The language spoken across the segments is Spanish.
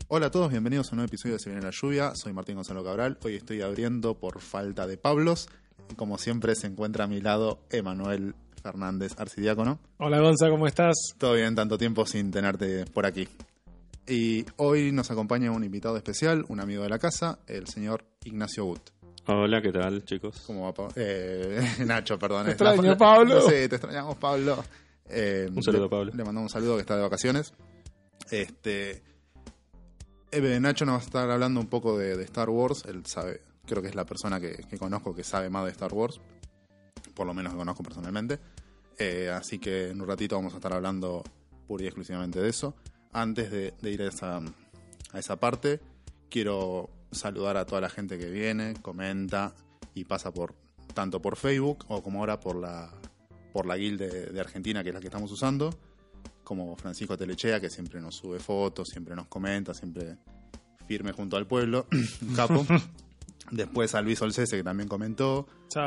Hola a todos, bienvenidos a un nuevo episodio de Se Viene la Lluvia. Soy Martín Gonzalo Cabral. Hoy estoy abriendo por falta de Pablos. Como siempre se encuentra a mi lado Emanuel Fernández Arcidiácono. Hola Gonza, ¿cómo estás? Todo bien, tanto tiempo sin tenerte por aquí. Y hoy nos acompaña un invitado especial, un amigo de la casa, el señor Ignacio Gut. Hola, ¿qué tal, chicos? ¿Cómo va, Nacho, perdón. Te extraño, Pablo. Sí, te extrañamos, Pablo. Un saludo a Pablo. Le mandamos un saludo que está de vacaciones. Nacho nos va a estar hablando un poco de Star Wars. Él sabe, creo que es la persona que conozco que sabe más de Star Wars. Por lo menos que conozco personalmente. Así que en un ratito vamos a estar hablando pura y exclusivamente de eso. Antes de ir a esa parte, quiero saludar a toda la gente que viene, comenta y pasa tanto por Facebook o como ahora por la guild de Argentina, que es la que estamos usando, como Francisco Telechea, que siempre nos sube fotos, siempre nos comenta, siempre firme junto al pueblo, un capo. Después a Luis Olcese, que también comentó.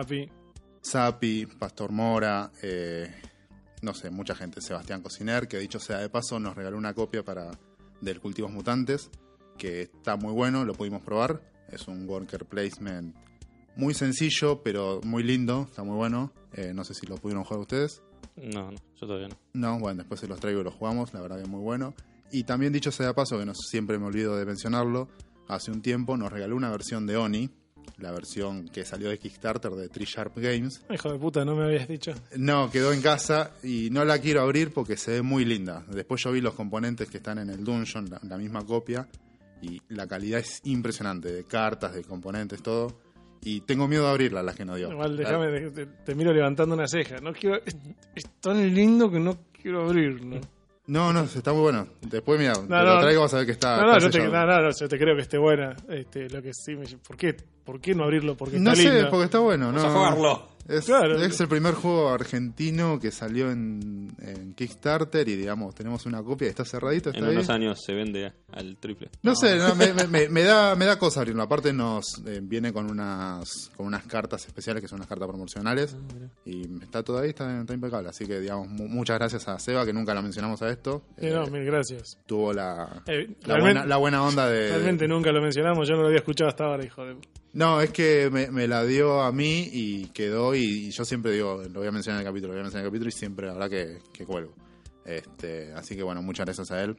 Sapi, Pastor Mora, no sé, mucha gente. Sebastián Cociner, que dicho sea de paso, nos regaló una copia del Cultivos Mutantes, que está muy bueno, lo pudimos probar. Es un worker placement muy sencillo, pero muy lindo, está muy bueno. No sé si lo pudieron jugar ustedes. No, yo todavía no. No, bueno, después se los traigo y los jugamos, la verdad que es muy bueno. Y también dicho sea de paso, que siempre me olvido de mencionarlo, hace un tiempo nos regaló una versión de Oni, la versión que salió de Kickstarter de Tree Sharp Games. Hijo de puta, no me habías dicho. No, quedó en casa y no la quiero abrir porque se ve muy linda. Después yo vi los componentes que están en el Dungeon, la misma copia, y la calidad es impresionante, de cartas, de componentes, todo. Y tengo miedo de abrirla, las que no dio. Igual déjame, te miro levantando una ceja. No quiero, es tan lindo que no quiero abrirlo. No, está muy bueno. Después, mira, te no, lo traigo, vas a ver que está. Yo te creo que esté buena. Lo que sí ¿por qué no abrirlo? Porque está no sé, linda. porque está bueno. Vamos a jugarlo. Es el primer juego argentino que salió en Kickstarter y, digamos, tenemos una copia, está cerradito. Está en ahí. unos años se vende al triple. No sé, me da cosa abrirlo. Aparte viene con unas cartas especiales que son unas cartas promocionales y está todo ahí, está impecable. Así que, digamos, muchas gracias a Seba, que nunca lo mencionamos a esto. Mil gracias. Tuvo la buena onda de... Realmente nunca lo mencionamos, yo no lo había escuchado hasta ahora, hijo de... No, es que me la dio a mí y quedó, y yo siempre digo, lo voy a mencionar en el capítulo, y siempre la verdad que cuelgo. Así que bueno, muchas gracias a él.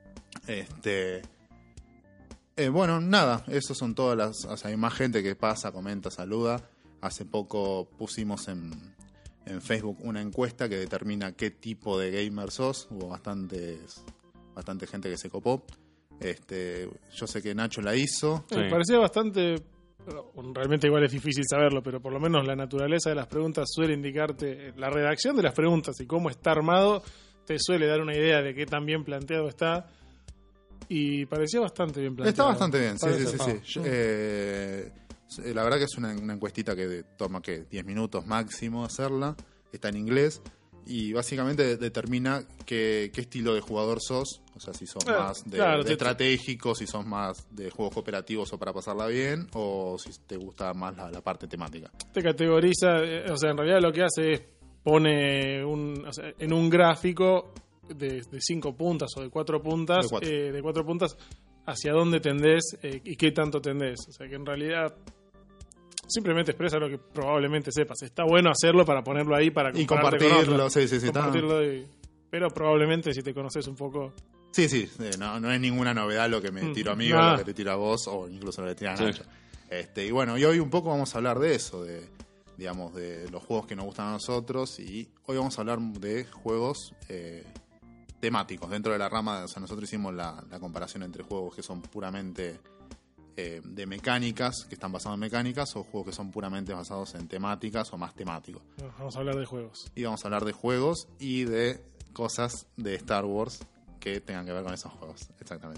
Bueno, nada, esos son todas las... O sea, hay más gente que pasa, comenta, saluda. Hace poco pusimos en Facebook una encuesta que determina qué tipo de gamer sos. Hubo bastante gente que se copó. Yo sé que Nacho la hizo. Me parecía bastante... Realmente igual es difícil saberlo, pero por lo menos la naturaleza de las preguntas suele indicarte, la redacción de las preguntas y cómo está armado te suele dar una idea de qué tan bien planteado está, y parecía bastante bien planteado. Está bastante bien, sí. La verdad que es una encuestita que toma 10 minutos máximo hacerla, está en inglés y básicamente determina qué estilo de jugador sos. O sea, si sos más de estratégico, si sos más de juegos cooperativos o para pasarla bien, o si te gusta más la parte temática. Te categoriza, o sea, en realidad lo que hace es pone en un gráfico de 5 puntas o de 4 puntas, de 4 puntas hacia dónde tendés y qué tanto tendés. O sea, que en realidad simplemente expresa lo que probablemente sepas. Está bueno hacerlo para ponerlo ahí, para compartirlo, sí, compartirlo pero probablemente si te conoces un poco... Sí, no es ninguna novedad lo que me tiro a mí o lo que te tiro a vos o incluso lo que tira a Nacho. Y bueno, y hoy un poco vamos a hablar de eso, de los juegos que nos gustan a nosotros, y hoy vamos a hablar de juegos temáticos dentro de la rama. O sea, nosotros hicimos la comparación entre juegos que son puramente de mecánicas, que están basados en mecánicas, o juegos que son puramente basados en temáticas o más temáticos. Vamos a hablar de juegos. Y vamos a hablar de juegos y de cosas de Star Wars que tengan que ver con esos juegos, exactamente.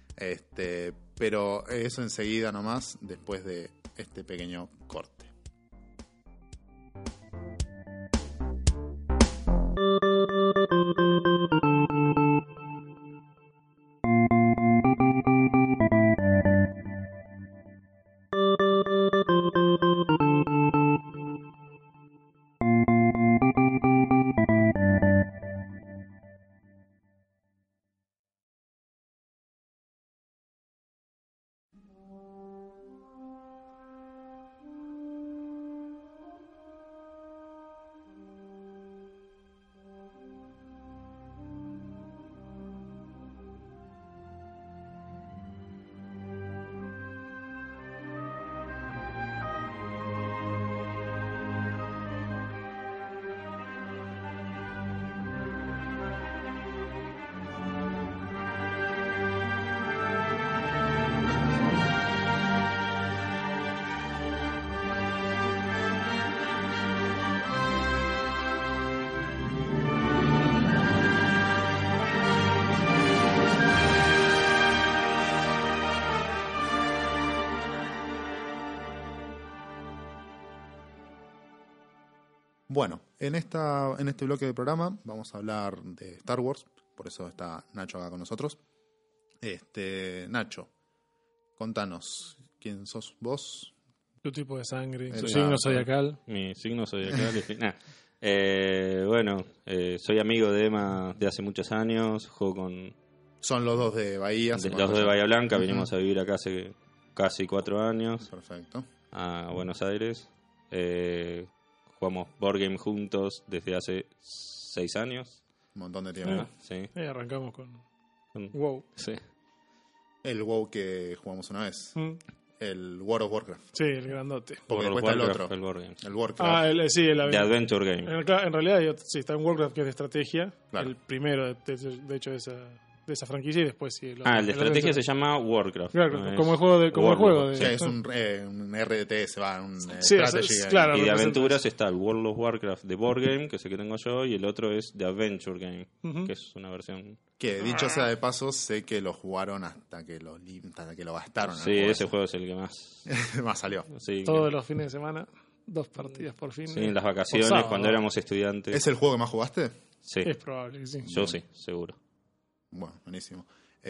Pero eso enseguida nomás, después de este pequeño corte. Bueno, en este bloque de programa vamos a hablar de Star Wars, por eso está Nacho acá con nosotros. Nacho, contanos, ¿quién sos vos? Tu tipo de sangre, tu Exacto. signo zodiacal. Mi signo zodiacal. Soy amigo de Emma de hace muchos años. Juego con Son los dos de Bahía. los dos de Bahía Blanca. Vinimos a vivir acá hace casi 4 años Perfecto. a Buenos Aires. Jugamos board game juntos desde hace 6 años. Un montón de tiempo. Sí. Arrancamos con WoW. Sí. El WoW que jugamos una vez. El World of Warcraft. Sí, el grandote. Porque World después está el Warcraft, otro. el board game. El Warcraft. El The Adventure Game. En realidad sí, está en Warcraft, que es de estrategia. Claro. El primero, de hecho, de esa franquicia. Y después sí. El de estrategia se llama Warcraft. Claro, no es como el juego de... Como el Warlord. juego de Sí, es un RTS, un Sí, strategy game. claro. Y de representa aventuras está el World of Warcraft de Board Game, que es el que tengo yo, y el otro es The Adventure Game, que es una versión... Que dicho sea de paso, sé que lo jugaron hasta que lo gastaron. Sí, ese juego es el que más... más salió. Sí, Todos los fines de semana, 2 partidas por fin. sí, en las vacaciones, Por sábado. cuando éramos estudiantes. ¿Es el juego que más jugaste? Sí, Es probable que sí. yo sí, seguro. Bueno, buenísimo.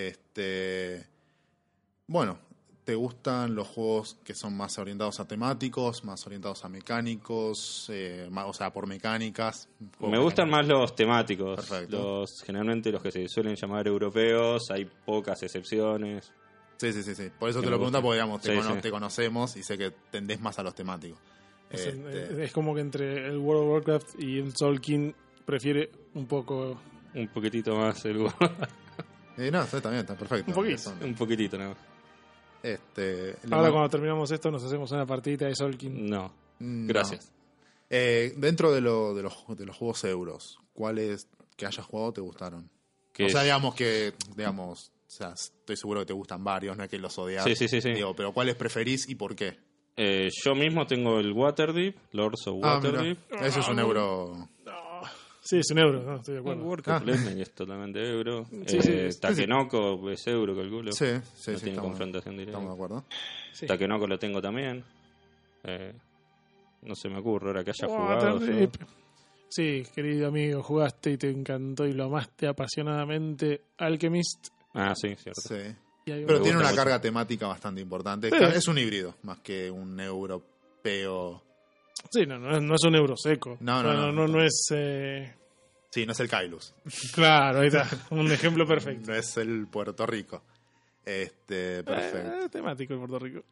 Bueno, ¿te gustan los juegos que son más orientados a temáticos, más orientados a mecánicos, o sea, por mecánicas? Me gustan más los temáticos. Perfecto. Generalmente los que se suelen llamar europeos, hay pocas excepciones. Sí. Por eso Que te lo me pregunto, gustan. porque digamos, Sí. te conocemos y sé que tendés más a los temáticos. Es como que entre el World of Warcraft y el Tolkien prefiere un poco... Un poquitito más el juego. No, está bien, está perfecto. Un poquito. Son- Un poquitito nada más. Ahora cuando terminamos esto nos hacemos una partidita de Tolkien. No, No. gracias. Dentro de los juegos euros, ¿cuáles que hayas jugado te gustaron? Que O sea, o sea, estoy seguro que te gustan varios, no es que los odias. Sí. Digo, pero ¿cuáles preferís y por qué? Yo mismo tengo el Waterdeep, Lords of Waterdeep. Mirá, eso es un euro. Sí, es un euro, ¿no? Estoy de El acuerdo. Warcraft Legend es totalmente euro. Sí, sí. Takenoko es euro, calculo. Sí, no tiene estamos, confrontación directa. estamos de acuerdo. Sí. Takenoko lo tengo también. No se me ocurre ahora que haya jugado. Waterdeep. Sí, querido amigo, jugaste y te encantó y lo amaste apasionadamente Alchemist. Sí, cierto. Sí. Y hay Pero Me tiene gusta una mucho. carga temática bastante importante. Sí. Es un híbrido, más que un europeo. Sí, no es un euro seco. No. es... Sí, no es el Kailus. Claro, ahí está. Un ejemplo perfecto. No es el Puerto Rico. Perfecto. Temático en Puerto Rico.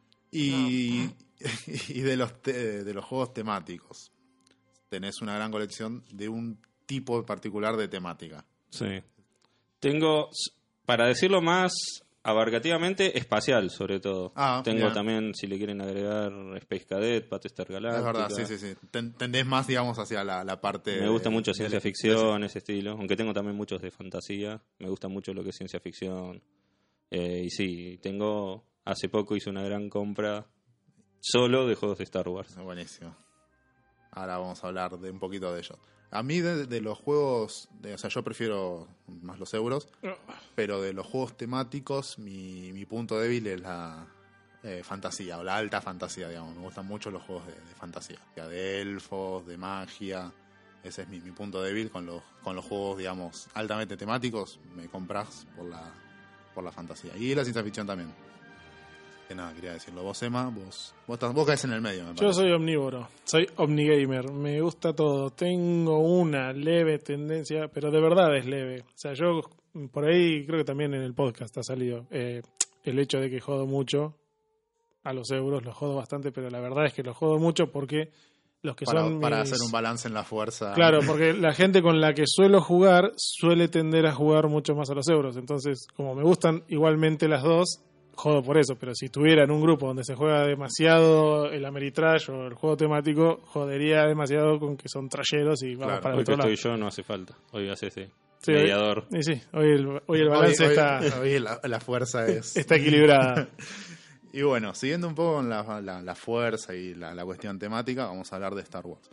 Y de los juegos temáticos, tenés una gran colección de un tipo particular de temática. Sí. Tengo, para decirlo más abarcativamente, espacial, sobre todo. Tengo bien. también, si le quieren agregar, Space Cadet, Battlestar Galactica. Es verdad, sí. Tendés más, digamos, hacia la parte... Me gusta mucho de ciencia ficción, ese estilo. Aunque tengo también muchos de fantasía. Me gusta mucho lo que es ciencia ficción. Y sí, hace poco hice una gran compra solo de juegos de Star Wars. Buenísimo. Ahora vamos a hablar de un poquito de ellos. A mí de los juegos, o sea, yo prefiero más los euros, pero de los juegos temáticos, mi punto débil es la fantasía, o la alta fantasía, digamos. Me gustan mucho los juegos de fantasía, ya de elfos, de magia. Ese es mi punto débil con los juegos, digamos, altamente temáticos. Me compras por la fantasía. Y la ciencia ficción también. Que nada, quería decirlo. Vos, Emma, vos caes en el medio, me parece. Yo soy omnívoro, soy omnigamer, me gusta todo. Tengo una leve tendencia, pero de verdad es leve. O sea, yo por ahí creo que también en el podcast ha salido el hecho de que jodo mucho a los euros, los jodo bastante, pero la verdad es que los jodo mucho porque los que son para hacer un balance en la fuerza. Claro, porque la gente con la que suelo jugar suele tender a jugar mucho más a los euros. Entonces, como me gustan igualmente las dos, jodo por eso. Pero si estuviera en un grupo donde se juega demasiado el Ameritrash o el juego temático, jodería demasiado con que son trasheros y vamos Claro. para el Hoy que otro lado. estoy yo no hace falta. Hoy hace ese Sí, mediador. Sí, hoy el balance Hoy la fuerza es... está equilibrada. Y bueno, siguiendo un poco con la fuerza y la cuestión temática, vamos a hablar de Star Wars.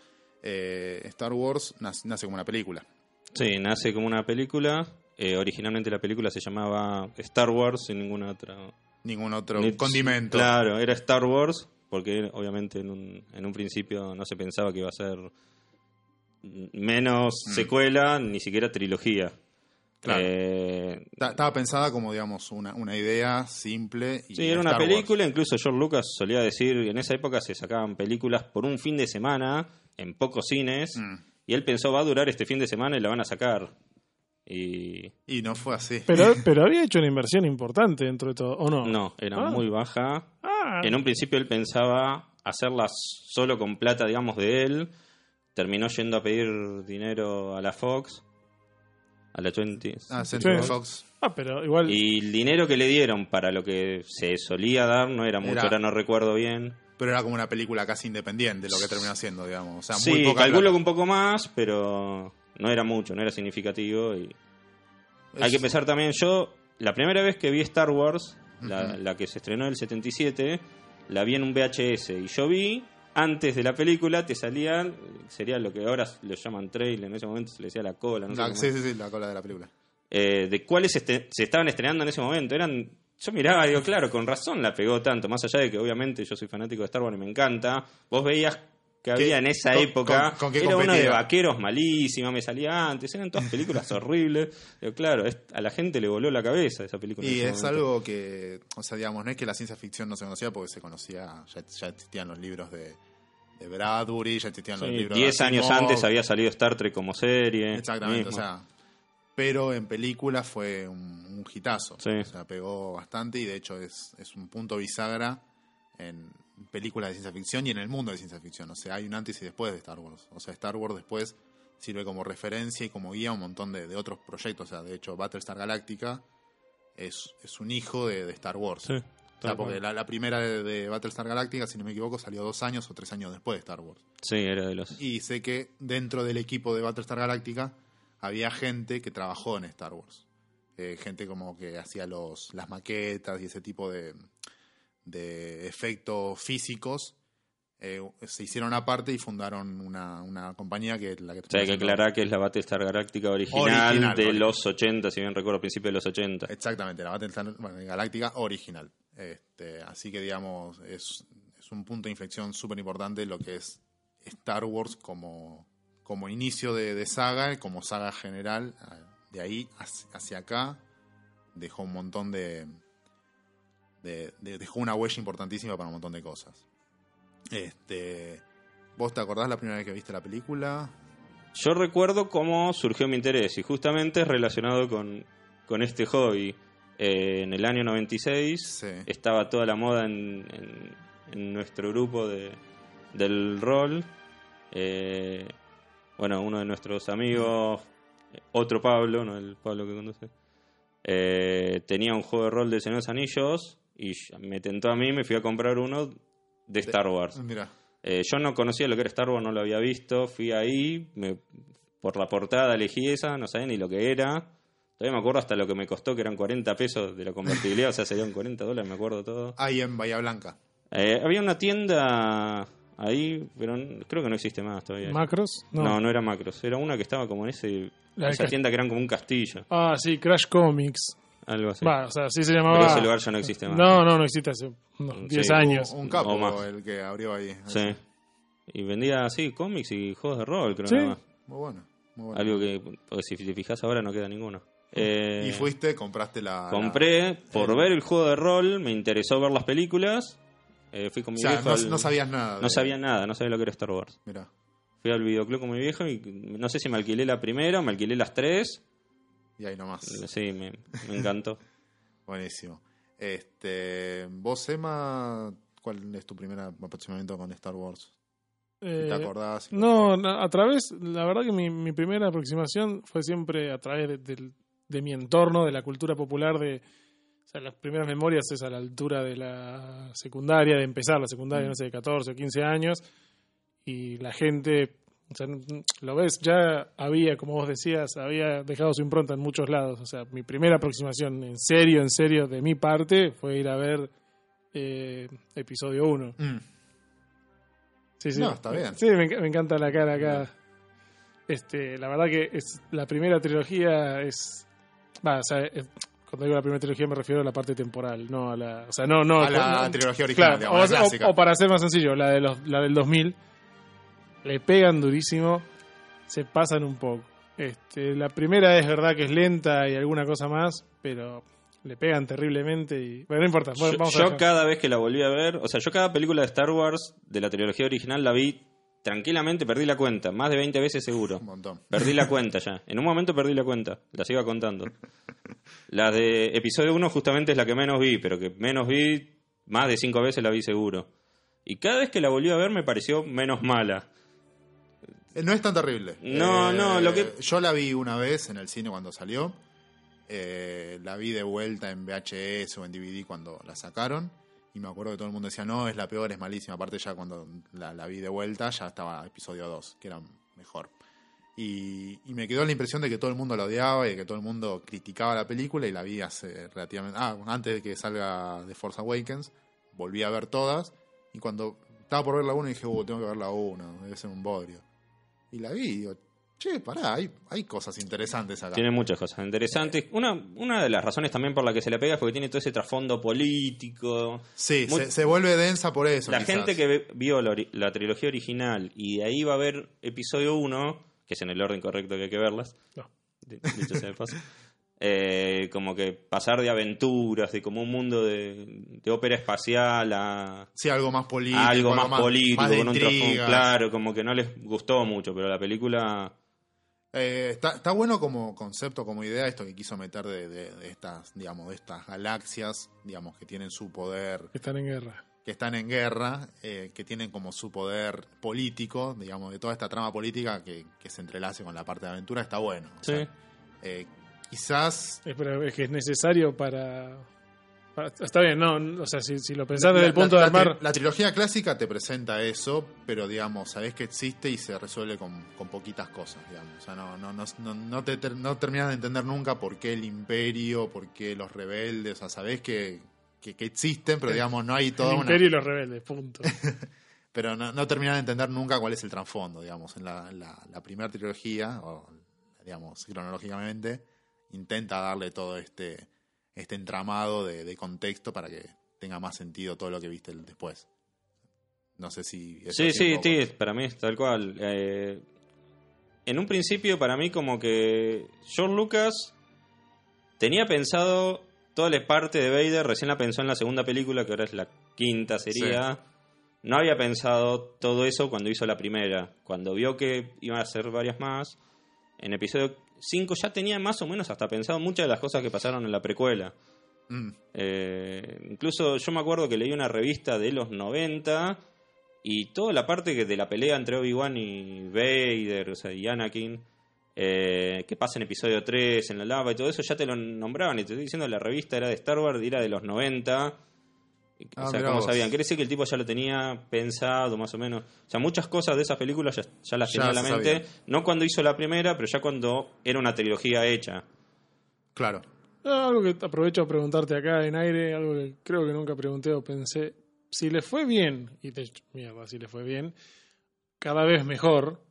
Star Wars nace como una película. Sí, nace como una película. Originalmente la película se llamaba Star Wars sin ninguna otra... Ningún otro Ni- condimento. Claro, era Star Wars, porque obviamente en un principio no se pensaba que iba a ser menos secuela, ni siquiera trilogía. Claro. Estaba pensada como, digamos, una idea simple. Y sí, era una película. Incluso George Lucas solía decir que en esa época se sacaban películas por un fin de semana en pocos cines. Y él pensó, va a durar este fin de semana y la van a sacar. Y no fue así. Pero había hecho una inversión importante dentro de todo, ¿o no? No, era muy baja. En un principio él pensaba hacerlas solo con plata, digamos, de él. Terminó yendo a pedir dinero a la Fox. A la 20. Century Fox. Pero igual. Y el dinero que le dieron para lo que se solía dar no era mucho, ahora no recuerdo bien. Pero era como una película casi independiente lo que terminó haciendo, digamos. O sea, sí, muy poca calculo plata. que un poco más, pero no era mucho, no era significativo. Y hay que pensar también, yo, la primera vez que vi Star Wars, la que se estrenó en el 77, la vi en un VHS. Y yo vi, antes de la película, te salían, sería lo que ahora lo llaman trailer, en ese momento se le decía la cola. No sé sí, la cola de la película. De cuáles se estaban estrenando en ese momento. Yo miraba y digo, claro, con razón la pegó tanto. Más allá de que obviamente yo soy fanático de Star Wars y me encanta. Vos veías que había en esa época. ¿Con qué era competía? uno de vaqueros malísima, me salía antes. Eran todas películas horribles. Digo, claro, a la gente le voló la cabeza esa película. Y es algo que, o sea, digamos, no es que la ciencia ficción no se conocía porque se conocía, ya existían los libros de Bradbury, ya existían los libros 10 años antes había salido Star Trek como serie. Exactamente, mismo. O sea, pero en película fue un hitazo. Sí. O sea, pegó bastante y de hecho es un punto bisagra en películas de ciencia ficción y en el mundo de ciencia ficción. O sea, hay un antes y después de Star Wars. O sea, Star Wars después sirve como referencia y como guía a un montón de otros proyectos. O sea, de hecho, Battlestar Galactica es un hijo de Star Wars. Sí. O sea, porque la primera de Battlestar Galactica, si no me equivoco, salió 2 años o 3 años después de Star Wars. Sí, era de los... Y sé que dentro del equipo de Battlestar Galactica había gente que trabajó en Star Wars. Gente como que hacía las maquetas y ese tipo de efectos físicos. Se hicieron aparte y fundaron una compañía que es la que... O sea, hay que aclarar que es la Battlestar Galáctica original de los 80, si bien recuerdo, principios de los 80. Exactamente, la Battlestar Galáctica original. Así que, digamos, es un punto de inflexión súper importante lo que es Star Wars como inicio de saga, como saga general. De ahí hacia acá dejó un montón dejó una huella importantísima para un montón de cosas. ¿Vos te acordás la primera vez que viste la película? Yo recuerdo cómo surgió mi interés y justamente es relacionado con este hobby. En el año 96 estaba toda la moda en nuestro grupo del rol. Bueno, uno de nuestros amigos, otro Pablo, no el Pablo que conduce, tenía un juego de rol de Señor de los Anillos y me tentó a mí, me fui a comprar uno de Star Wars. Mira. Yo no conocía lo que era Star Wars, no lo había visto, fui ahí, por la portada elegí esa, no sabía ni lo que era. Todavía me acuerdo hasta lo que me costó, que eran 40 pesos de la convertibilidad, o sea, serían $40, me acuerdo todo. Ahí en Bahía Blanca. Había una tienda ahí, pero creo que no existe más todavía. ¿Macros? No era Macros, era una que estaba como en esa tienda que eran como un castillo. Ah, sí, Crash Comics. Algo así. O sea, así se llamaba. Pero ese lugar ya no existe más. No existe hace unos 10 años. Un capo el que abrió ahí. Sí. Y vendía así cómics y juegos de rol, creo. Sí. Nada más. Muy bueno. Algo que, porque si te fijas ahora no queda ninguno. Y fuiste, compraste Compré, por ver el juego de rol, me interesó ver las películas. Fui con mi viejo. No sabías nada. No sabía nada, no sabía lo que era Star Wars. Mirá. Fui al videoclub con mi viejo y no sé si me alquilé la primera o me alquilé las 3. Y ahí nomás. Sí, me encantó. Buenísimo. Vos, Emma, ¿cuál es tu primer aproximamiento con Star Wars? ¿Te acordás? No, a través, la verdad que mi primera aproximación fue siempre a través de mi entorno, de la cultura popular, o sea, las primeras memorias es a la altura de la secundaria, de empezar la secundaria, no sé, de 14 o 15 años, y la gente, o sea, lo ves, ya había, como vos decías, había dejado su impronta en muchos lados. O sea, mi primera aproximación en serio, de mi parte, fue ir a ver episodio 1. Sí. No, está bien. Sí, me encanta la cara acá. La verdad que la primera trilogía es... cuando digo la primera trilogía me refiero a la parte temporal, no a la... O sea, no a la trilogía original, claro, digamos, la clásica. O para ser más sencillo, la del 2000, le pegan durísimo. se pasan un poco. La primera es verdad que es lenta y alguna cosa más, pero le pegan terriblemente y... Bueno, no importa. Bueno, yo cada vez que la volví a ver, o sea, yo cada película de Star Wars de la trilogía original la vi tranquilamente, perdí la cuenta, más de 20 veces seguro. Un montón. Perdí la cuenta ya. En un momento perdí la cuenta, las iba contando. La de episodio 1 justamente es la que menos vi, pero que menos vi, más de 5 veces la vi seguro. Y cada vez que la volví a ver me pareció menos mala. No es tan terrible. No, lo que... Yo la vi una vez en el cine cuando salió. La vi de vuelta en VHS o en DVD cuando la sacaron. Y me acuerdo que todo el mundo decía, no, es la peor, es malísima. Aparte ya cuando la vi de vuelta ya estaba episodio 2, que era mejor. Y me quedó la impresión de que todo el mundo la odiaba y que todo el mundo criticaba la película. Y la vi hace relativamente... antes de que salga The Force Awakens, volví a ver todas. Y cuando estaba por ver la 1 dije, tengo que ver la 1, debe ser un bodrio. Y la vi y digo, che, pará, hay cosas interesantes acá. Tiene muchas cosas interesantes. Una de las razones también por la que se le pega es porque tiene todo ese trasfondo político. Sí, se vuelve densa por eso. La quizás. gente que vio la trilogía original y de ahí va a ver episodio 1, que es en el orden correcto que hay que verlas, dicho sea de paso, como que pasar de aventuras, de como un mundo de ópera espacial a... Sí, algo más político. Algo más político, más con un trasfondo claro, como que no les gustó mucho, pero la película... Está bueno como concepto, como idea, esto que quiso meter de estas, digamos, de estas galaxias, digamos, que tienen su poder... Que están en guerra. Que tienen como su poder político, digamos, de toda esta trama política que se entrelace con la parte de aventura, está bueno. Sí. O sea, quizás... Pero es que es necesario para... Está bien, no, o sea, si lo pensás desde el punto de armar... La trilogía clásica te presenta eso, pero digamos, sabés que existe y se resuelve con poquitas cosas, digamos. O sea, no terminás de entender nunca por qué el imperio, por qué los rebeldes, o sea, sabés que existen, pero digamos, no hay todo el imperio y los rebeldes, punto. Pero no terminás de entender nunca cuál es el trasfondo, digamos. En la primera trilogía, o digamos, cronológicamente, intenta darle todo este entramado de contexto para que tenga más sentido todo lo que viste después. No sé si... Sí, para mí es tal cual. En un principio, para mí, como que George Lucas tenía pensado toda la parte de Vader, recién la pensó en la segunda película, que ahora es la quinta sería. Sí. No había pensado todo eso cuando hizo la primera. Cuando vio que iban a hacer varias más, en episodio 5 ya tenía más o menos hasta pensado muchas de las cosas que pasaron en la precuela. Incluso yo me acuerdo que leí una revista de los 90 y toda la parte de la pelea entre Obi-Wan y Vader, o sea, y Anakin, que pasa en episodio 3 en la lava y todo eso, ya te lo nombraban. Y te estoy diciendo, la revista era de Star Wars y era de los 90. O sea, como sabían, quiere decir que el tipo ya lo tenía pensado más o menos. O sea, muchas cosas de esas películas ya las tenía en la mente. Sabía. No cuando hizo la primera, pero ya cuando era una trilogía hecha. Claro. Algo que aprovecho a preguntarte acá en aire, algo que creo que nunca pregunté o pensé. Si le fue bien, y de hecho, mierda, si le fue bien, cada vez mejor,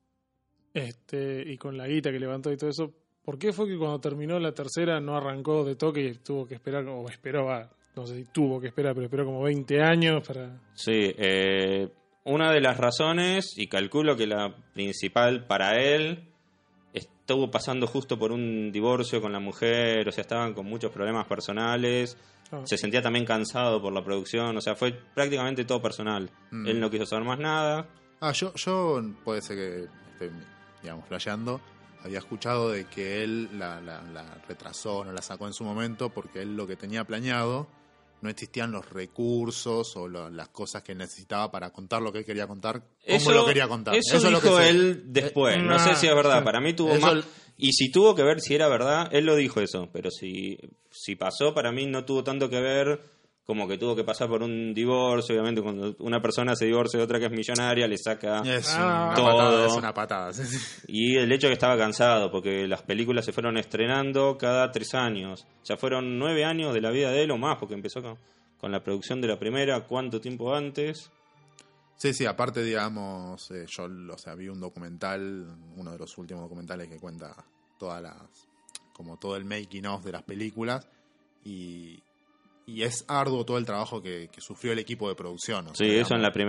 y con la guita que levantó y todo eso, ¿por qué fue que cuando terminó la tercera no arrancó de toque y tuvo que esperar, o esperó, no sé si tuvo que esperar, pero esperó como 20 años para... Sí, una de las razones, y calculo que la principal para él, estuvo pasando justo por un divorcio con la mujer, o sea, estaban con muchos problemas personales, se sentía también cansado por la producción, o sea, fue prácticamente todo personal. Él no quiso saber más nada. Yo puede ser que esté, digamos, flasheando. Había escuchado de que él la retrasó, no la sacó en su momento porque él lo que tenía planeado, no existían los recursos o las cosas que necesitaba para contar lo que él quería contar, como lo quería contar. Eso dijo es lo que él después, no sé si es verdad, para mí tuvo más... Y si tuvo que ver si era verdad, él lo dijo eso, pero si pasó, para mí no tuvo tanto que ver, como que tuvo que pasar por un divorcio. Obviamente cuando una persona se divorcia de otra que es millonaria, le saca todo. Es una patada. Sí. Y el hecho de que estaba cansado, porque las películas se fueron estrenando cada 3 años. O sea, fueron 9 años de la vida de él o más, porque empezó con la producción de la primera, ¿cuánto tiempo antes? Sí, aparte, digamos, yo vi un documental, uno de los últimos documentales que cuenta como todo el making of de las películas, y es arduo todo el trabajo que sufrió el equipo de producción. Sí, digamos, eso en la primera.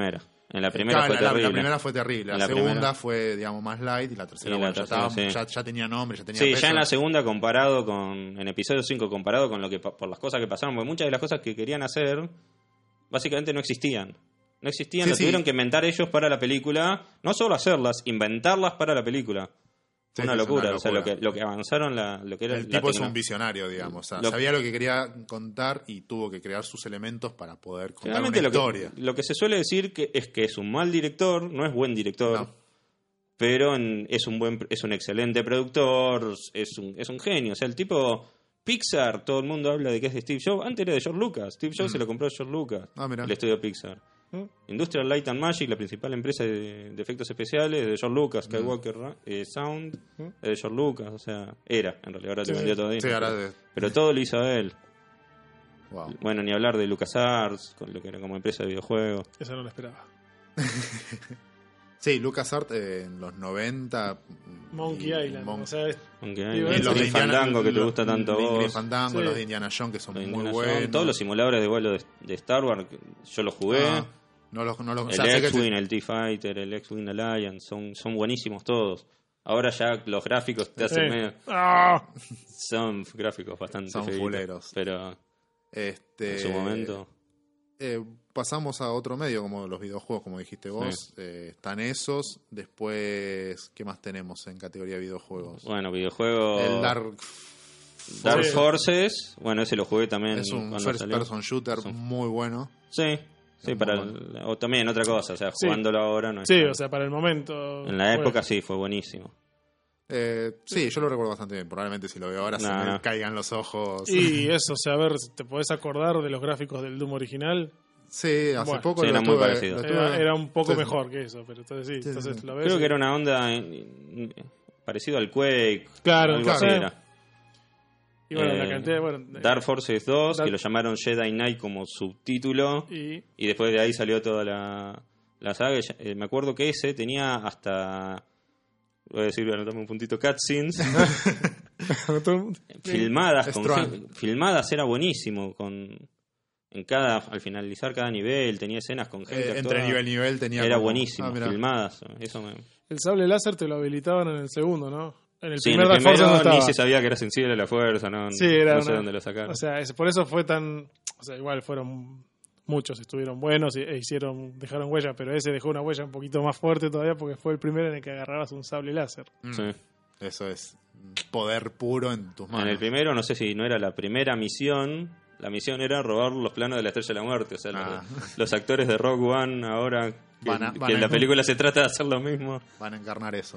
En la primera fue terrible. La primera fue terrible. La segunda fue, digamos, más light. Y la tercera, ya tenía nombre, ya tenía peso. Ya en la segunda, en episodio 5, comparado con por las cosas que pasaron, porque muchas de las cosas que querían hacer, básicamente no existían. No existían, lo tuvieron que inventar ellos para la película. No solo hacerlas, inventarlas para la película. Una locura. O sea, lo que avanzaron, lo que era el tipo es un visionario, digamos. O sea, sabía lo que quería contar y tuvo que crear sus elementos para poder contar una historia. Lo que se suele decir es que es un mal director, no es buen director, pero es un excelente productor, es un genio. O sea, el tipo Pixar, todo el mundo habla de que es de Steve Jobs. Antes era de George Lucas. Steve Jobs se lo compró a George Lucas, el estudio Pixar. Industrial Light and Magic, la principal empresa de efectos especiales, de George Lucas. Skywalker Sound, de George Lucas. O sea, en realidad ahora te vendió todo ahí. Pero todo lo hizo él. Wow. Bueno, ni hablar de LucasArts, con lo que era como empresa de videojuegos. Eso no lo esperaba. Sí, LucasArts en los 90. Monkey Island. Monkey Island. Los de Fandango que te gusta tanto a vos. Fandango, los de Indiana Jones, que son muy buenos. Todos los simuladores de vuelo de Star Wars, yo los jugué. El X-Wing, el T-Fighter, el X-Wing Alliance, son buenísimos todos. Ahora ya los gráficos te hacen medio... Son gráficos bastante fuleros. Pero en su momento... pasamos a otro medio, como los videojuegos, como dijiste vos. Están esos. Después, ¿qué más tenemos en categoría de videojuegos? Bueno, videojuegos... El Dark Forces. Bueno, ese lo jugué también. Es un first person shooter muy bueno. Sí, o también otra cosa, o sea, jugándolo ahora no es. Sí, o sea, para el momento. En la época sí, fue buenísimo. Sí, yo lo recuerdo bastante bien. Probablemente si lo veo ahora se me caigan los ojos. Y eso, o sea, a ver, ¿te podés acordar de los gráficos del Doom original? Sí, hace poco era muy parecido. Era un poco mejor que eso, pero entonces entonces lo ves. Creo que era una onda parecido al Quake. Claro. Era. Y bueno, la cantidad Dark Forces 2, que lo llamaron Jedi Knight como subtítulo, y después de ahí salió toda la saga. Me acuerdo que ese tenía hasta, voy a decir, anotame un puntito, cutscenes filmadas, era buenísimo, al finalizar cada nivel tenía escenas con gente entre nivel y nivel tenía era buenísimo, filmadas. El sable láser te lo habilitaban en el segundo, ¿no? En el primer Dark Forces no estaba. Ni se sabía que era sensible a la fuerza, no sé dónde lo sacaron. O sea, por eso fue tan... O sea, igual muchos estuvieron buenos dejaron huella, pero ese dejó una huella un poquito más fuerte todavía porque fue el primero en el que agarrabas un sable láser. Sí. Eso es poder puro en tus manos. En el primero, no sé si no era la primera misión. La misión era robar los planos de la Estrella de la Muerte. O sea, los actores de Rogue One ahora, que en la película se trata de hacer lo mismo. Van a encarnar eso.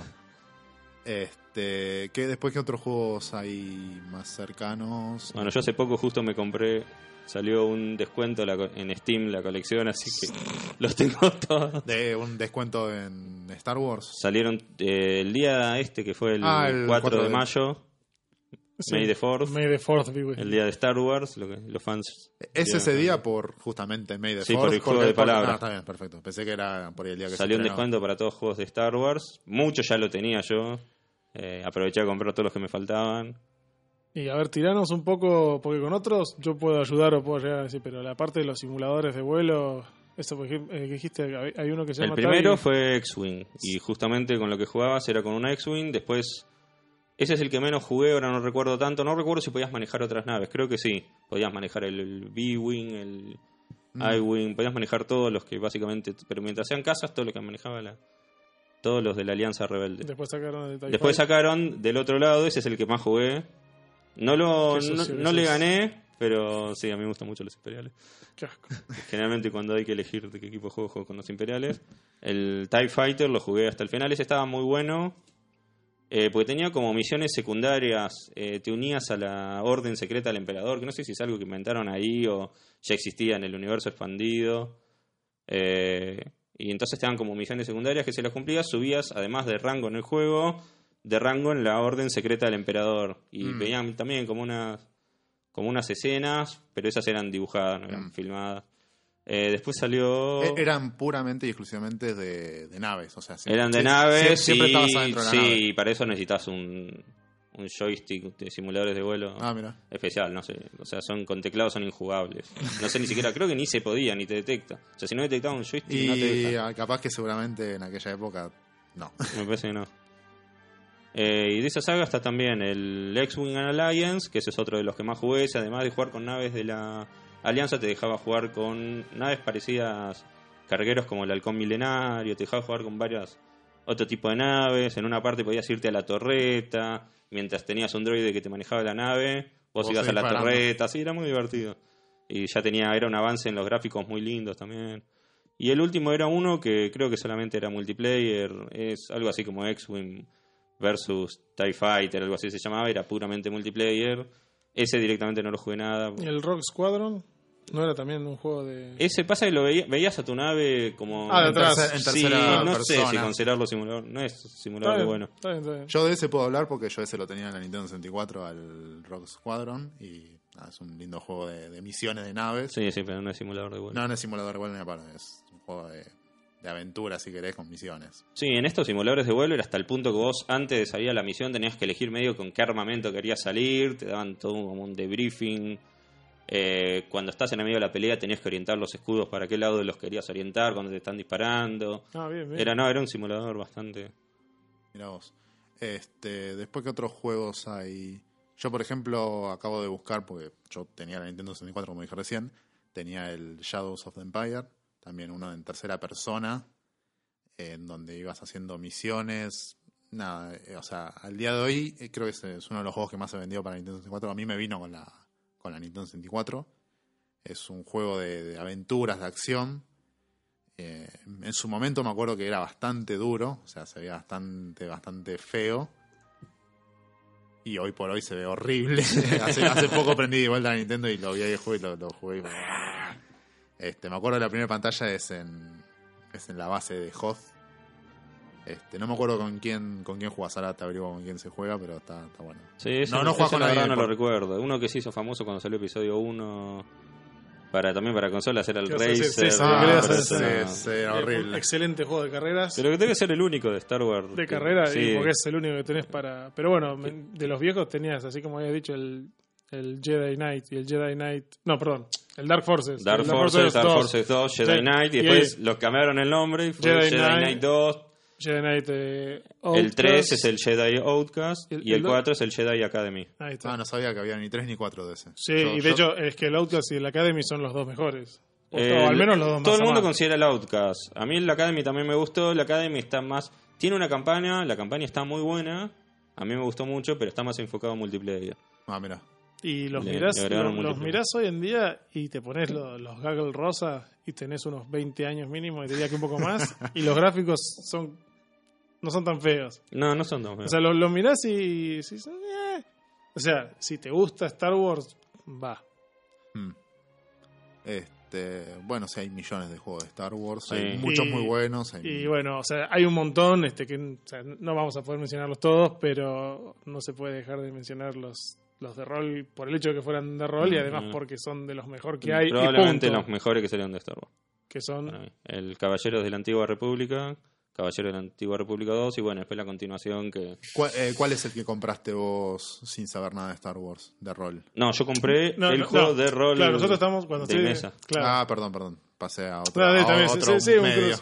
¿Qué otros juegos hay más cercanos? Bueno, yo hace poco justo me compré, salió un descuento en Steam la colección, así que los tengo todos. ¿Un descuento en Star Wars? Salieron el día que fue el 4 de mayo. Sí, May the 4th. El día de Star Wars, los fans. ¿Es ese día por justamente May the 4th? Sí, por el juego de palabras. Está bien, perfecto. Pensé que era por el día que salió un descuento para todos los juegos de Star Wars. Muchos ya lo tenía yo. Aproveché a comprar todos los que me faltaban. Y a ver, tiranos un poco, porque con otros yo puedo ayudar o puedo llegar a decir, pero la parte de los simuladores de vuelo, esto que dijiste, hay uno que se llama... El primero fue X-Wing, y justamente con lo que jugabas era con una X-Wing. Después, ese es el que menos jugué, ahora no recuerdo tanto. No recuerdo si podías manejar otras naves, creo que sí. Podías manejar el B-Wing, el I-Wing, podías manejar todos los que básicamente... Pero mientras sean casas, todo lo que manejaba todos los de la Alianza Rebelde. Después sacaron del otro lado, ese es el que más jugué. No le gané, pero sí, a mí me gustan mucho los Imperiales. Qué asco. Generalmente cuando hay que elegir de qué equipo juego con los Imperiales. El TIE Fighter lo jugué hasta el final, ese estaba muy bueno. Porque tenía como misiones secundarias, te unías a la Orden Secreta del Emperador, que no sé si es algo que inventaron ahí o ya existía en el universo expandido. Y entonces te dan como misiones secundarias que si las cumplías subías, además de rango en el juego, de rango en la Orden Secreta del Emperador. Y veían también como unas escenas, pero esas eran dibujadas, no eran filmadas. Después salió... Eran puramente y exclusivamente de naves. O sea, eran de naves, siempre estabas adentro de la nave. Sí, y para eso necesitas un un joystick de simuladores de vuelo especial, no sé. O sea, con teclados son injugables. No sé ni siquiera, creo que ni se podía, ni te detecta. O sea, si no detectaba un joystick, no te deja. Y capaz que seguramente en aquella época, no. Me parece que no. Y de esa saga está también el X-Wing Alliance, que ese es otro de los que más jugué. Además de jugar con naves de la Alianza, te dejaba jugar con naves parecidas, cargueros como el Halcón Milenario, te dejaba jugar con otro tipo de naves. En una parte podías irte a la torreta, mientras tenías un droide que te manejaba la nave, vos ibas a la torreta, sí, era muy divertido. Y ya era un avance en los gráficos muy lindos también. Y el último era uno que creo que solamente era multiplayer, es algo así como X-Wing versus TIE Fighter, algo así se llamaba, era puramente multiplayer. Ese directamente no lo jugué nada. ¿Y el Rogue Squadron? ¿No era también un juego de...? Ese pasa que lo veías a tu nave como... en tercera persona. No sé si considerarlo simulador. No es simulador bueno. Está bien. Yo de ese puedo hablar porque yo ese lo tenía en la Nintendo 64, al Rogue Squadron, y es un lindo juego de misiones de naves. Sí, pero no es simulador de vuelo. No es simulador de vuelo ni aparte, es un juego de aventura, si querés, con misiones. Sí, en estos simuladores de vuelo era hasta el punto que vos, antes de salir a la misión, tenías que elegir medio con qué armamento querías salir, te daban todo como un debriefing. Cuando estás en el medio de la pelea tenías que orientar los escudos para qué lado los querías orientar cuando te están disparando. Bien. Era un simulador bastante... Mirá vos. Después, ¿qué otros juegos hay? Yo, por ejemplo, acabo de buscar, porque yo tenía la Nintendo 64, como dije recién, tenía el Shadows of the Empire, también uno en tercera persona, en donde ibas haciendo misiones. Nada, o sea, al día de hoy creo que es uno de los juegos que más se vendió para Nintendo 64. A mí me vino con la Nintendo 64. Es un juego de aventuras, de acción. En su momento me acuerdo que era bastante duro, o sea, se veía bastante feo. Y hoy por hoy se ve horrible. hace poco prendí de vuelta a Nintendo y lo vi ahí el juego y lo jugué. Me acuerdo de la primera pantalla es en la base de Hoth. No me acuerdo con quién jugás, ahora te averiguo con quién se juega, pero está bueno. Sí, no juegas con la verdad, nadie. No lo recuerdo. Uno que se hizo famoso cuando salió episodio 1 también para consolas era el Racer. Sí, era horrible. Un excelente juego de carreras. Pero que debe ser el único de Star Wars. De carrera, sí. Y porque es el único que tenés para... Pero bueno, de los viejos tenías, así como habías dicho, el Jedi Knight y el Jedi Knight... No, perdón, el Dark Forces. Dark Forces 2, Jedi Knight, y después los cambiaron el nombre y fue Jedi Knight 2. Jedi Knight Outcast. El 3 es el Jedi Outcast y el 4 es el Jedi Academy. Ahí está. No sabía que había ni 3 ni 4 de ese. Sí, de hecho es que el Outcast y el Academy son los dos mejores. O al menos los dos más. Todo el mundo considera el Outcast. A mí el Academy también me gustó. El Academy está más... Tiene una campaña, la campaña está muy buena. A mí me gustó mucho, pero está más enfocado en multiplayer. Mira. Y los mirás hoy en día y te pones los goggles rosa y tenés unos 20 años mínimo, y te diría que un poco más, y los gráficos no son tan feos. No son tan feos. O sea, los mirás y... O sea, si te gusta Star Wars, va. Bueno, sí, hay millones de juegos de Star Wars, sí. Hay muchos muy buenos. Y bueno, o sea, hay un montón que o sea, no vamos a poder mencionarlos todos, pero no se puede dejar de mencionar los de rol por el hecho de que fueran de rol y además porque son de los mejores que hay. Probablemente los mejores que salieron de Star Wars. Que son el Caballeros de la Antigua República, Caballeros de la Antigua República 2 y bueno, después la continuación que... ¿Cuál es el que compraste vos sin saber nada de Star Wars, de rol? No, yo compré el juego de rol. Claro, nosotros estamos cuando de mesa. Claro. Perdón. Pasé a otro, también, otro sí, medio.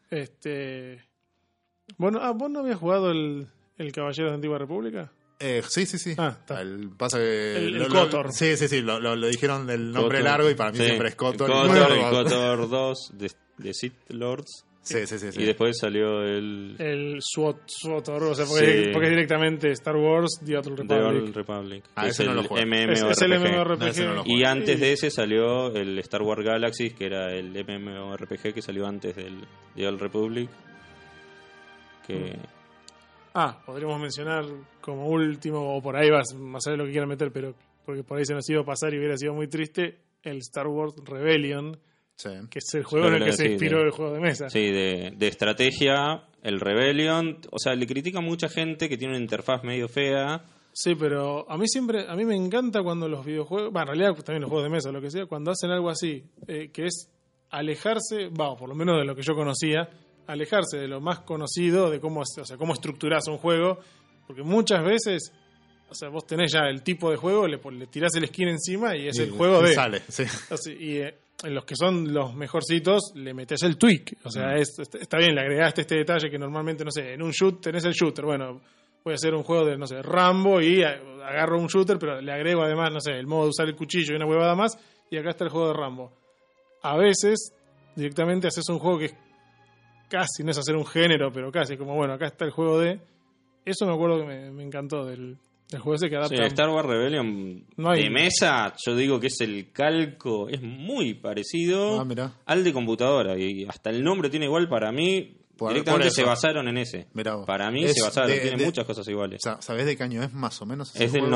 Bueno, ¿vos no habías jugado el Caballero de la Antigua República? Sí. Pasa que el KOTOR. Sí, lo dijeron del nombre KOTOR. largo y para mí siempre es KOTOR. El KOTOR 2 de Sith Lords. Sí. Y después salió el SWTOR, o sea, porque es directamente Star Wars, The Old Republic. Es el no lo juego. MMORPG. Es el MMORPG. No, ese no lo juego. Y antes de ese salió el Star Wars Galaxies, que era el MMORPG que salió antes del The Old Republic. Que... podríamos mencionar como último, o por ahí vas, más allá de lo que quieran meter, pero porque por ahí se nos iba a pasar y hubiera sido muy triste, el Star Wars Rebellion, que es el juego en el que se inspiró el juego de mesa. Sí, de estrategia, el Rebellion. O sea, le critica a mucha gente que tiene una interfaz medio fea. Sí, pero a mí me encanta cuando los videojuegos, en realidad también los juegos de mesa, lo que sea, cuando hacen algo así, que es alejarse, por lo menos de lo que yo conocía, alejarse de lo más conocido, de cómo estructurás un juego, porque muchas veces o sea, vos tenés ya el tipo de juego, le tirás el skin encima y es el juego de... sale, sí. Y en los que son los mejorcitos, le metés el tweak. O sea, está bien, le agregaste este detalle que normalmente, no sé, en un shoot tenés el shooter. Bueno, voy a hacer un juego de, no sé, Rambo y agarro un shooter, pero le agrego además, no sé, el modo de usar el cuchillo y una huevada más, y acá está el juego de Rambo. A veces, directamente haces un juego que casi no es hacer un género, pero casi como, bueno, acá está el juego de... Eso me acuerdo que me encantó del juego ese que adapta... Sí, Star Wars Rebellion de mesa, yo digo que es el calco, es muy parecido al de computadora, y hasta el nombre tiene igual para mí. Directamente se basaron en ese. Para mí se basaron, tiene muchas cosas iguales. ¿Sabés de qué año es más o menos? Es del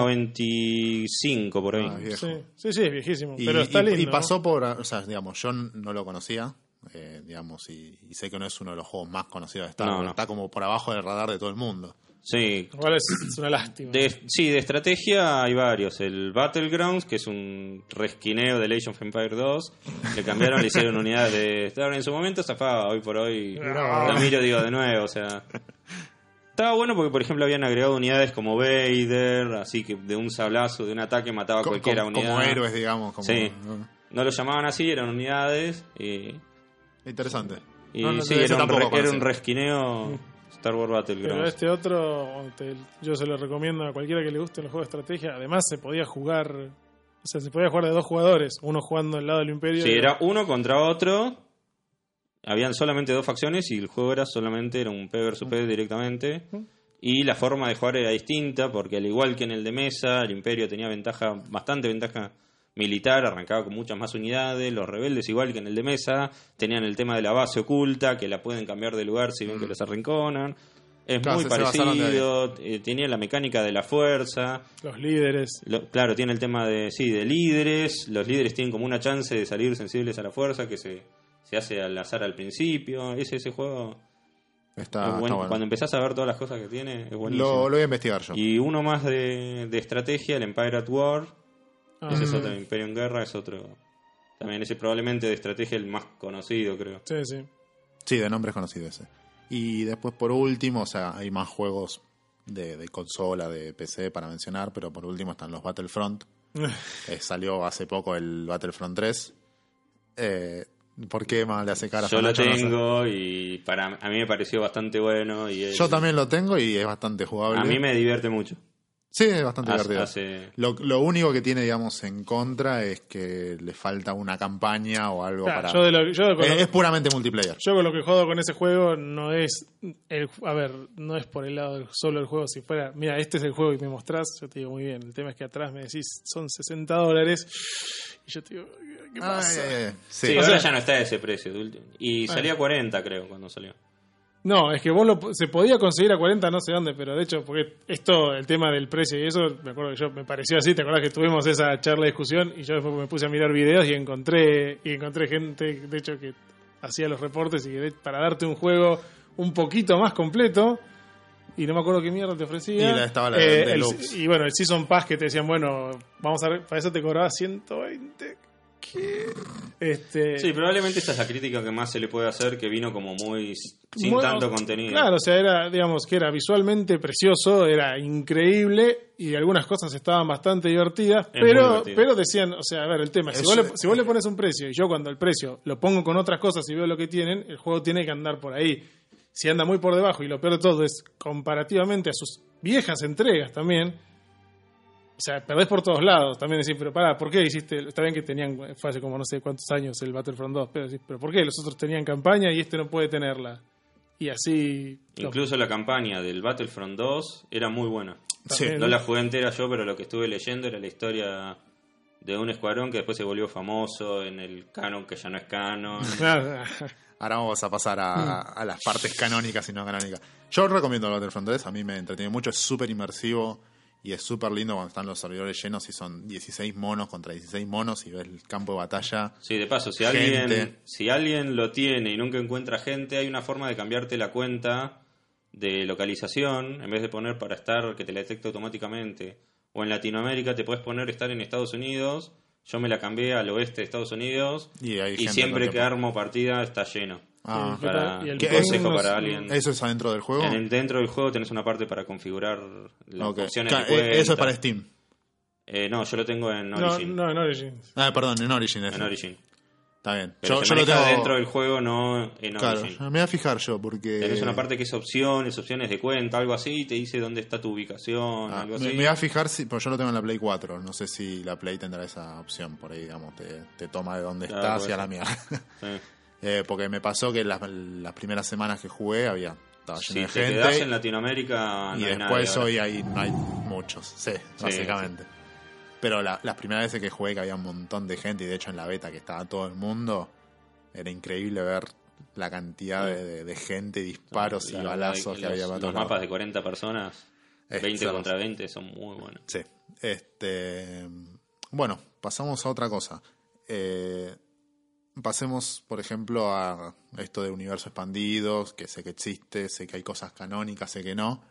95 por ahí. Sí, es viejísimo, pero está lindo. Y pasó por, o sea, digamos, yo no lo conocía, digamos, y sé que no es uno de los juegos más conocidos de Star Wars. Está como por abajo del radar de todo el mundo. Sí. Igual es una lástima. De estrategia hay varios. El Battlegrounds, que es un resquineo de Age of Empires 2. Le cambiaron, le hicieron unidades de Star Wars en su momento, zafaba. Hoy por hoy lo miro, digo, de nuevo, o sea... Estaba bueno porque, por ejemplo, habían agregado unidades como Vader, así que de un sablazo, de un ataque mataba a cualquiera unidad. Como héroes, digamos. Sí. No lo llamaban así, eran unidades. Interesante. Y sí, era un resquineo... Star Wars Battlegrounds. Pero este otro, yo se lo recomiendo a cualquiera que le guste el juego de estrategia. Además, se podía jugar de 2 jugadores, uno jugando al lado del Imperio. Sí, era uno contra otro. Habían solamente 2 facciones y el juego era un P versus P directamente. Y la forma de jugar era distinta, porque al igual que en el de mesa, el Imperio tenía bastante ventaja militar, arrancaba con muchas más unidades. Los rebeldes, igual que en el de mesa, tenían el tema de la base oculta, que la pueden cambiar de lugar si ven que los arrinconan. Es muy parecido, tenía la mecánica de la fuerza. Los líderes. Claro, tiene el tema de líderes. Los líderes tienen como una chance de salir sensibles a la fuerza, que se hace al azar al principio. Ese juego está bueno. Cuando empezás a ver todas las cosas que tiene, es buenísimo. Lo voy a investigar yo. Y uno más de estrategia, el Empire at War. Ese es otro, Imperio en Guerra, es otro. También ese probablemente de estrategia el más conocido, creo. Sí. Sí, de nombre es conocido ese. Y después, por último, o sea, hay más juegos de consola, de PC para mencionar, pero por último están los Battlefront. Salió hace poco el Battlefront 3. ¿Por qué más le hace cara? Yo lo tengo y a mí me pareció bastante bueno. Yo también lo tengo y es bastante jugable. A mí me divierte mucho. Sí, es bastante divertido. Lo único que tiene, digamos, en contra es que le falta una campaña o algo para... Es puramente multiplayer. Yo con lo que juego con ese juego no es... no es por el lado solo del juego. Si fuera, mira, este es el juego que me mostrás, yo te digo muy bien. El tema es que atrás me decís, son $60. Y yo te digo, ¿qué pasa? Sí, ahora ya no está a ese precio. Y salía a 40, creo, cuando salió. No, es que se podía conseguir a 40 no sé dónde, pero de hecho, porque el tema del precio y eso, me acuerdo que me pareció así, ¿te acordás que tuvimos esa charla de discusión? Y yo después me puse a mirar videos y encontré gente, de hecho, que hacía los reportes y que para darte un juego un poquito más completo, y no me acuerdo qué mierda te ofrecía. Y estaba la Deluxe. Y bueno, el Season Pass que te decían, bueno, vamos a ver, para eso te cobraba 120. Sí, probablemente esta es la crítica que más se le puede hacer, que vino como sin tanto contenido. Claro, o sea, era visualmente precioso, era increíble y algunas cosas estaban bastante divertidas, pero decían, o sea, a ver, el tema, si vos le pones un precio y yo cuando el precio lo pongo con otras cosas y veo lo que tienen, el juego tiene que andar por ahí. Si anda muy por debajo y lo peor de todo es comparativamente a sus viejas entregas también, o sea, perdés por todos lados. También decís, pero ¿por qué hiciste? Está bien que fue hace como no sé cuántos años el Battlefront 2, pero decís, ¿pero por qué los otros tenían campaña y este no puede tenerla? Y así... Incluso la campaña del Battlefront 2 era muy buena. Sí. No la jugué entera yo, pero lo que estuve leyendo era la historia de un escuadrón que después se volvió famoso en el canon, que ya no es canon. Ahora vamos a pasar a las partes canónicas y no canónicas. Yo recomiendo el Battlefront 3, a mí me entretiene mucho, es súper inmersivo. Y es súper lindo cuando están los servidores llenos y son 16 monos contra 16 monos y ves el campo de batalla. Sí, de paso, si alguien lo tiene y nunca encuentra gente, hay una forma de cambiarte la cuenta de localización. En vez de poner para estar, que te la detecte automáticamente. O en Latinoamérica te puedes poner estar en Estados Unidos. Yo me la cambié al oeste de Estados Unidos y siempre que armo partida está lleno. para y el un ping consejo no para es- alguien. ¿Eso es adentro del juego? Dentro del juego tenés una parte para configurar las Ok. opciones de cuenta. Eso es para Steam. No, yo lo tengo en No, Origin. no, en Origins. Perdón, en Origin. En Origin. Está bien. Pero Yo se lo maneja tengo dentro del juego, no en Claro, Origin. me voy a fijar yo porque... Tenés una parte que es opciones de cuenta, algo así, y te dice dónde está tu ubicación, algo así. me voy a fijar, pues yo lo tengo en la Play 4. No sé si la Play tendrá esa opción por ahí, digamos, te toma de donde Claro, está puede hacia ser. la mierda. Sí. Porque me pasó que las primeras semanas que jugué estaba lleno Si de te gente. quedás en Latinoamérica, Y no hay después nadie hoy ahí no hay muchos, sí, básicamente. Pero las primeras veces que jugué, que había un montón de gente, y de hecho en la beta que estaba todo el mundo, era increíble ver la cantidad de gente, disparos y balazos que había para todos Los mapas lados. de 40 personas, 20 contra 20, son muy buenos. Sí. Bueno, pasamos a otra cosa. Pasemos, por ejemplo, a esto de universo expandidos, que sé que existe, sé que hay cosas canónicas, sé que no.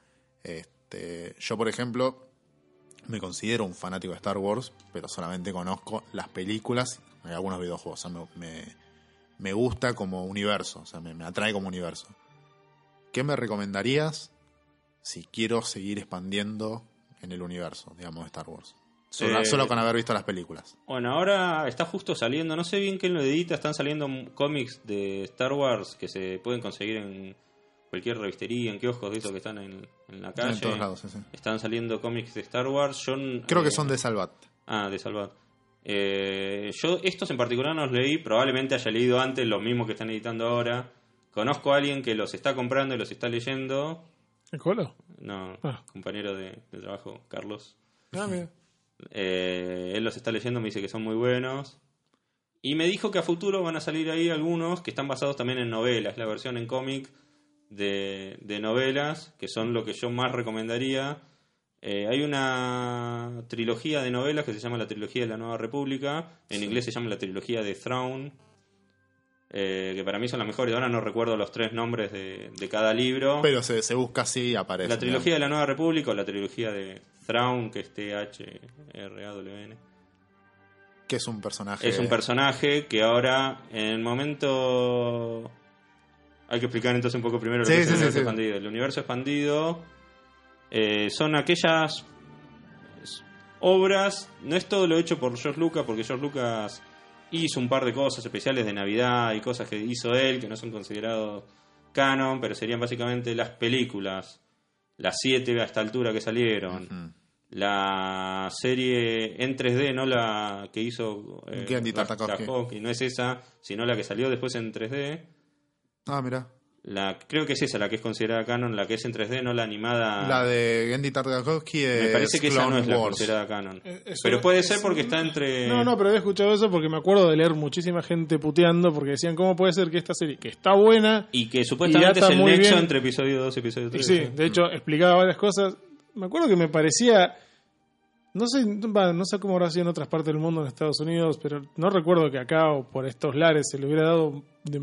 Yo, por ejemplo, me considero un fanático de Star Wars, pero solamente conozco las películas y algunos videojuegos. O sea, me gusta como universo, o sea, me atrae como universo. ¿Qué me recomendarías si quiero seguir expandiendo en el universo, digamos, de Star Wars? Solo con haber visto las películas. Bueno, ahora está justo saliendo, no sé bien quién lo edita, están saliendo cómics de Star Wars que se pueden conseguir en cualquier revistería, en kioscos de esos que están en la calle. En todos lados, sí. Están saliendo cómics de Star Wars. Creo que son de Salvat. De Salvat. Yo estos en particular no los leí, probablemente haya leído antes los mismos que están editando ahora. Conozco a alguien que los está comprando y los está leyendo. ¿El Colo? No, compañero de trabajo, Carlos. Mira. Él los está leyendo, me dice que son muy buenos. Y me dijo que a futuro van a salir ahí algunos que están basados también en novelas, la versión en cómic de novelas, que son lo que yo más recomendaría. Hay una trilogía de novelas que se llama la trilogía de la Nueva República. En inglés se llama la trilogía de Thrawn, que para mí son las mejores. Ahora no recuerdo los 3 nombres de cada libro. Pero se busca así y aparece. La trilogía de la Nueva República o la trilogía de Thrawn, que es Thrawn. Que es un personaje. Es un personaje que ahora, en el momento... Hay que explicar entonces un poco primero lo que es el universo expandido. El universo expandido son aquellas obras... No es todo lo hecho por George Lucas, porque George Lucas hizo un par de cosas especiales de Navidad y cosas que hizo él que no son considerados canon, pero serían básicamente las películas, las 7 a esta altura que salieron. Uh-huh. La serie en 3D, no la que hizo Genndy Tartakovsky, no es esa, sino la que salió después en 3D. Mira. Creo que es esa la que es considerada canon, la que es en 3D, no la animada. La de Genndy Tartakovsky me parece que esa no es la considerada canon. Pero puede ser porque está entre... No, pero he escuchado eso porque me acuerdo de leer muchísima gente puteando porque decían, ¿cómo puede ser que esta serie, que está buena... Y que supuestamente es el nexo entre episodio 2 y episodio 3. Sí, de hecho explicaba varias cosas. Me acuerdo que me parecía... No sé cómo habrá sido en otras partes del mundo, en Estados Unidos, pero no recuerdo que acá o por estos lares se le hubiera dado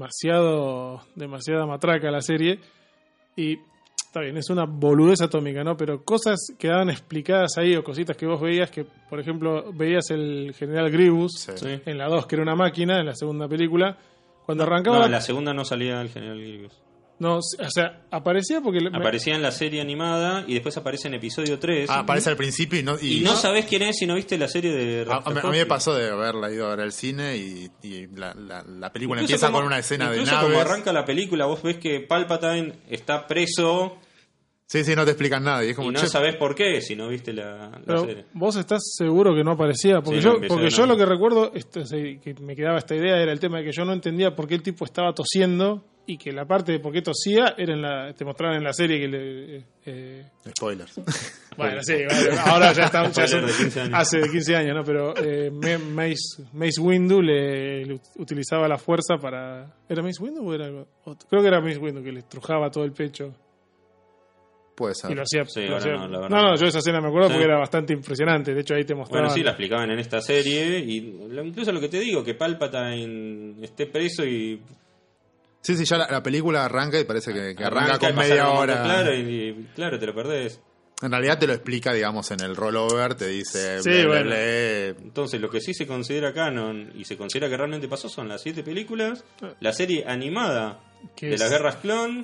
demasiada matraca a la serie. Y está bien, es una boludez atómica, ¿no? Pero cosas quedaban explicadas ahí o cositas que vos veías, que por ejemplo veías el general Grievous en la 2, que era una máquina, en la segunda película. Cuando arrancaba... No, en la segunda no salía el general Grievous. No, o sea, aparecía porque... Aparecía en la serie animada y después aparece en episodio 3. Aparece al principio y no sabés quién es si no viste la serie de... A mí me pasó de haberla ido a ver al cine y la película empieza con una escena de naves. Como arranca la película, vos ves que Palpatine está preso... Sí, no te explican nada. Y no sabés por qué si no viste la serie. ¿Vos estás seguro que no aparecía? Porque yo lo que recuerdo, que me quedaba esta idea, era el tema de que yo no entendía por qué el tipo estaba tosiendo y que la parte de por qué tosía era te mostraban en la serie que le... Spoilers. Bueno, sí, ahora ya está hace 15 años, ¿no? Pero Mace Windu le utilizaba la fuerza para... ¿Era Mace Windu o era algo otro? Creo que era Mace Windu que le estrujaba todo el pecho. Puede ser. Y lo hacía. Sí, no, yo esa escena me acuerdo porque era bastante impresionante. De hecho, ahí te mostraban. Bueno, sí, la explicaban en esta serie. Y incluso lo que te digo, que Palpatine esté preso y. Sí, ya la película arranca y parece que arranca con media hora. Claro, y claro, te lo perdés. En realidad te lo explica, digamos, en el rollover, te dice... Sí, bueno. Entonces, lo que sí se considera canon y se considera que realmente pasó son las 7 películas, la serie animada de las guerras clon,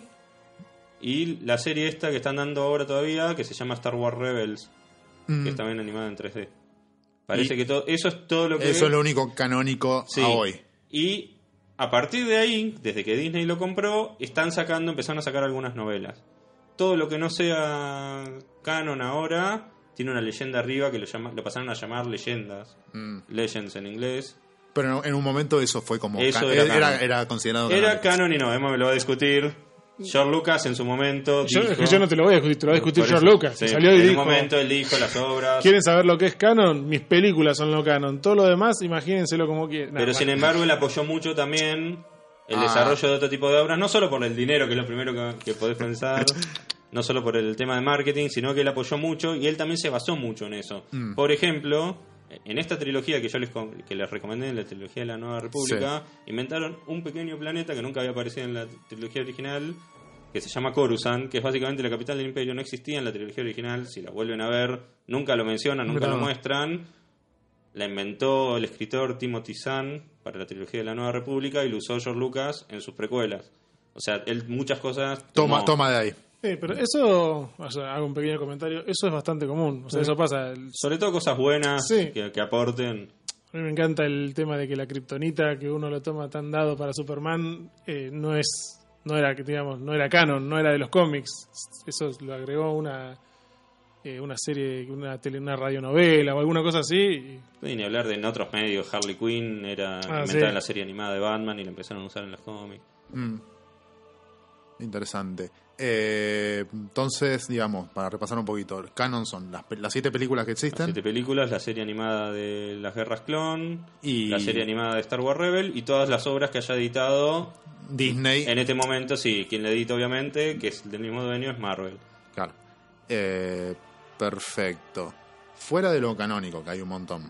y la serie esta que están dando ahora todavía, que se llama Star Wars Rebels, que está bien animada en 3D. Parece que eso es todo lo que... Eso es lo único canónico a hoy. Y a partir de ahí, desde que Disney lo compró, empezaron a sacar algunas novelas. Todo lo que no sea canon ahora tiene una leyenda arriba que lo pasaron a llamar leyendas. Legends en inglés. Pero en un momento eso fue como... Eso era considerado canon. Era canon y no, Emma me lo va a discutir. George Lucas en su momento dijo... Yo no te lo voy a discutir, te lo va a discutir George Lucas. Sí, salió y en dijo, un momento él dijo las obras... ¿Quieren saber lo que es canon? Mis películas son lo canon. Todo lo demás, imagínenselo como quieran. Pero sin embargo él apoyó mucho también el desarrollo de otro tipo de obras, no solo por el dinero, que es lo primero que podés pensar, no solo por el tema de marketing, sino que él apoyó mucho y él también se basó mucho en eso. Por ejemplo, en esta trilogía que yo les recomendé, en la trilogía de la Nueva República, inventaron un pequeño planeta que nunca había aparecido en la trilogía original, que se llama Coruscant, que es básicamente la capital del Imperio. No existía en la trilogía original, si la vuelven a ver, nunca lo mencionan, nunca lo muestran. La inventó el escritor Timothy Zahn para la trilogía de la Nueva República y lo usó George Lucas en sus precuelas. O sea, él muchas cosas... Toma de ahí. Pero eso, hago un pequeño comentario, eso es bastante común. O sea, eso pasa. Sobre todo cosas buenas que aporten. A mí me encanta el tema de que la kriptonita que uno lo toma tan dado para Superman no era canon, no era de los cómics. Eso lo agregó una serie, una radionovela o alguna cosa así. Y ni hablar de en otros medios. Harley Quinn era inventada en la serie animada de Batman y la empezaron a usar en los cómics. Interesante. Entonces, digamos, para repasar un poquito, el canon son las 7 películas que existen. Las 7 películas, la serie animada de las Guerras Clon, y la serie animada de Star Wars Rebel y todas las obras que haya editado Disney. En este momento, quien le edita obviamente, que es del mismo dueño, es Marvel. Claro. Perfecto. Fuera de lo canónico, que hay un montón.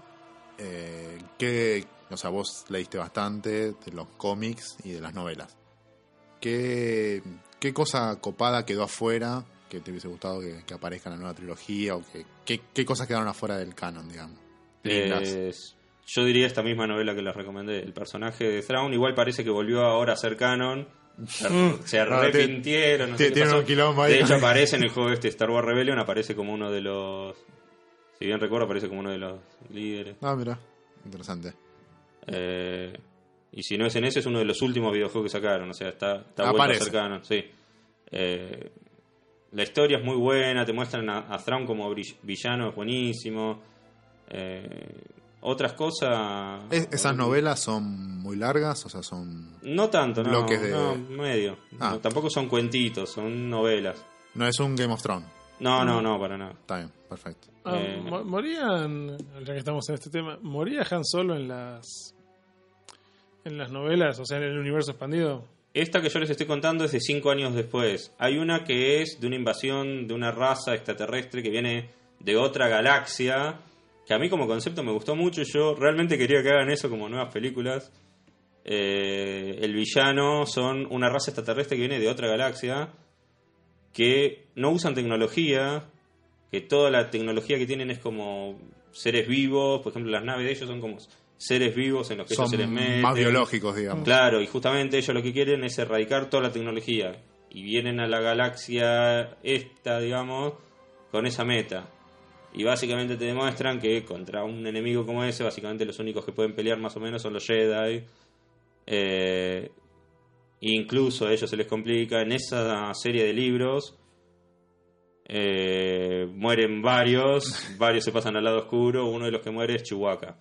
Vos leíste bastante de los cómics y de las novelas. ¿Qué cosa copada quedó afuera que te hubiese gustado que aparezca en la nueva trilogía? ¿O qué cosas quedaron afuera del canon, digamos? Yo diría esta misma novela que les recomendé. El personaje de Thrawn igual parece que volvió ahora a ser canon. Se arrepintieron. Tiene un quilombo ahí. De hecho aparece en el juego Star Wars Rebellion, aparece como uno de los... Si bien recuerdo, aparece como uno de los líderes. Mira, interesante. Y si no es en ese, es uno de los últimos videojuegos que sacaron. O sea, está vuelto a ser canon. Sí. La historia es muy buena. Te muestran a Thrawn como villano, es buenísimo. Otras cosas... ¿Esas novelas son muy largas? O sea, son... No tanto, no. Bloques de... No, medio. No, tampoco son cuentitos, son novelas. No es un Game of Thrones. No, para nada. Está bien, perfecto. ¿Morían, ya que estamos en este tema, moría Han Solo en las novelas, o sea, en el universo expandido? Esta que yo les estoy contando es de 5 años después. Hay una que es de una invasión de una raza extraterrestre que viene de otra galaxia, que a mí como concepto me gustó mucho. Yo realmente quería que hagan eso como nuevas películas. El villano son una raza extraterrestre que viene de otra galaxia, que no usan tecnología, que toda la tecnología que tienen es como seres vivos. Por ejemplo, las naves de ellos son como seres vivos en los que ellos se les meten. Más biológicos, digamos. Claro, y justamente ellos lo que quieren es erradicar toda la tecnología. Y vienen a la galaxia esta, digamos, con esa meta. Y básicamente te demuestran que contra un enemigo como ese, básicamente los únicos que pueden pelear más o menos son los Jedi. Incluso a ellos se les complica. En esa serie de libros mueren varios se pasan al lado oscuro. Uno de los que muere es Chewbacca.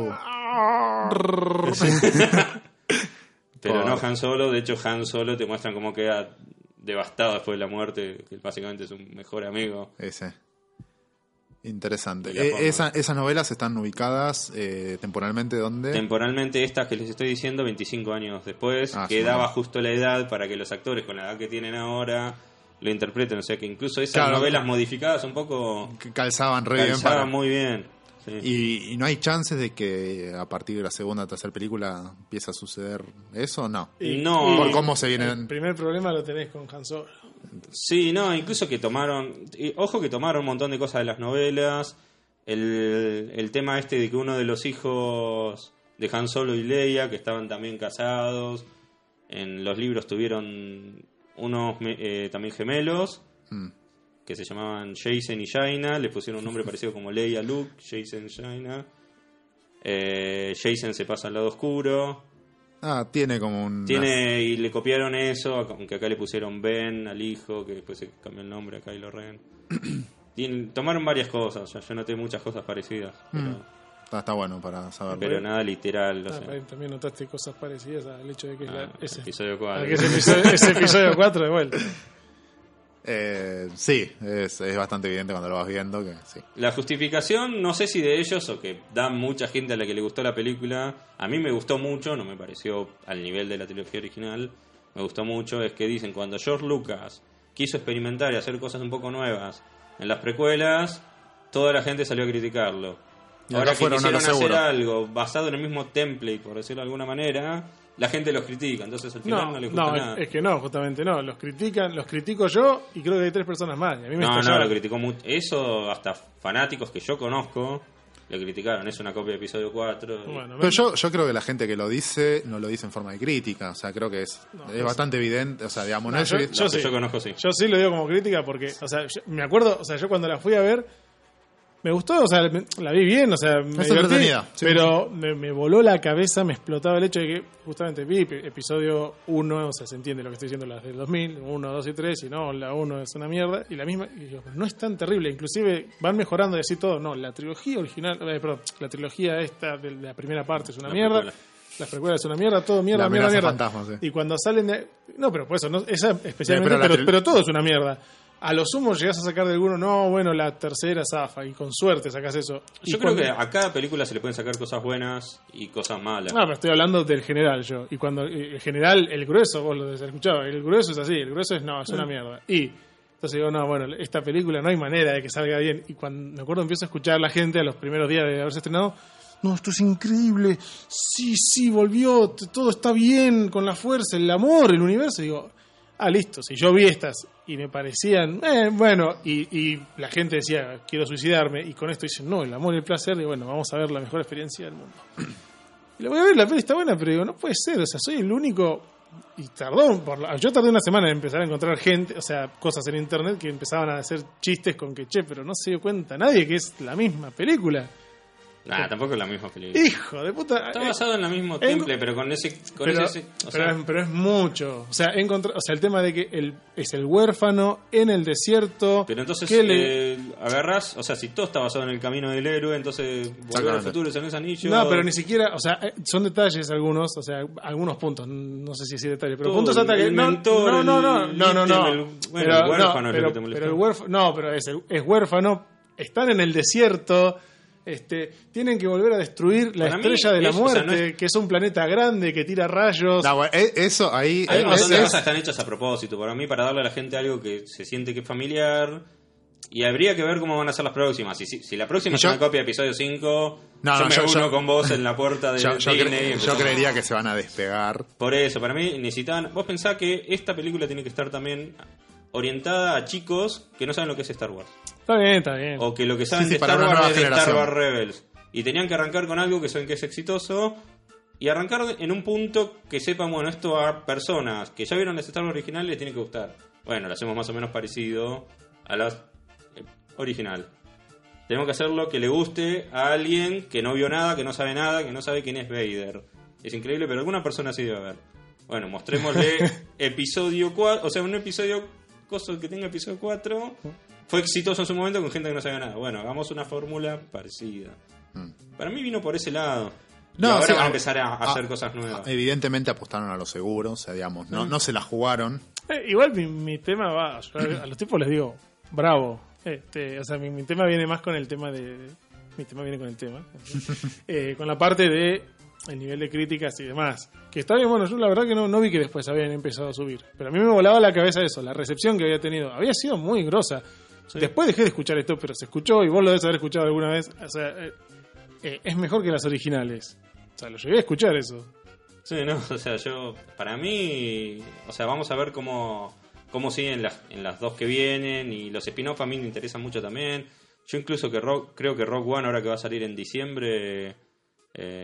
Pero no Han Solo. De hecho, Han Solo te muestran cómo queda devastado después de la muerte, que básicamente es un mejor amigo. Interesante. ¿Esas novelas están ubicadas temporalmente dónde? Temporalmente estas que les estoy diciendo, 25 años después, quedaba justo la edad para que los actores con la edad que tienen ahora lo interpreten. O sea que incluso esas novelas modificadas un poco calzaban bien. Muy bien. Sí. ¿Y no hay chances de que a partir de la segunda o tercera película empiece a suceder eso? No. No. Por cómo se vienen... El primer problema lo tenés con Han Solo. Sí, no, incluso que tomaron... Ojo que tomaron un montón de cosas de las novelas. El tema este de que uno de los hijos de Han Solo y Leia, que estaban también casados, En los libros tuvieron unos también gemelos que se llamaban Jason y Jaina. Le pusieron un nombre parecido como Leia Luke, Jason Jaina. Jason se pasa al lado oscuro. Tiene como un... Y le copiaron eso, aunque acá le pusieron Ben al hijo, que después se cambió el nombre a Kylo Ren. Tomaron varias cosas, yo noté muchas cosas parecidas. Está bueno para saberlo. Pero nada literal. También notaste cosas parecidas al hecho de que ese episodio 4. Ese episodio 4 de vuelta. Sí, es bastante evidente cuando lo vas viendo que sí. La justificación, no sé si de ellos o que da mucha gente a la que le gustó la película. A mí me gustó mucho, no me pareció al nivel de la trilogía original. Me gustó mucho, es que dicen cuando George Lucas quiso experimentar y hacer cosas un poco nuevas en las precuelas, toda la gente salió a criticarlo. Y ahora que quisieron hacer seguro. algo basado en el mismo template, por decirlo de alguna manera, la gente los critica, entonces al final no les gusta nada. Es que no, justamente no. Los critico yo y creo que hay 3 personas más. Y a mí me no, lo criticó mucho. Eso hasta fanáticos que yo conozco lo criticaron. Es una copia de episodio 4. Bueno, pero yo creo que la gente que lo dice no lo dice en forma de crítica. O sea, creo que es bastante evidente. O sea, digamos, yo conozco, sí. Yo sí lo digo como crítica porque, o sea, me acuerdo, o sea, yo cuando la fui a ver me gustó, o sea, la vi bien, o sea, me divertí, pero me voló la cabeza, me explotaba el hecho de que justamente vi episodio 1, o sea, se entiende lo que estoy diciendo, las del 2000, 1, 2 y 3, y no, la 1 es una mierda, y la misma, y digo, no es tan terrible, inclusive van mejorando y así todo, no, la trilogía original, la trilogía esta de la primera parte es una mierda. Las precuelas es una mierda, todo mierda. Fantasma, sí. Y cuando salen de... No, pero por eso, no, esa especialmente, pero todo es una mierda. A lo sumo llegás a sacar de alguno, no, bueno, la tercera zafa, y con suerte sacás eso. Yo creo que a cada película se le pueden sacar cosas buenas y cosas malas. No, pero estoy hablando del general yo. Y cuando el general, el grueso, vos lo escuchabas, el grueso es así, el grueso es una mierda. Y entonces digo, no, bueno, esta película no hay manera de que salga bien. Y cuando me acuerdo empiezo a escuchar a la gente a los primeros días de haberse estrenado, no, esto es increíble, sí, volvió, todo está bien con la fuerza, el amor, el universo. Y digo, listo, si yo vi estas y me parecían, bueno, y la gente decía, quiero suicidarme, y con esto dicen, no, el amor y el placer, y bueno, vamos a ver la mejor experiencia del mundo. Y la voy a ver, la peli está buena, pero digo, no puede ser, o sea, soy el único, y yo tardé una semana en empezar a encontrar gente, o sea, cosas en internet que empezaban a hacer chistes con que, pero no se dio cuenta nadie que es la misma película. Tampoco es la misma película. Hijo de puta. Está basado en el mismo temple, pero con ese... Pero es mucho. O sea, el tema de que es el huérfano en el desierto. Pero entonces agarras... O sea, si todo está basado en el camino del héroe, entonces Volver al Futuro es en ese anillo... No, pero ni siquiera... O sea, son detalles algunos, o sea, algunos puntos. No sé si es detalles, pero puntos hasta que... No. Bueno, el huérfano es lo que te molesta. Pero el huérfano... pero es huérfano. Están en el desierto... tienen que volver a destruir la estrella de la muerte, que es un planeta grande que tira rayos. No, bueno, eso ahí... Hay un montón de cosas están hechas a propósito, para mí, para darle a la gente algo que se siente que es familiar. Y habría que ver cómo van a ser las próximas. Si la próxima es una copia de episodio 5, yo me uno con vos en la puerta de Disney. Yo creería que se van a despegar. Por eso, para mí necesitan... Vos pensás que esta película tiene que estar también orientada a chicos que no saben lo que es Star Wars. Está bien. O que lo que saben de Star Wars es de Star Wars Rebels. Y tenían que arrancar con algo que saben que es exitoso. Y arrancar en un punto que sepan, bueno, esto a personas que ya vieron las Star Wars originales les tiene que gustar. Bueno, lo hacemos más o menos parecido a la original. Tenemos que hacerlo que le guste a alguien que no vio nada, que no sabe nada, que no sabe quién es Vader. Es increíble, pero alguna persona sí debe haber. Bueno, mostrémosle episodio 4, o sea, un episodio que tenga episodio 4... Fue exitoso en su momento con gente que no sabía nada. Bueno, hagamos una fórmula parecida. Para mí vino por ese lado. No, ahora van a empezar a hacer cosas nuevas. Evidentemente apostaron a lo seguro, o sea, digamos, no se la jugaron. Igual mi tema va, a los tipos les digo, bravo. O sea, mi tema viene más con el tema de... Mi tema viene con el tema. Con la parte de el nivel de críticas y demás. Que está bien, bueno, yo la verdad que no vi que después habían empezado a subir. Pero a mí me volaba la cabeza eso, la recepción que había tenido. Había sido muy grosa. Sí. Después dejé de escuchar esto, pero se escuchó y vos lo debes haber escuchado alguna vez. O sea, es mejor que las originales. O sea, lo llegué a escuchar eso. Sí, no, o sea, para mí, o sea, vamos a ver cómo siguen en las dos que vienen, y los spin-off a mí me interesan mucho también. Yo incluso creo que Rogue One, ahora que va a salir en diciembre,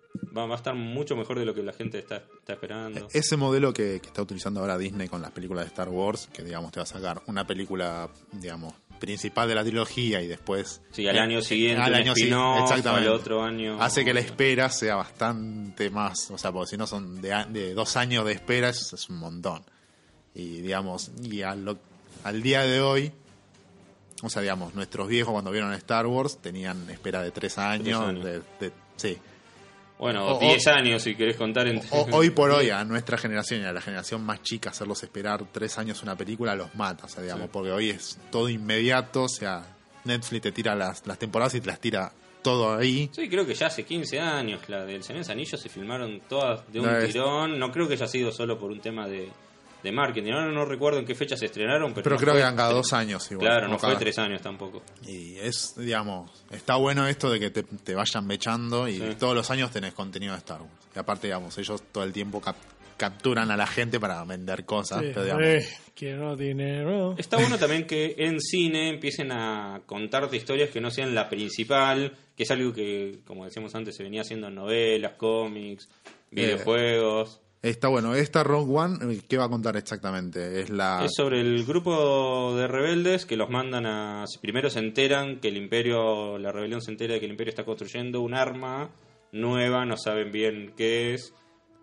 va a estar mucho mejor de lo que la gente está esperando. Ese modelo que está utilizando ahora Disney con las películas de Star Wars, que digamos te va a sacar una película, digamos, principal de la trilogía y después... Sí, al año siguiente, al año exactamente. al otro año... Hace que la espera sea bastante más, o sea, porque si no son de 2 años de espera, es un montón. Y digamos, al día de hoy, o sea, digamos, nuestros viejos cuando vieron Star Wars tenían espera de 3 años. 3 años. Sí. Bueno, 10 años si querés contar. Hoy por hoy, a nuestra generación y a la generación más chica, hacerlos esperar 3 años una película los mata, o sea, digamos, sí. Porque hoy es todo inmediato, o sea, Netflix te tira las temporadas y te las tira todo ahí. Sí, creo que ya hace 15 años la del Señor de los Anillos se filmaron todas de un tirón. No creo que haya sido solo por un tema de marketing. No recuerdo en qué fecha se estrenaron, pero creo que eran cada 2 años igual. Claro, no fue 3 años tampoco. Y es, digamos, está bueno esto de que te vayan mechando y sí. Todos los años tenés contenido de Star Wars. Y aparte, digamos, ellos todo el tiempo capturan a la gente para vender cosas. Sí, pero, digamos, quiero dinero. Está bueno también que en cine empiecen a contarte historias que no sean la principal, que es algo que, como decíamos antes, se venía haciendo en novelas, cómics, videojuegos. Está bueno. Esta Rogue One, ¿qué va a contar exactamente? Es sobre el grupo de rebeldes que los mandan primero se enteran que el Imperio, la rebelión se entera de que el Imperio está construyendo un arma nueva, no saben bien qué es.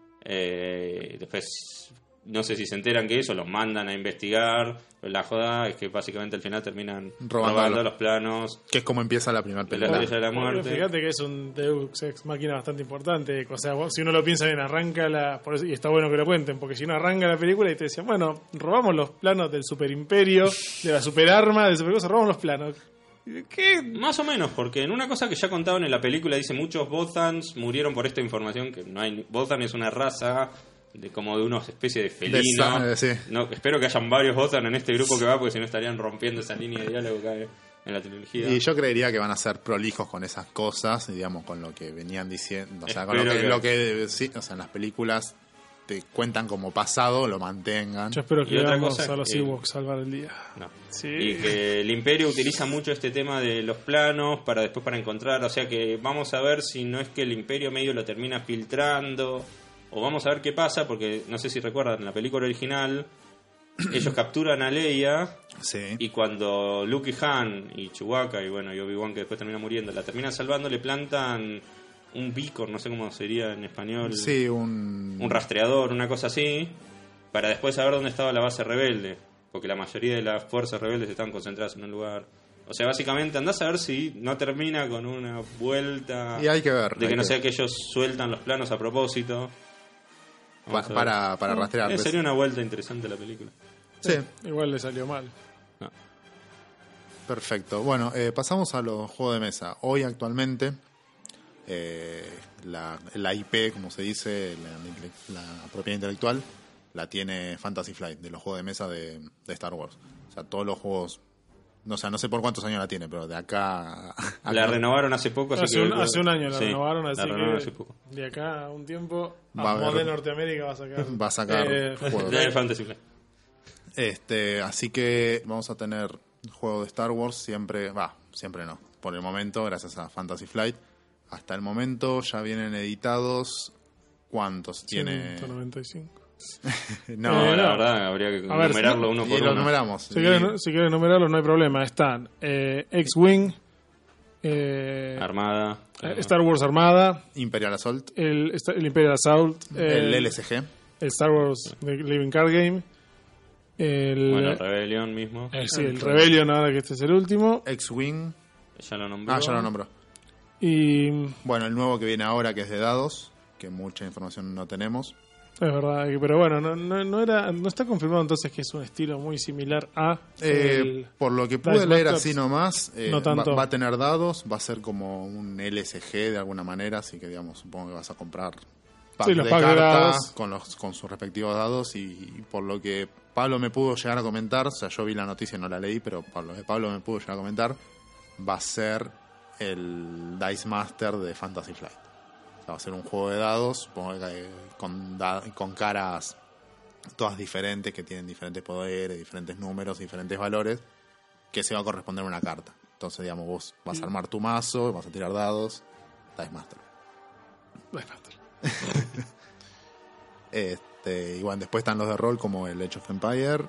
Después, no sé si se enteran que eso, los mandan a investigar. Pero la joda es que básicamente al final terminan robando los planos. Que es como empieza la primera película. La Estrella de la Muerte. Fíjate que es un Deus Ex Machina bastante importante. O sea, si uno lo piensa bien, por eso, y está bueno que lo cuenten, porque si uno arranca la película y te decían, bueno, robamos los planos del super imperio, de la super arma, del super cosa, robamos los planos. ¿Qué? Más o menos, porque en una cosa que ya contaban en la película dice muchos Bothans murieron por esta información, que no hay. Bothan es una raza como de una especie de felino. Sí. No, espero que hayan varios Bothan en este grupo que va, porque si no estarían rompiendo esa línea de diálogo que hay en la trilogía. Y yo creería que van a ser prolijos con esas cosas, digamos, con lo que venían diciendo, o sea, con lo que sí, o sea, en las películas te cuentan como pasado, lo mantengan. Yo espero que veamos a los Ewoks salvar el día. No. Sí. Y que el Imperio utiliza mucho este tema de los planos para después para encontrar, o sea que vamos a ver si no es que el Imperio medio lo termina filtrando, o vamos a ver qué pasa, porque no sé si recuerdan, en la película original ellos capturan a Leia, sí. Y cuando Luke y Han y Chewbacca y bueno, y Obi-Wan, que después termina muriendo, la terminan salvando, le plantan un beacon, no sé cómo sería en español. Sí, un rastreador, una cosa así, para después saber dónde estaba la base rebelde, porque la mayoría de las fuerzas rebeldes estaban concentradas en un lugar. O sea, básicamente andás a ver si no termina con una vuelta. Y hay que ver. De que no sea que ellos sueltan los planos a propósito. Para rastrear. Sería una vuelta interesante la película. Sí. Igual le salió mal. No. Perfecto. Bueno, pasamos a los juegos de mesa. Hoy actualmente la IP, como se dice, la propiedad intelectual, la tiene Fantasy Flight, de los juegos de mesa de Star Wars. O sea, todos los juegos, no sé por cuántos años la tiene, pero de acá a la renovaron hace poco. Hace un año la renovaron, así que hace poco. De acá a un tiempo, de Norteamérica va a sacar juegos de Fantasy Flight. Así que vamos a tener juegos de Star Wars siempre no. Por el momento, gracias a Fantasy Flight. Hasta el momento ya vienen editados. ¿Cuántos tiene? 195. No, la verdad, habría que numerarlo uno por uno. Lo numeramos. Si quieres numerarlo, no hay problema. Están X-Wing, Armada, Star Wars Armada, Imperial Assault, el Imperial Assault, el LSG, el Star Wars Living Card Game, el Rebellion mismo. El Rebellion, ahora que este es el último. X-Wing. Ya lo nombró. Ya lo nombró. Y bueno, el nuevo que viene ahora, que es de dados, que mucha información no tenemos. Es verdad, pero bueno, no está confirmado entonces que es un estilo muy similar a por lo que pude leer así nomás, no tanto. Va a tener dados, va a ser como un LSG de alguna manera, así que digamos, supongo que vas a comprar los de cartas con sus respectivos dados, y por lo que Pablo me pudo llegar a comentar, o sea, yo vi la noticia y no la leí, pero Pablo me pudo llegar a comentar, va a ser el Dice Master de Fantasy Flight. O sea, va a ser un juego de dados, supongo que con caras todas diferentes, que tienen diferentes poderes, diferentes números, diferentes valores, que se va a corresponder a una carta. Entonces, digamos, vos vas a armar tu mazo, vas a tirar dados, Dice Master. Y bueno, después están los de rol como el Edge of Empire.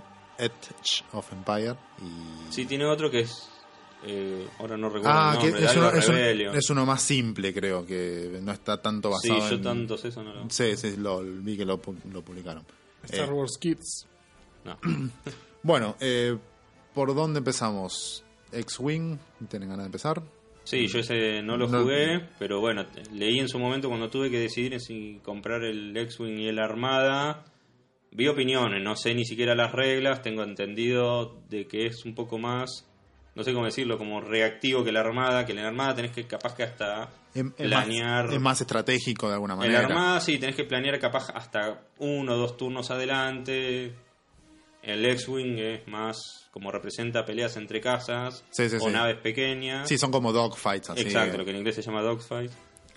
Y... Sí, tiene otro que es... ahora no recuerdo el nombre, es uno más simple, creo, que no está tanto basado en... Sí, yo tantos eso no lo... Sí, vi que lo publicaron. Star Wars Kids. No. Bueno, ¿por dónde empezamos? X-Wing, ¿tienen ganas de empezar? Sí, yo ese no lo jugué, pero bueno, leí en su momento cuando tuve que decidir si comprar el X-Wing y el Armada. Vi opiniones, no sé ni siquiera las reglas, tengo entendido de que es un poco más, no sé cómo decirlo, como reactivo que la Armada tenés que capaz que hasta planear... Es más estratégico de alguna manera. En la Armada sí, tenés que planear capaz hasta 1 o 2 turnos adelante. El X-Wing es más como representa peleas entre casas o naves pequeñas. Sí, son como dogfights. Así. Exacto, lo que en inglés se llama dogfight.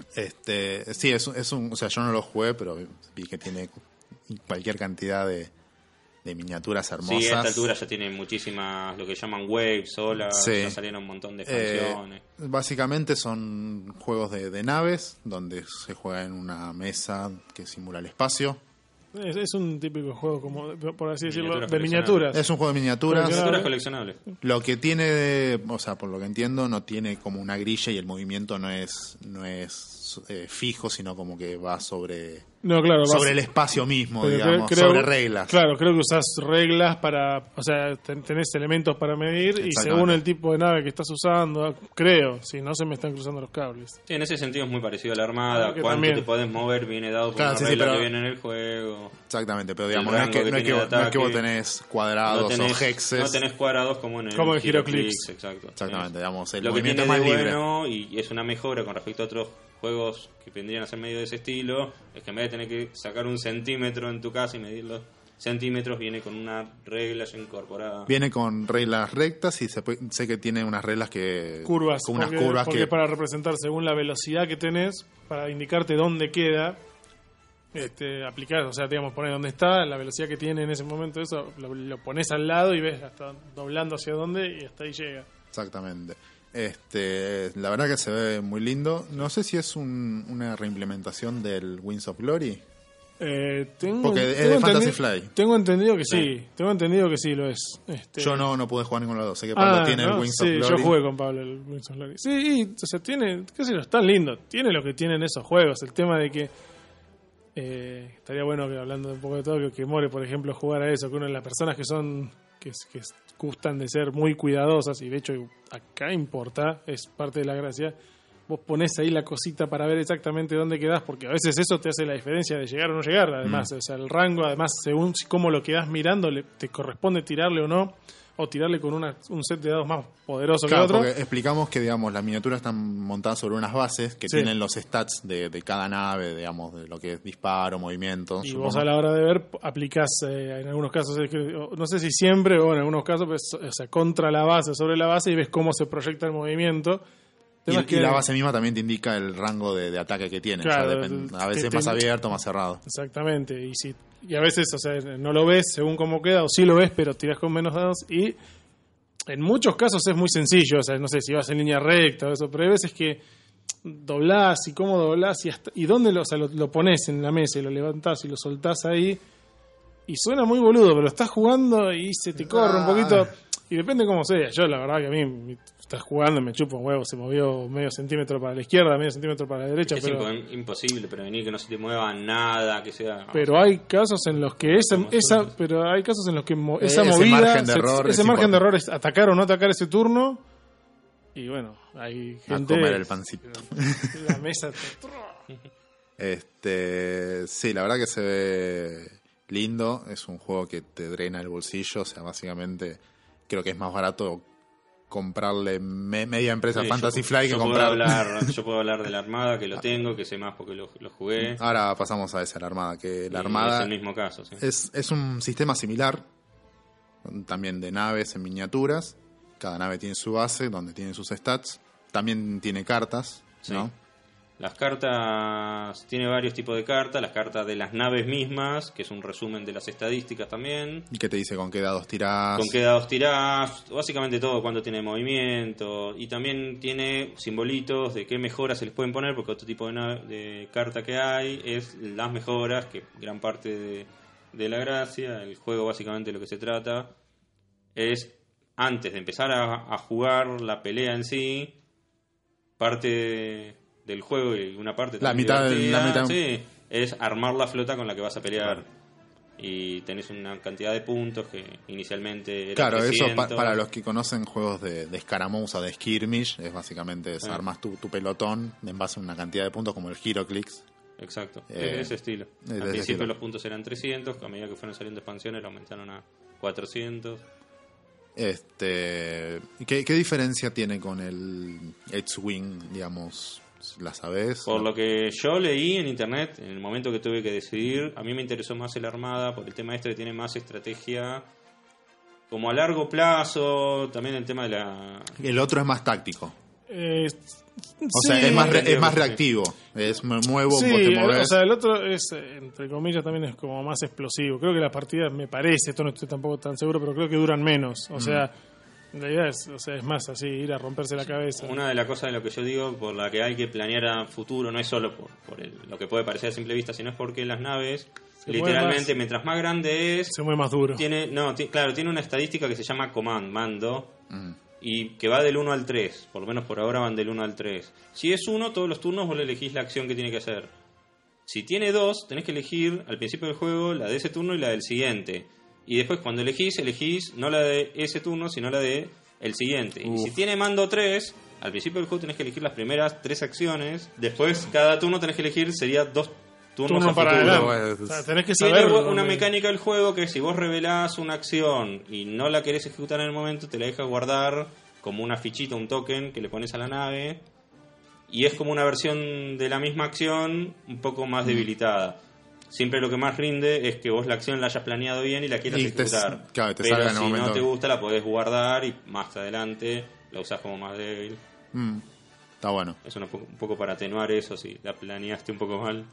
Sí, es un... O sea, yo no lo jugué, pero vi que tiene cualquier cantidad de miniaturas hermosas. Sí, a esta altura ya tiene muchísimas, lo que llaman waves, olas, ya salieron un montón de expansiones. Básicamente son juegos de naves, donde se juega en una mesa que simula el espacio. Es un típico juego, como por así decirlo, de miniaturas. Es un juego de miniaturas. Miniaturas coleccionables. Lo que tiene, o sea, por lo que entiendo, no tiene como una grilla y el movimiento no es fijo, sino como que va sobre el espacio mismo, digamos, sobre reglas. Claro, creo que usás reglas para, o sea, tenés elementos para medir y según el tipo de nave que estás usando, creo, si no se me están cruzando los cables. Sí, en ese sentido es muy parecido a la Armada, cuánto te podés mover viene dado por una regla que viene en el juego. Exactamente, pero digamos, no es que vos tenés cuadrados o hexes. No tenés cuadrados como en el HeroClix. Exactamente, digamos, el lo que tiene más de libre. bueno, y es una mejora con respecto a otros juegos que vendrían a ser medio de ese estilo, es que en vez de tener que sacar 1 centímetro en tu casa y medir los centímetros, viene con una regla ya incorporada. Viene con reglas rectas y sé que tiene unas reglas que... Curvas. Con unas curvas porque para representar según la velocidad que tenés, para indicarte dónde queda, aplicar, o sea, digamos, poner dónde está, la velocidad que tiene en ese momento, eso lo pones al lado y ves hasta doblando hacia dónde y hasta ahí llega. Exactamente. La verdad que se ve muy lindo. No sé si es una reimplementación del Wings of Glory. Porque es de Fantasy Flight. Tengo entendido que sí. Tengo entendido que sí lo es. Yo no pude jugar ninguno de los dos. Sé que Pablo tiene el Wings of Glory. Sí, yo jugué con Pablo el Wings of Glory. Sí, o sea, tiene, qué sé yo, es tan lindo. Tiene lo que tienen esos juegos. El tema de que estaría bueno que, hablando un poco de todo, que More, por ejemplo, jugara eso, que una de las personas que gustan de ser muy cuidadosas, y de hecho acá importa, es parte de la gracia, vos ponés ahí la cosita para ver exactamente dónde quedás, porque a veces eso te hace la diferencia de llegar o no llegar, además, o sea, el rango, además, según cómo lo quedás mirando, te corresponde tirarle o no, o tirarle con un set de dados más poderoso que otro. Porque explicamos que, digamos, las miniaturas están montadas sobre unas bases que tienen los stats de cada nave, digamos, de lo que es disparo, movimiento. Y vos a la hora de ver aplicás, en algunos casos, no sé si siempre, o en algunos casos, pues, o sea, contra la base, sobre la base, y ves cómo se proyecta el movimiento. Y la base misma también te indica el rango de ataque que tiene. Claro, o sea, a veces más abierto, más cerrado. Exactamente. Y a veces, o sea, no lo ves según cómo queda, o sí lo ves, pero tirás con menos dados. Y en muchos casos es muy sencillo. O sea, no sé si vas en línea recta o eso, pero hay veces que doblás y cómo doblás y dónde lo pones en la mesa y lo levantás y lo soltás ahí. Y suena muy boludo, pero estás jugando y se te corre un poquito. Y depende cómo sea. Yo, la verdad, que a mí estás jugando, me chupo un huevo. Se movió medio centímetro para la izquierda, medio centímetro para la derecha. Es imposible prevenir que no se te mueva nada, que sea. Pero hay casos en los que esa movida, ese margen de error es atacar o no atacar ese turno. Y bueno, hay gente. A comer el pancito. La mesa. Sí, la verdad que se ve lindo. Es un juego que te drena el bolsillo. O sea, básicamente creo que es más barato comprarle media empresa Fantasy Flight que comprar. Yo puedo hablar de la Armada, que lo tengo, que sé más porque lo jugué. Ahora pasamos a la Armada, que la Armada es el mismo caso, sí. Es un sistema similar, también de naves en miniaturas. Cada nave tiene su base, donde tiene sus stats. También tiene cartas, ¿no? Las cartas, tiene varios tipos de cartas, las cartas de las naves mismas, que es un resumen de las estadísticas también. ¿Y qué te dice? ¿Con qué dados tirás? Con qué dados tirás, básicamente todo, cuánto tiene movimiento. Y también tiene simbolitos de qué mejoras se les pueden poner, porque otro tipo de carta que hay es las mejoras, que gran parte de la gracia. El juego básicamente lo que se trata es, antes de empezar a jugar la pelea en sí, parte del juego y una parte la mitad, sí, es armar la flota con la que vas a pelear. Claro. Y tenés una cantidad de puntos que inicialmente era 300. Eso para los que conocen juegos de escaramuza, de skirmish, es básicamente armas tu pelotón en base a una cantidad de puntos como el HeroClix. Exacto, de ese estilo. Al principio los puntos eran 300, a medida que fueron saliendo expansiones lo aumentaron a 400. ¿Qué diferencia tiene con el X-Wing, digamos? ¿La sabés? Por lo que yo leí en internet, en el momento que tuve que decidir, a mí me interesó más el Armada por el tema que tiene más estrategia como a largo plazo, también el tema de la... El otro es más táctico. O sea, es más reactivo. Es me muevo, sí, vos te movés. O sea, el otro es, entre comillas, también es como más explosivo. Creo que las partidas, me parece, esto no estoy tampoco tan seguro, pero creo que duran menos. O sea, la idea es, es más así, ir a romperse la cabeza. Una de las cosas de lo que yo digo, por la que hay que planear a futuro, no es solo por lo que puede parecer a simple vista, sino es porque las naves, literalmente, mientras más grande es... Se mueve más duro. Tiene una estadística que se llama mando, y que va del 1 al 3, por lo menos por ahora van del 1 al 3. Si es 1, todos los turnos vos le elegís la acción que tiene que hacer. Si tiene 2, tenés que elegir al principio del juego la de ese turno y la del siguiente. Y después cuando elegís no la de ese turno, sino la de el siguiente. Y si tiene mando 3, al principio del juego tenés que elegir las primeras 3 acciones. Después cada turno tenés que elegir, sería 2 turnos para futuro. adelante. O sea, tenés que saber. Tiene una mecánica del juego que si vos revelás una acción y no la querés ejecutar en el momento, te la deja guardar como una fichita, un token que le pones a la nave. Y es como una versión de la misma acción un poco más debilitada. Siempre lo que más rinde es que vos la acción la hayas planeado bien y la quieras ejecutar. Pero si no te gusta la podés guardar y más adelante la usás como más débil. Está bueno. Es un poco para atenuar eso si la planeaste un poco mal.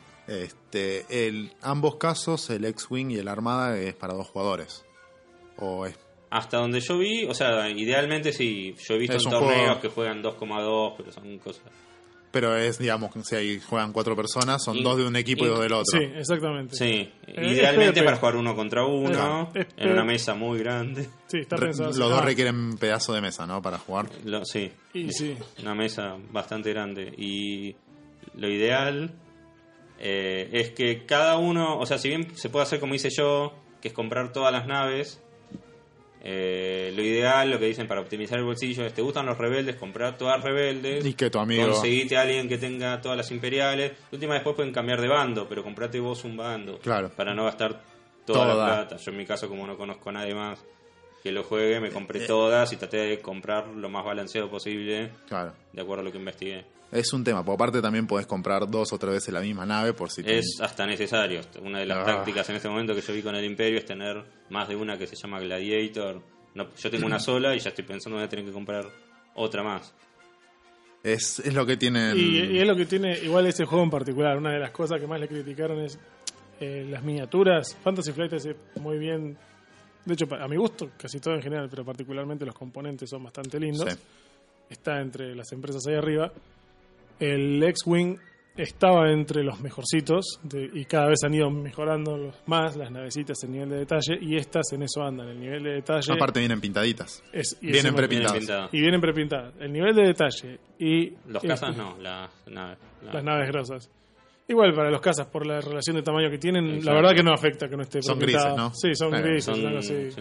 Ambos casos, el X-Wing y el Armada, es para 2 jugadores. ¿O es? Hasta donde yo vi, o sea, idealmente sí. Yo he visto en torneos que juegan 2,2, pero son cosas... Pero es, digamos, si ahí juegan 4 personas, son 2 de un equipo y 2 del otro. Sí, exactamente. Sí, idealmente para jugar 1 contra 1, en una mesa muy grande. Sí, está pensado. Los dos requieren pedazo de mesa, ¿no? Para jugar. Sí, sí, una mesa bastante grande. Y lo ideal es que cada uno, o sea, si bien se puede hacer como hice yo, que es comprar todas las naves... lo ideal, lo que dicen para optimizar el bolsillo es: te gustan los rebeldes, comprar todas rebeldes y que tu amigo conseguite a alguien que tenga todas las imperiales. La última, después pueden cambiar de bando, pero comprate vos un bando, claro, para no gastar toda la plata. Yo en mi caso, como no conozco a nadie más que lo juegue, me compré todas y traté de comprar lo más balanceado posible, claro, de acuerdo a lo que investigué. Es un tema, por aparte también podés comprar 2 o 3 veces la misma nave por si es hasta necesario. Una de las tácticas en este momento que yo vi con el Imperio es tener más de una que se llama Gladiator. Yo tengo una sola y ya estoy pensando en tener que comprar otra más. Es lo que tiene... Y es lo que tiene igual ese juego en particular. Una de las cosas que más le criticaron es las miniaturas. Fantasy Flight hace muy bien... De hecho, a mi gusto, casi todo en general, pero particularmente los componentes son bastante lindos. Sí. Está entre las empresas ahí arriba. El X-Wing estaba entre los mejorcitos y cada vez han ido mejorando más las navecitas en nivel de detalle, y estas en eso andan, el nivel de detalle. Aparte vienen pintaditas. Vienen prepintadas. Y vienen prepintadas. El nivel de detalle y... Los cazas no, las naves. Las naves grosas. Igual para los cazas, por la relación de tamaño que tienen, exacto, la verdad que no afecta que no esté prepintado. Son grises, ¿no? Sí, son grises.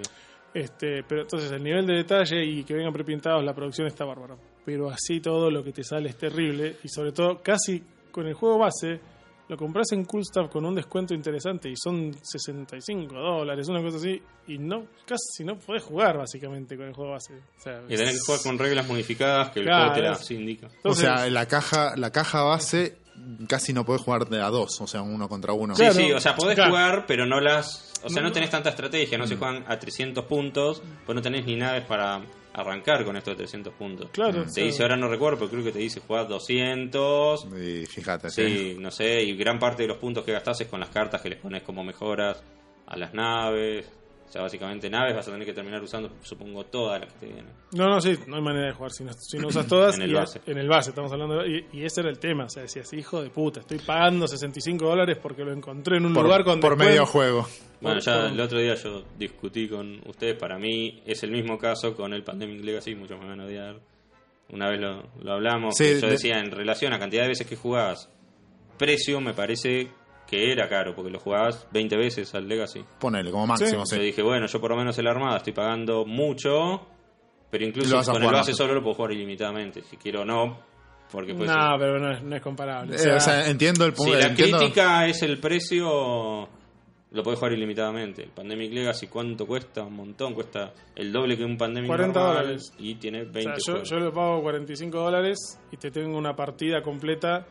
Pero entonces el nivel de detalle y que vengan prepintados, la producción está bárbara. Pero así todo lo que te sale es terrible, y sobre todo casi con el juego base lo compras en Cool Stuff con un descuento interesante y son $65, una cosa así, y casi no podés jugar básicamente con el juego base. O sea, y tenés que jugar con reglas modificadas que el juego te las indica. Entonces, o sea, la caja base casi no podés jugar de a 2, o sea, 1 contra 1. Sí, sí, o sea, podés jugar, pero no las... O sea, no tenés tanta estrategia, no se juegan a 300 puntos, pues no tenés ni naves para arrancar con estos 300 puntos. Claro. Te dice, ahora no recuerdo, pero creo que te dice jugás 200. Y fíjate. Sí, no sé, y gran parte de los puntos que gastás es con las cartas que les pones como mejoras a las naves. O sea, básicamente naves vas a tener que terminar usando, supongo, todas las que te vienen. No, sí, no hay manera de jugar si no usas todas. En el base. En el base, estamos hablando. Y ese era el tema. O sea, decías, hijo de puta, estoy pagando $65 porque lo encontré en un lugar con por medio juego. Bueno, ya el otro día yo discutí con ustedes. Para mí es el mismo caso con el Pandemic Legacy, muchos me van a odiar. Una vez lo hablamos. Sí, yo decía, en relación a cantidad de veces que jugabas, precio me parece que era caro, porque lo jugabas 20 veces al Legacy. Ponele, como máximo, sí. Yo dije, bueno, yo por lo menos en la Armada estoy pagando mucho, pero incluso con el base solo lo puedo jugar ilimitadamente, si quiero o no, porque pues... No, pero no es comparable. O sea, entiendo el punto. Si la crítica es el precio, lo puedes jugar ilimitadamente. El Pandemic Legacy, ¿cuánto cuesta? Un montón, cuesta el doble que un Pandemic normal, $40. Y tiene 20 o sea, juegos. yo le pago $45 y te tengo una partida completa.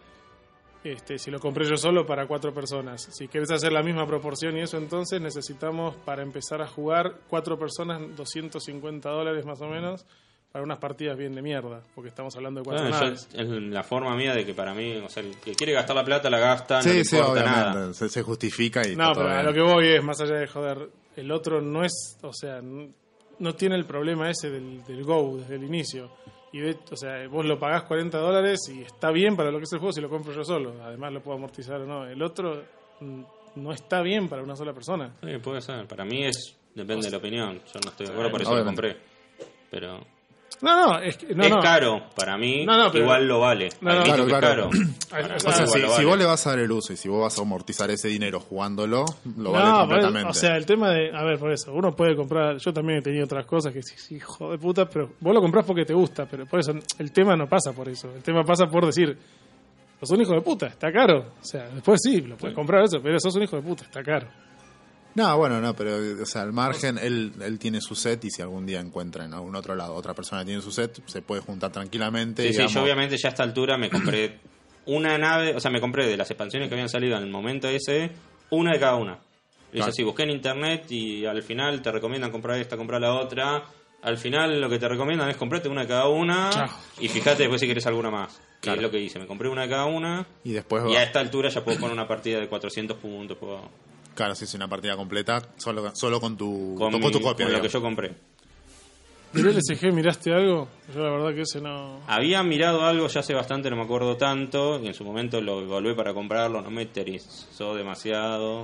Si lo compré yo solo para 4 personas. Si quieres hacer la misma proporción y eso, entonces necesitamos para empezar a jugar 4 personas $250 más o menos para unas partidas bien de mierda, porque estamos hablando de 4 naves. Es la forma mía de que para mí, o sea, el que quiere gastar la plata la gasta, sí, no le sí, importa obviamente. nada. Se justifica y No, todo pero a bien. lo que voy es, más allá de joder, el otro no es, o sea, no tiene el problema ese del Go desde el inicio. Y o sea, vos lo pagás $40 y está bien para lo que es el juego si lo compro yo solo. Además lo puedo amortizar o no. El otro no está bien para una sola persona. Sí, puede ser. Para mí depende de la opinión. Yo no estoy de acuerdo, por eso lo compré. Pero Es caro para mí, pero igual lo vale. Claro. Caro. O sea, si vos le vas a dar el uso y si vos vas a amortizar ese dinero jugándolo, lo vale completamente. O sea, el tema de... A ver, por eso, uno puede comprar... Yo también he tenido otras cosas que sí, hijo de puta, pero vos lo comprás porque te gusta, pero por eso el tema no pasa por eso. El tema pasa por decir, sos un hijo de puta, está caro. O sea, después sí, lo puedes comprar eso, pero sos un hijo de puta, está caro. No, bueno, no, pero o sea, al margen, él tiene su set y si algún día encuentra en algún otro lado otra persona tiene su set, se puede juntar tranquilamente. Sí, digamos. yo obviamente ya a esta altura me compré una nave, o sea, me compré de las expansiones que habían salido en el momento ese, una de cada una. Y es así, busqué en internet y al final te recomiendan comprar esta, comprar la otra. Al final lo que te recomiendan es comprarte una de cada una. Chao. Y fíjate después si querés alguna más. Claro. Que es lo que hice, me compré una de cada una. Y después a esta altura ya puedo poner una partida de 400 puntos. Claro, si es una partida completa, solo con tu copia. Con lo que yo compré. ¿Del LSG miraste algo? Yo la verdad que ese no... Había mirado algo ya hace bastante, no me acuerdo tanto. Y en su momento lo volví para comprarlo, no me interesó demasiado.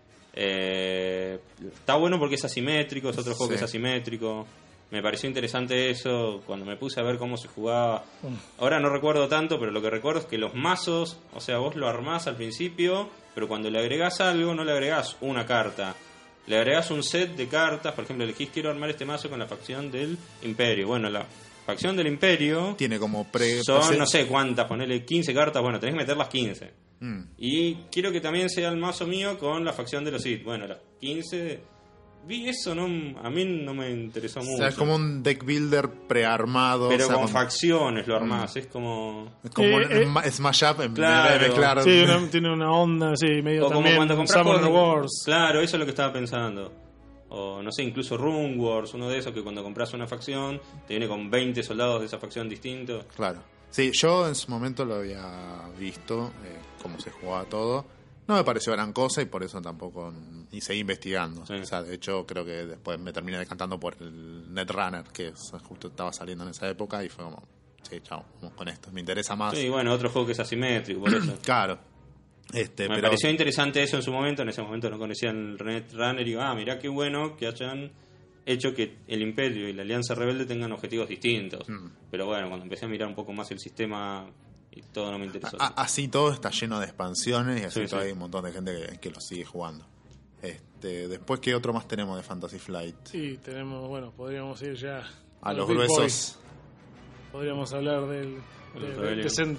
Está bueno porque es asimétrico, es otro juego que es asimétrico. Me pareció interesante eso cuando me puse a ver cómo se jugaba. Ahora no recuerdo tanto, pero lo que recuerdo es que los mazos, o sea, vos lo armás al principio, pero cuando le agregás algo, no le agregás una carta. Le agregás un set de cartas. Por ejemplo, elegís, quiero armar este mazo con la facción del Imperio. Bueno, la facción del Imperio tiene como son no sé cuántas, ponele 15 cartas. Bueno, tenés que meter las 15. Y quiero que también sea el mazo mío con la facción de los Sith. Bueno, las 15... Vi eso, a mí no me interesó mucho. O sea, es como un deck builder prearmado. Pero o sea, con facciones lo armás, es como... Es como un Smash Up en claro. vez de mezclar. Sí, tiene una onda, sí, medio o como también cuando compras Summoner Wars. Claro, eso es lo que estaba pensando. O no sé, incluso Rune Wars, uno de esos que cuando compras una facción te viene con 20 soldados de esa facción distintos. Claro. Sí, yo en su momento lo había visto, cómo se jugaba todo. No me pareció gran cosa y por eso tampoco ni seguí investigando. Sí. O sea, de hecho, creo que después me terminé decantando por el Netrunner, que justo estaba saliendo en esa época y fue como, sí, chao, vamos con esto. Me interesa más. Sí, bueno, otro juego que es asimétrico, por eso. Claro. Me pareció interesante eso en su momento. En ese momento no conocían el Netrunner y digo, mirá qué bueno que hayan hecho que el Imperio y la Alianza Rebelde tengan objetivos distintos. Pero bueno, cuando empecé a mirar un poco más el sistema... y todo no me interesó. Así todo está lleno de expansiones y así todo hay un montón de gente que lo sigue jugando. Después, ¿qué otro más tenemos de Fantasy Flight? Sí, tenemos, bueno, podríamos ir ya a los gruesos. Podríamos hablar del Descent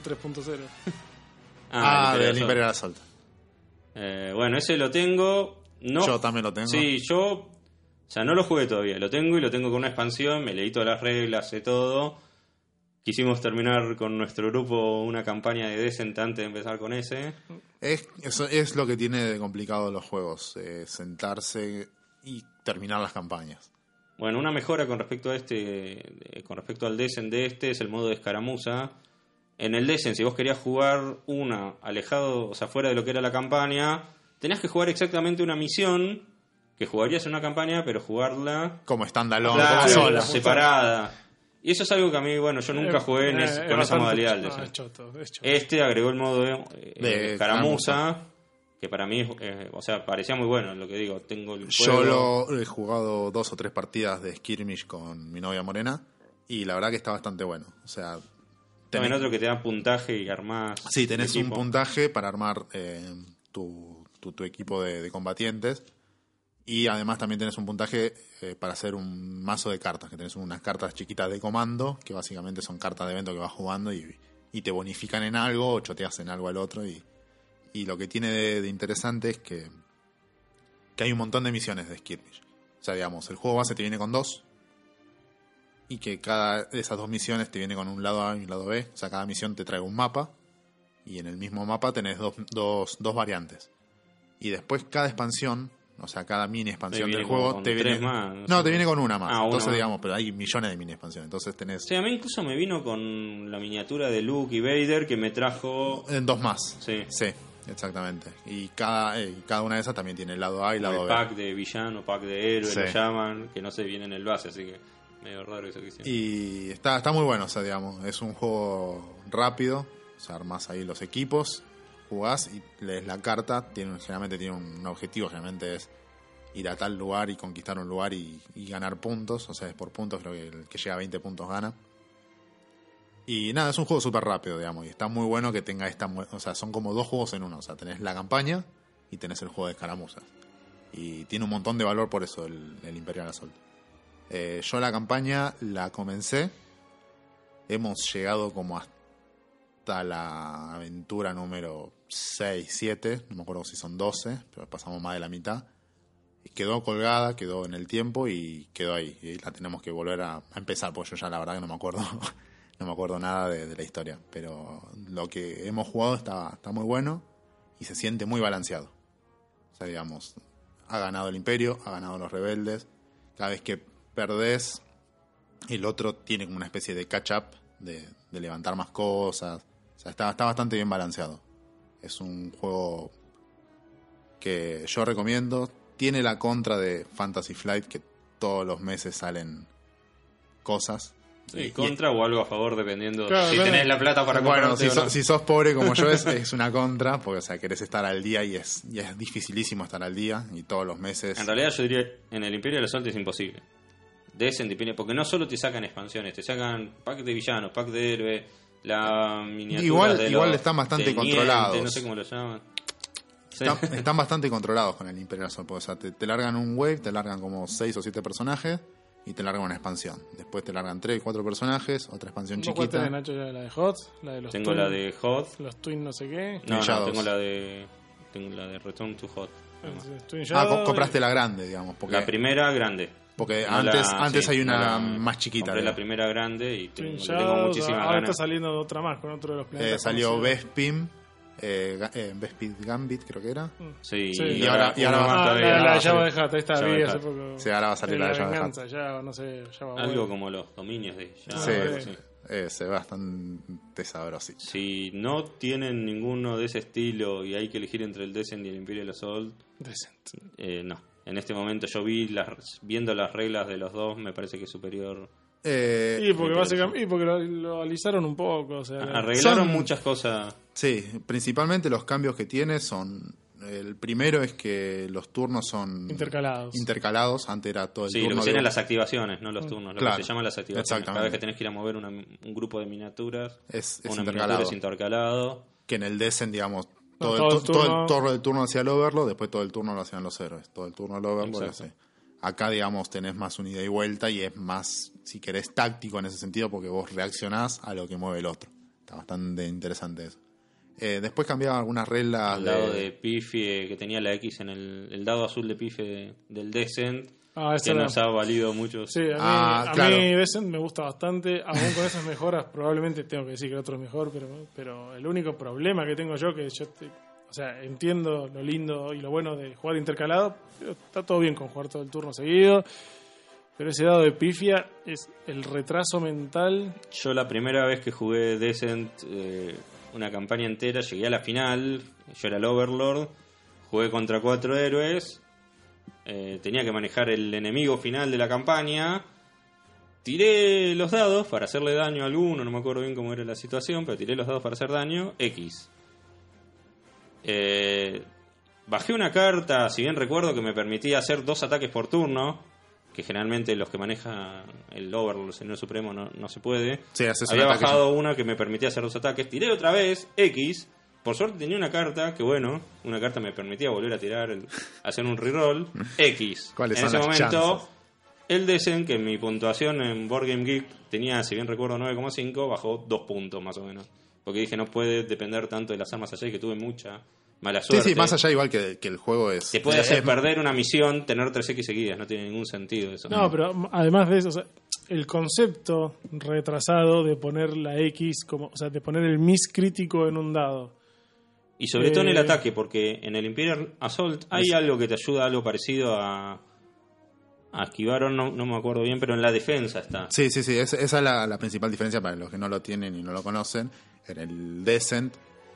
3.0. Del Imperial Assault. Bueno, ese lo tengo. No, yo también lo tengo. Sí, o sea, no lo jugué todavía. Lo tengo y lo tengo con una expansión. Me leí todas las reglas, sé todo. Quisimos terminar con nuestro grupo una campaña de Descent antes de empezar con ese. Eso es lo que tiene de complicado los juegos, sentarse y terminar las campañas. Bueno, una mejora con respecto a con respecto al Descent de es el modo de escaramuza. En el Descent, si vos querías jugar alejado, o sea, fuera de lo que era la campaña, tenías que jugar exactamente una misión que jugarías en una campaña, pero jugarla como standalone, claro, como sola, separada. Y eso es algo que a mí, bueno, yo nunca jugué con esa modalidad del Descent. Es choto. Agregó el modo de escaramuza, que para mí, o sea, parecía muy bueno, lo que digo. Tengo el juego. Yo he jugado 2 o 3 partidas de skirmish con mi novia morena y la verdad que está bastante bueno. O sea, también otro que te da puntaje y armás. Sí, tenés un puntaje para armar tu equipo de combatientes. Y además también tenés un puntaje para hacer un mazo de cartas, que tenés unas cartas chiquitas de comando, que básicamente son cartas de evento que vas jugando y te bonifican en algo o choteas en algo al otro. Y lo que tiene de interesante es que hay un montón de misiones de skirmish. O sea, digamos, el juego base te viene con 2 y que cada de esas 2 misiones te viene con un lado A y un lado B. O sea, cada misión te trae un mapa y en el mismo mapa tenés dos variantes. Y después cada expansión, o sea, cada mini expansión del juego te viene más, no, te viene con una más. Entonces, una digamos, pero hay millones de mini expansiones. Entonces tenés. Sí, a mí incluso me vino con la miniatura de Luke y Vader que me trajo 2 más. Sí, exactamente. Y cada una de esas también tiene el lado A y el lado B. Pack de villano, pack de héroe, lo llaman, que no se viene en el base, así que medio raro eso que hicieron. Y está muy bueno, o sea, digamos, es un juego rápido, o sea, armás ahí los equipos, jugás y lees la carta, generalmente tiene un objetivo, generalmente es ir a tal lugar y conquistar un lugar y ganar puntos, o sea, es por puntos, creo que el que llega a 20 puntos gana. Y nada, es un juego súper rápido, digamos, y está muy bueno que tenga o sea, son como 2 juegos en uno, o sea, tenés la campaña y tenés el juego de escaramuzas. Y tiene un montón de valor por eso el Imperial Assault. Yo la campaña la comencé, hemos llegado como hasta la aventura número 6, 7, no me acuerdo si son 12, pero pasamos más de la mitad. Y quedó colgada, quedó en el tiempo y quedó ahí. Y la tenemos que volver a empezar, porque yo ya la verdad que no me acuerdo no me acuerdo nada de la historia. Pero lo que hemos jugado está muy bueno y se siente muy balanceado. O sea, digamos, ha ganado el Imperio, ha ganado los rebeldes. Cada vez que perdés, el otro tiene como una especie de catch-up de levantar más cosas. O sea, está bastante bien balanceado. Es un juego que yo recomiendo. Tiene la contra de Fantasy Flight, que todos los meses salen cosas. Sí, contra o algo a favor, dependiendo si tenés la plata para comprarte. Bueno, si sos pobre como yo, es una contra, porque o sea, querés estar al día y es dificilísimo estar al día, y todos los meses. En realidad yo diría, en el Imperio del Assault es imposible. Descent, porque no solo te sacan expansiones, te sacan pack de villanos, pack de héroe, la miniatura igual están bastante controlados. No sé cómo lo llaman. Sí. Están bastante controlados con el Imperial Assault, o sea, te largan un wave, te largan como 6 o 7 personajes y te largan una expansión. Después te largan 3 o 4 personajes, otra expansión chiquita. ¿Cuál tenés, Nacho? ¿La de Hot? ¿La de los tengo Twin, la de Hot. ¿Los Twin no sé qué? No, tengo la de Return to Hot. Compraste la grande, digamos. Porque la primera grande. Porque antes hay una más chiquita. Compré la primera grande y tengo muchísimas ganas. Ahora está saliendo otra más con otro de los planetas. Salió Bespin. Bespin Gambit creo que era. Sí. Y ahora la Java de Hat, ahí está, vi hace poco. Sí, ahora va a salir la Java de Hat. Ya, no sé, ya va algo como los dominios de Java. Sí. Se ve bastante sabroso. Si no tienen ninguno de ese estilo y hay que elegir entre el Descent y el Imperial Assault, no. En este momento yo viendo las reglas de los dos, me parece que es superior. Porque lo alisaron un poco, o sea, arreglaron muchas cosas. Sí, principalmente los cambios que tiene son. El primero es que los turnos son intercalados. Antes era todo el turno. Sí, lo que tienen las activaciones, no los turnos. Lo que se llaman las activaciones. Exactamente. Cada vez que tenés que ir a mover un grupo de miniaturas, es intercalado. Que en el Descent, digamos, todo el turno hacía el Overlord, después todo el turno lo hacían los héroes. Todo el turno el Overlord. Acá, digamos, tenés más un ida y vuelta y es más, si querés, táctico en ese sentido, porque vos reaccionás a lo que mueve el otro. Está bastante interesante eso. Después cambiaban algunas reglas. El dado de Piffy que tenía la X en el dado azul de Piffy del Descent, que nos ha valido mucho. Sí, a mí Descent me gusta bastante. Aún con esas mejoras, probablemente tengo que decir que el otro es mejor, pero el único problema que tengo yo, o sea, entiendo lo lindo y lo bueno de jugar intercalado, pero está todo bien con jugar todo el turno seguido. Pero ese dado de pifia es el retraso mental. Yo la primera vez que jugué Descent, una campaña entera, llegué a la final, yo era el Overlord, jugué contra 4 héroes, tenía que manejar el enemigo final de la campaña, tiré los dados para hacerle daño a alguno, no me acuerdo bien cómo era la situación, pero tiré los dados para hacer daño, X. Bajé una carta, si bien recuerdo que me permitía hacer 2 ataques por turno, que generalmente los que maneja el Overlord, el Señor Supremo, no se puede. Sí, había bajado una que me permitía hacer 2 ataques, tiré otra vez, X. Por suerte tenía una carta que, bueno, una carta me permitía volver a tirar, hacer un reroll, X. ¿Cuáles en son ese las momento, chances? el Descent, que mi puntuación en Board Game Geek tenía, si bien recuerdo, 9,5, bajó 2 puntos más o menos. Porque dije, no puede depender tanto de las armas allá, y que tuve mucha mala suerte. Sí, más allá igual que el juego es... Te puede hacer perder una misión, tener 3X seguidas, no tiene ningún sentido eso. No, pero además de eso, o sea, el concepto retrasado de poner la X, como, o sea, de poner el miss crítico en un dado. Y sobre todo en el ataque, porque en el Imperial Assault hay algo que te ayuda, algo parecido a esquivar, o no me acuerdo bien, pero en la defensa está. Sí, esa es la principal diferencia para los que no lo tienen y no lo conocen. En el Descent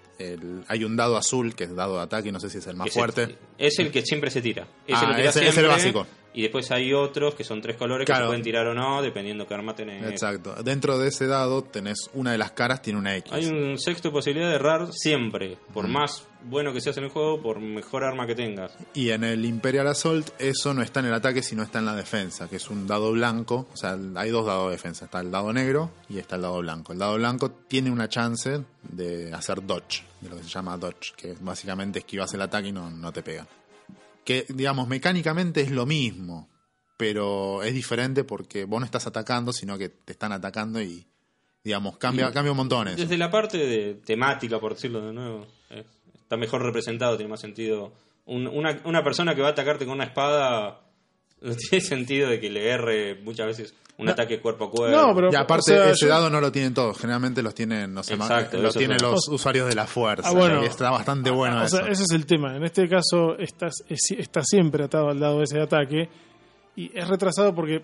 hay un dado azul, que es dado de ataque, no sé si es el más fuerte. Es el que siempre se tira. Es el básico. Y después hay otros que son 3 colores, claro, que se pueden tirar o no, dependiendo qué arma tenés. Exacto. Dentro de ese dado tenés una de las caras, tiene una X. Hay un sexto de posibilidad de errar siempre. Por más bueno que seas en el juego, por mejor arma que tengas. Y en el Imperial Assault eso no está en el ataque, sino está en la defensa, que es un dado blanco. O sea, hay 2 dados de defensa. Está el dado negro y está el dado blanco. El dado blanco tiene una chance de hacer dodge, de lo que se llama dodge, que básicamente esquivas el ataque y no te pegan. Que, digamos, mecánicamente es lo mismo, pero es diferente porque vos no estás atacando, sino que te están atacando y, digamos, cambia un montón eso. Desde la parte de temática, por decirlo de nuevo, está mejor representado, tiene más sentido. Una persona que va a atacarte con una espada no tiene sentido de que le erre muchas veces un ataque cuerpo a cuerpo. No, pero, y aparte, ese dado no lo tienen todos, generalmente los tienen, no sé, exacto, lo tienen los usuarios de la fuerza. Bueno, y está bastante bueno eso. O sea, ese es el tema. En este caso está siempre atado al dado de ese ataque. Y es retrasado porque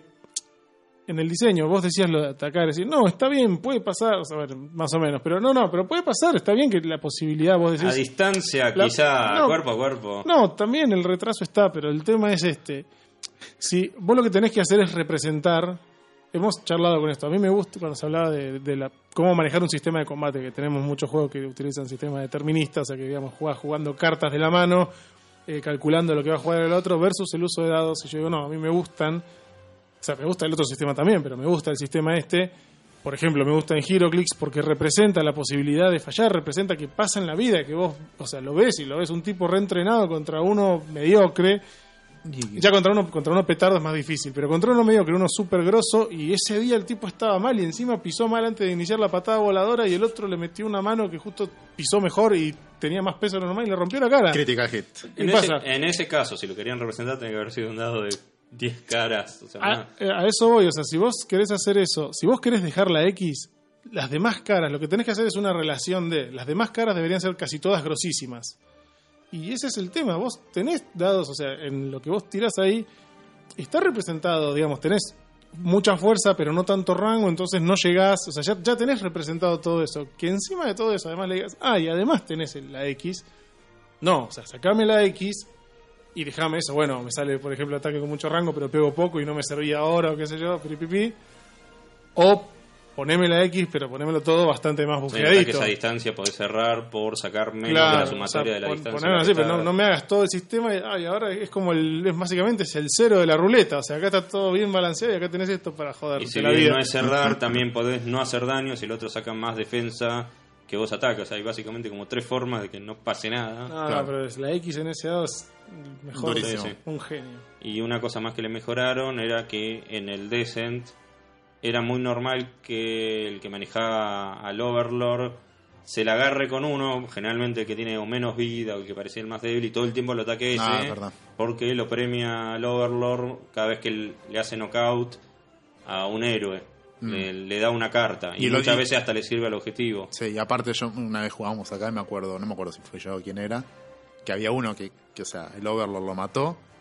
en el diseño vos decías lo de atacar, decir, no, está bien, puede pasar, o sea, bueno, más o menos, pero pero puede pasar, está bien que la posibilidad, vos decís... A distancia, quizá, cuerpo a cuerpo. No, también el retraso está, pero el tema es si vos lo que tenés que hacer es representar, hemos charlado con esto, a mí me gusta cuando se hablaba de cómo manejar un sistema de combate, que tenemos muchos juegos que utilizan sistemas deterministas, o sea que digamos jugando cartas de la mano, calculando lo que va a jugar el otro versus el uso de dados. Y yo digo, no, a mí me gustan, o sea, me gusta el otro sistema también, pero me gusta el sistema por ejemplo, me gusta en HeroClix porque representa la posibilidad de fallar, representa que pasa en la vida, que vos, o sea, lo ves un tipo reentrenado contra uno mediocre. Ya contra uno petardo es más difícil, pero contra uno mediocre, uno súper grosso, y ese día el tipo estaba mal y encima pisó mal antes de iniciar la patada voladora y el otro le metió una mano que justo pisó mejor y tenía más peso de lo normal y le rompió la cara. Critical hit. En ese caso, si lo querían representar, tenía que haber sido un dado de 10 caras. O sea, a eso voy, o sea, si vos querés hacer eso, si vos querés dejar la X, las demás caras, lo que tenés que hacer es una relación las demás caras deberían ser casi todas grosísimas. Y ese es el tema, vos tenés dados, o sea, en lo que vos tirás ahí, está representado, digamos, tenés mucha fuerza pero no tanto rango, entonces no llegás, o sea, ya tenés representado todo eso, que encima de todo eso además le digas, y además tenés la X, no, o sea, sacame la X y dejame eso, bueno, me sale por ejemplo ataque con mucho rango pero pego poco y no me servía ahora o qué sé yo, piripipi, o poneme la X, pero ponémelo todo bastante más bufeadito. Ataques a distancia podés cerrar por sacar menos de la sumatoria de la distancia. Ponerlo así, pero no me hagas todo el sistema y ahora es como básicamente es el cero de la ruleta. O sea, acá está todo bien balanceado y acá tenés esto para joder. Y si bien no es cerrar, también podés no hacer daño si el otro saca más defensa que vos atacas. Hay básicamente como 3 formas de que no pase nada. No, pero la X en ese dado es mejor. Un genio. Y una cosa más que le mejoraron era que en el Descent era muy normal que el que manejaba al Overlord se la agarre con uno, generalmente el que tiene o menos vida o el que parecía el más débil, y todo el tiempo lo ataque ese, porque lo premia al Overlord cada vez que le hace knockout a un héroe. Le da una carta y muchas veces hasta le sirve al objetivo. Sí, y aparte yo una vez jugábamos acá, no me acuerdo si fue yo o quién era, que había uno que o sea, el Overlord lo mató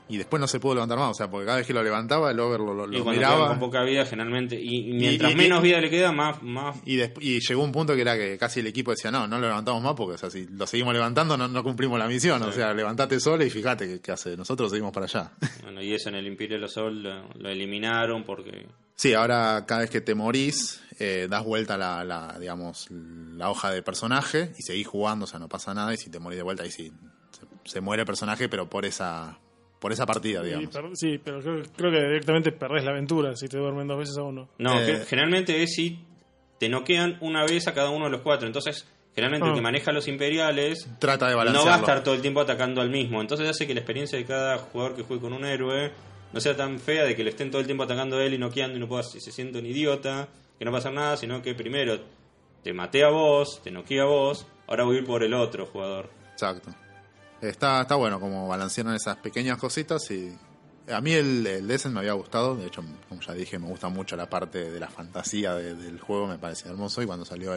y después no se pudo levantar más, o sea, porque cada vez que lo levantaba el over lo y cuando miraba quedan con poca vida generalmente, y mientras menos vida le queda, más y llegó un punto que era que casi el equipo decía no lo levantamos más porque, o sea, si lo seguimos levantando no cumplimos la misión, sí. O sea, levantate solo y fíjate qué hace, nosotros seguimos para allá. Bueno, y eso en el Imperial Assault lo eliminaron porque... Sí, ahora cada vez que te morís das vuelta digamos, la hoja de personaje y seguís jugando, o sea, no pasa nada, y si te morís de vuelta ahí sí se muere el personaje, pero por esa partida, digamos. Sí, pero creo que directamente perdés la aventura si te duermen 2 veces a uno. No, generalmente es si te noquean una vez a cada uno de los 4, entonces generalmente el que maneja los imperiales trata de balancearlo. No va a estar todo el tiempo atacando al mismo, entonces hace que la experiencia de cada jugador que juegue con un héroe no sea tan fea de que le estén todo el tiempo atacando a él y noqueando y no pueda, si se siente un idiota, que no pasa nada, sino que primero te maté a vos, te noqué a vos, ahora voy a ir por el otro jugador. Exacto. Está bueno como balancearon esas pequeñas cositas, y a mí el Descent me había gustado, de hecho, como ya dije, me gusta mucho la parte de la fantasía del juego, me parece hermoso, y cuando salió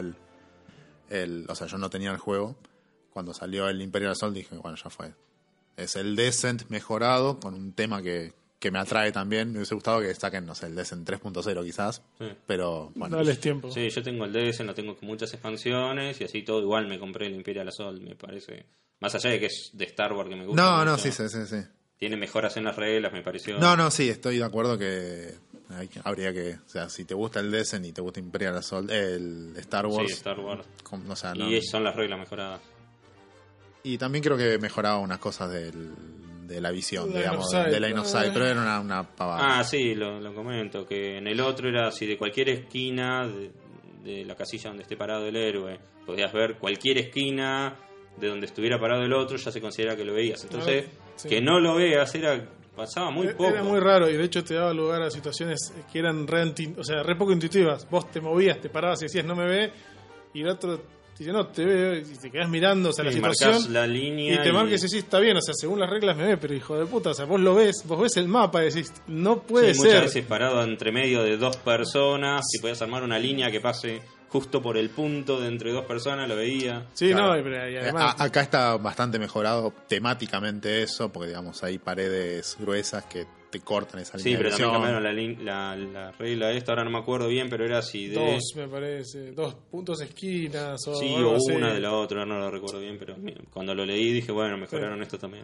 o sea, yo no tenía el juego, cuando salió el Imperial Assault dije, bueno, ya fue. Es el Descent mejorado con un tema que me atrae también. Me hubiese gustado que saquen, no sé, el Descent 3.0 quizás, sí. Pero bueno. Dales tiempo. Sí, yo tengo el Descent, lo tengo con muchas expansiones y así todo. Igual me compré el Imperial Assault, me parece. Más allá de que es de Star Wars, que me gusta. No, sí. Tiene mejoras en las reglas, me pareció. No, sí, estoy de acuerdo que habría que, o sea, si te gusta el Descent y te gusta Imperial Assault, el Star Wars. Sí, Star Wars. O sea, y son las reglas mejoradas. Y también creo que mejoraba unas cosas de la visión, digamos, de Line of Sight, pero era una pavada. Ah, sí, lo comento, que en el otro era si de cualquier esquina de la casilla donde esté parado el héroe, podías ver cualquier esquina de donde estuviera parado el otro, ya se considera que lo veías. Entonces, sí. Que no lo veas pasaba muy poco. Era muy raro, y de hecho te daba lugar a situaciones que eran re poco intuitivas. Vos te movías, te parabas y decías no me ve, y el otro dice no te veo, y te quedás mirando, o sea, la situación, la línea y te marques y decís está bien, o sea, según las reglas me ve, pero hijo de puta, o sea, vos ves el mapa y decís no puede ser. Muchas veces parado entre medio de 2 personas, si podías armar una línea que pase justo por el punto de entre 2 personas, lo veía. Sí, claro. No, pero y además acá está bastante mejorado temáticamente eso, porque digamos hay paredes gruesas que te cortan esa línea. Sí, pero también cambiaron la regla esta, ahora no me acuerdo bien, pero era así de 2, me parece, 2 puntos esquinas o sí, algo o así. Una de la otra, no lo recuerdo bien, pero cuando lo leí dije, bueno, mejoraron esto también.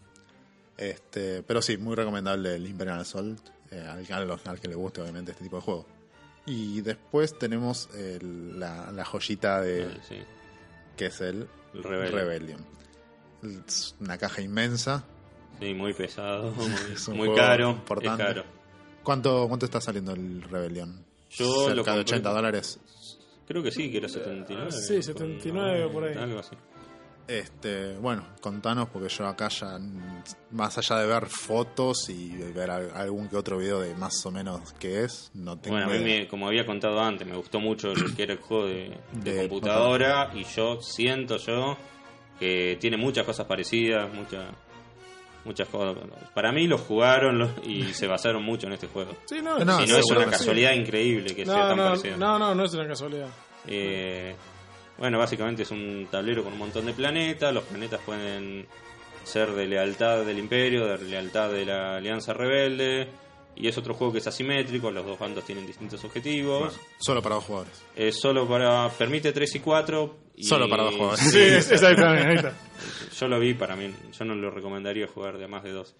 Pero sí, muy recomendable el Imperial Assault, al que le guste obviamente este tipo de juego. Y después tenemos la joyita que es el Rebellion. Es una caja inmensa. Sí, muy pesado, muy caro, importante. Es caro. ¿Cuánto está saliendo el Rebellion? Yo cerca de $80. Creo que sí, que era 79. Sí, 79 por ahí. Algo así. Bueno, contanos, porque yo acá ya, más allá de ver fotos y ver algún que otro video de más o menos qué es, no tengo idea. Bueno, a mí, como había contado antes, me gustó mucho el que era el juego de computadora, y yo siento que tiene muchas cosas parecidas, muchas cosas. Para mí los jugaron y se basaron mucho en este juego. Sí, si no es una casualidad increíble que sea tan parecido. No es una casualidad. Bueno, básicamente es un tablero con un montón de planetas. Los planetas pueden ser de lealtad del Imperio, de lealtad de la Alianza Rebelde. Y es otro juego que es asimétrico, los 2 bandos tienen distintos objetivos. Bueno, solo para 2 jugadores. Permite 3 y 4. Solo para 2 jugadores. Sí, exactamente, ahí está. Yo lo vi, para mí, yo no lo recomendaría jugar de más de 2.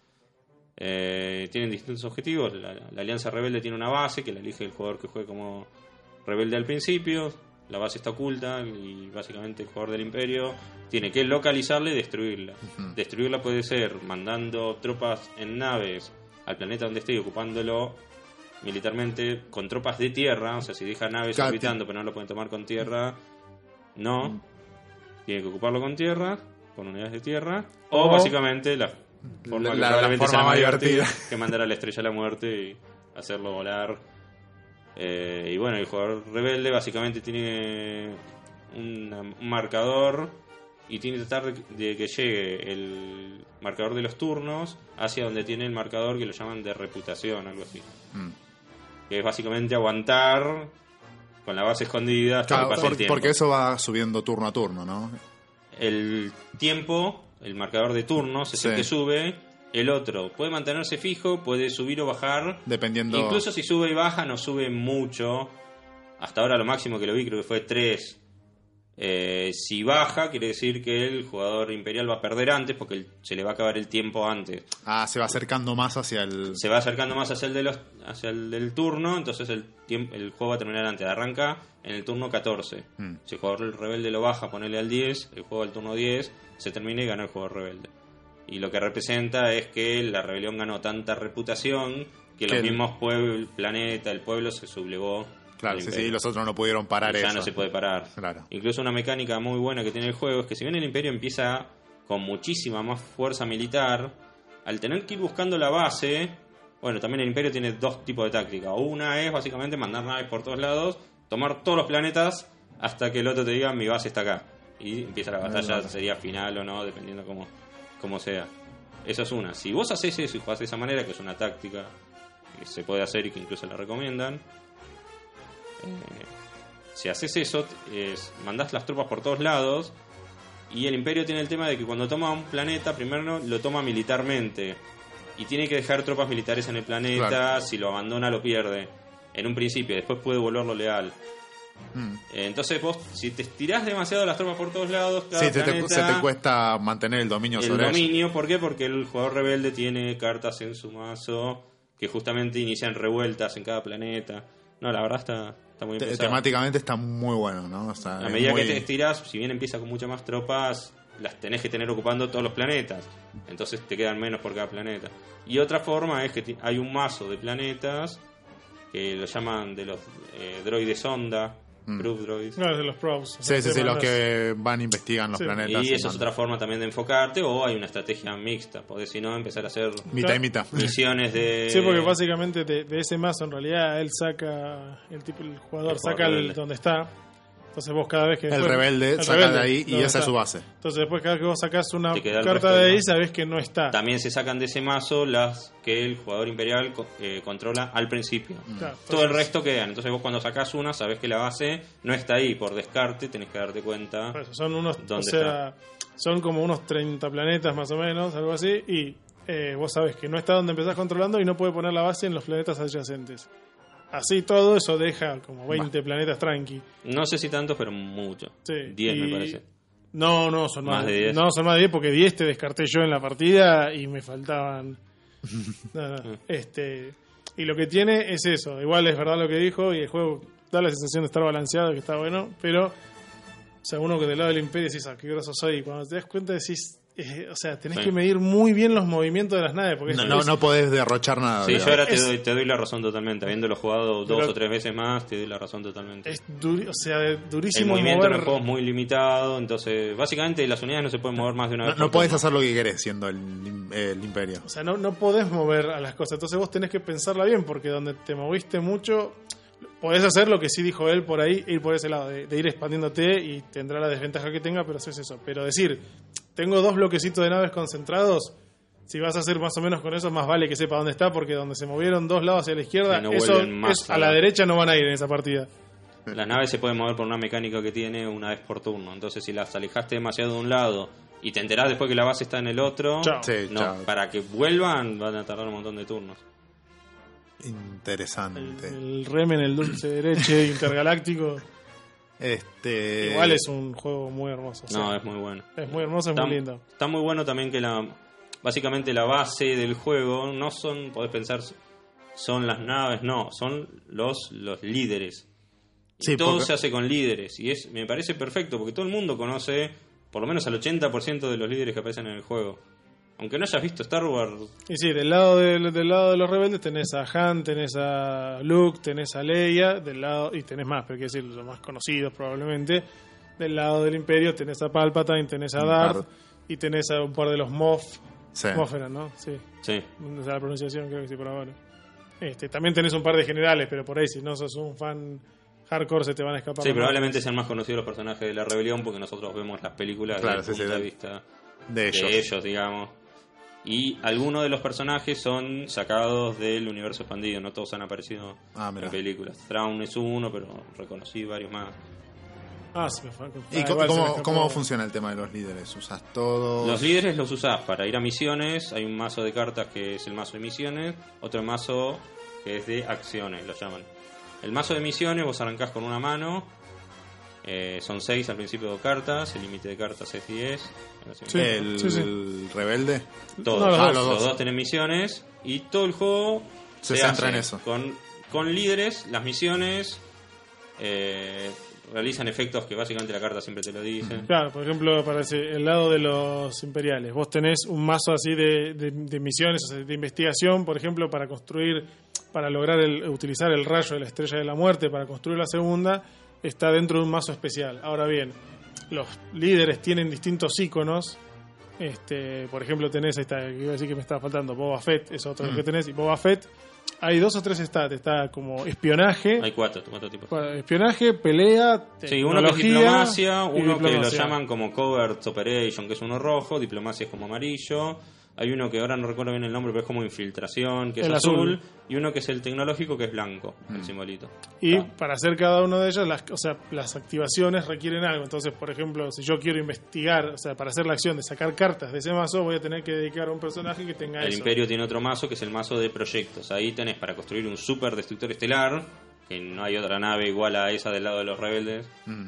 Tienen distintos objetivos. La Alianza Rebelde tiene una base que la elige el jugador que juegue como rebelde al principio. La base está oculta y básicamente el jugador del Imperio tiene que localizarla y destruirla. Destruirla puede ser mandando tropas en naves al planeta donde esté y ocupándolo militarmente con tropas de tierra. O sea, si deja naves orbitando pero no lo pueden tomar con tierra, no. Tiene que ocuparlo con tierra, con unidades de tierra. O básicamente la forma más divertida, que mandar a la Estrella de la Muerte y hacerlo volar. Y bueno, el jugador rebelde básicamente tiene un marcador y tiene que tratar de que llegue el marcador de los turnos hacia donde tiene el marcador que lo llaman de reputación, algo así. Que es básicamente aguantar con la base escondida hasta que pase el tiempo. Porque eso va subiendo turno a turno, ¿no? El tiempo, el marcador de turnos es el que sube El otro puede mantenerse fijo, puede subir o bajar. Dependiendo. Incluso si sube y baja, no sube mucho. Hasta ahora lo máximo que lo vi creo que fue 3. Si baja, quiere decir que el jugador imperial va a perder antes porque se le va a acabar el tiempo antes. Se va acercando más hacia el... Se va acercando más hacia el del turno, entonces el juego va a terminar antes. Arranca en el turno 14. Si el jugador rebelde lo baja, ponele al 10, el juego al turno 10, se termina y gana el jugador rebelde. Y lo que representa es que la rebelión ganó tanta reputación que los mismos planeta, el pueblo se sublevó. Claro, sí, los otros no pudieron parar eso. Ya no se puede parar. Claro. Incluso una mecánica muy buena que tiene el juego es que si bien el Imperio empieza con muchísima más fuerza militar, al tener que ir buscando la base, bueno, también el Imperio tiene 2 tipos de táctica. Una es básicamente mandar naves por todos lados, tomar todos los planetas hasta que el otro te diga mi base está acá. Y empieza la batalla, sería final o no, dependiendo cómo sea. Eso es una. Si vos haces eso y jugás de esa manera, que es una táctica que se puede hacer y que incluso la recomiendan, si haces eso, mandás las tropas por todos lados. Y el Imperio tiene el tema de que cuando toma un planeta, primero lo toma militarmente y tiene que dejar tropas militares en el planeta. Claro. Si lo abandona, lo pierde en un principio, después puede volverlo leal. Entonces vos, si te estirás demasiado las tropas por todos lados, cada planeta, se te cuesta mantener el dominio sobre ellos. ¿Por qué? Porque el jugador rebelde tiene cartas en su mazo que justamente inician revueltas en cada planeta. No, la verdad está muy pensado. Temáticamente está muy bueno, ¿no? O sea, a medida que te estirás, si bien empieza con muchas más tropas, las tenés que tener ocupando todos los planetas. Entonces te quedan menos por cada planeta. Y otra forma es que hay un mazo de planetas que lo llaman de los droides sonda. Proof droids. No, de los probes. Sí, los que van, investigan los planetas. Y eso es otra forma también de enfocarte, o hay una estrategia mixta. Podés, si no, empezar a hacer mitad y mitad. Misiones de... Sí, porque básicamente de ese mazo, en realidad, él saca, el jugador saca donde está. Entonces vos cada vez que... El rebelde saca de ahí y esa es su base. Entonces después cada vez que vos sacás una carta de ahí, sabés que no está. También se sacan de ese mazo las que el jugador imperial controla al principio. Claro, todo el resto quedan. Entonces vos cuando sacás una, sabés que la base no está ahí. Por descarte tenés que darte cuenta. Son unos, son como unos 30 planetas más o menos, algo así. Y vos sabés que no está donde empezás controlando y no puede poner la base en los planetas adyacentes. Así todo eso deja como 20 planetas tranqui. No sé si tanto, pero mucho. Sí. 10 me parece. No, son más de 10. No, son más de 10 porque 10 te descarté yo en la partida y me faltaban. Y lo que tiene es eso. Igual es verdad lo que dijo y el juego da la sensación de estar balanceado, que está bueno, pero o sea, uno que del lado del Imperio decís, qué groso soy, y cuando te das cuenta decís, o sea, tenés que medir muy bien los movimientos de las naves. Porque no podés derrochar nada. Sí, yo ahora te doy la razón totalmente. Habiéndolo jugado 2 o 3 veces más, te doy la razón totalmente. Es durísimo. El movimiento en el juego es muy limitado. Entonces, básicamente, las unidades no se pueden mover más de una vez. No podés hacer lo que querés siendo el Imperio. O sea, no podés mover a las cosas. Entonces vos tenés que pensarla bien, porque donde te moviste mucho, podés hacer lo que sí dijo él por ahí, ir por ese lado, de ir expandiéndote, y tendrá la desventaja que tenga, pero haces eso. Pero decir, tengo 2 bloquecitos de naves concentrados, si vas a hacer más o menos con eso, más vale que sepa dónde está, porque donde se movieron 2 lados hacia la izquierda, a la derecha no van a ir en esa partida. Las naves se pueden mover por una mecánica que tiene una vez por turno. Entonces, si las alejaste demasiado de un lado y te enterás después que la base está en el otro, para que vuelvan van a tardar un montón de turnos. Interesante. El Remen, el dulce de leche intergaláctico. Igual es un juego muy hermoso. No, es muy bueno. Es muy hermoso, es muy lindo. Está muy bueno también que básicamente la base del juego no son, podés pensar, son las naves, no, son los líderes. Y todo se hace con líderes. Y me parece perfecto, porque todo el mundo conoce por lo menos al 80% de los líderes que aparecen en el juego. Aunque no hayas visto Star Wars. Y sí, del lado de los rebeldes tenés a Han, tenés a Luke, tenés a Leia, y tenés más, pero hay que decir, los más conocidos probablemente. Del lado del Imperio tenés a Palpatine, tenés a Darth, y tenés a un par de los Moff. Sí. Moff eran, ¿no? Sí. No sé la pronunciación, creo que sí, por ahora. También tenés un par de generales, pero por ahí, si no sos un fan hardcore, se te van a escapar. Sí, probablemente sean más conocidos los personajes de la rebelión, porque nosotros vemos las películas desde el punto de vista de ellos, digamos. Y algunos de los personajes son sacados del universo expandido, no todos han aparecido en películas. Thrawn es uno, pero reconocí varios más. Se me fue. ¿Y cómo funciona el tema de los líderes? ¿Usas todos? Los líderes los usás para ir a misiones. Hay un mazo de cartas que es el mazo de misiones. Otro mazo que es de acciones, lo llaman. El mazo de misiones vos arrancás con una mano. Son 6 al principio de cartas. El límite de cartas es 10. ¿El rebelde? Todos, los dos tienen misiones. Y todo el juego se centra en eso. Con líderes, las misiones realizan efectos que básicamente la carta siempre te lo dice. Claro, por ejemplo, para el lado de los imperiales, vos tenés un mazo así de misiones, o sea, de investigación, por ejemplo, para construir, para lograr utilizar el rayo de la Estrella de la Muerte para construir la segunda, está dentro de un mazo especial. Ahora bien, los líderes tienen distintos íconos. Por ejemplo, tenés esta, que iba a decir que me estaba faltando, Boba Fett, es otro que tenés, y Boba Fett hay 2 o 3 stats, está como espionaje. Hay 4 tipos. Espionaje, pelea, sí, uno que es diplomacia, uno que lo llaman como Covert Operation, que es uno rojo, diplomacia es como amarillo. Hay uno que ahora no recuerdo bien el nombre, pero es como infiltración, que es azul. Y uno que es el tecnológico, que es blanco, el simbolito. Y para hacer cada uno de ellos, las activaciones requieren algo. Entonces, por ejemplo, si yo quiero investigar, o sea, para hacer la acción de sacar cartas de ese mazo, voy a tener que dedicar a un personaje que tenga eso. El Imperio tiene otro mazo, que es el mazo de proyectos. Ahí tenés para construir un super destructor estelar, que no hay otra nave igual a esa del lado de los rebeldes.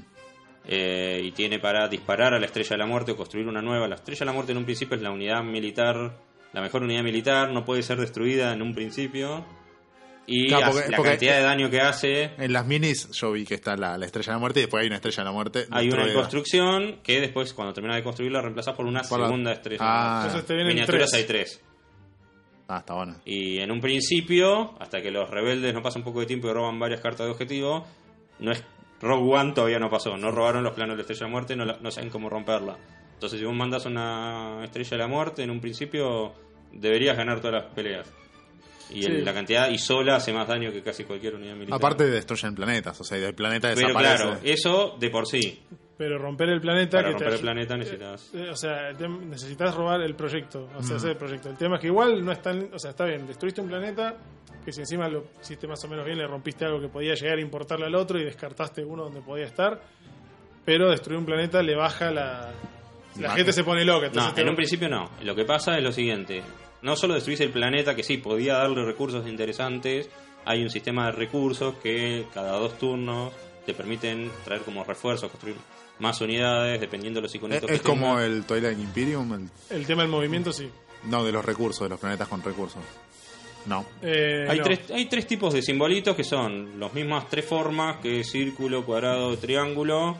Y tiene para disparar a la Estrella de la Muerte o construir una nueva. La Estrella de la Muerte en un principio es la unidad militar, la mejor unidad militar, no puede ser destruida en un principio. Y la cantidad de daño que hace. En las minis yo vi que está la Estrella de la Muerte y después hay una Estrella de la Muerte. Hay una en construcción que después, cuando terminas de construirla, reemplazás por una segunda Estrella. Entonces te vienen miniaturas 3. hay 3. Está bueno. Y en un principio, hasta que los rebeldes no pasan un poco de tiempo y roban varias cartas de objetivo, no es Rogue One todavía no pasó, no robaron los planos de la Estrella de la Muerte, no saben cómo romperla. Entonces si vos mandas una Estrella de la Muerte, en un principio deberías ganar todas las peleas. Y la cantidad, y sola hace más daño que casi cualquier unidad militar. Aparte destruyen planetas, o sea, el planeta desaparece. Pero claro, eso de por sí. Pero romper el planeta... Para romper el planeta necesitas... o sea, necesitas robar el proyecto, o sea, hacer el proyecto. El tema es que igual no es tan... O sea, está bien, destruiste un planeta, que si encima lo hiciste más o menos bien, le rompiste algo que podía llegar a importarle al otro y descartaste uno donde podía estar, pero destruir un planeta le baja la gente se pone loca. No, en un principio no. Lo que pasa es lo siguiente. No solo destruís el planeta, que sí, podía darle recursos interesantes. Hay un sistema de recursos que cada 2 turnos te permiten traer como refuerzos, construir más unidades, dependiendo de los iconitos que es como tengan. el Twilight Imperium. El tema del movimiento, sí. No, de los recursos, de los planetas con recursos. No. Hay 3 tipos de simbolitos que son las mismas 3 formas, que es círculo, cuadrado, triángulo.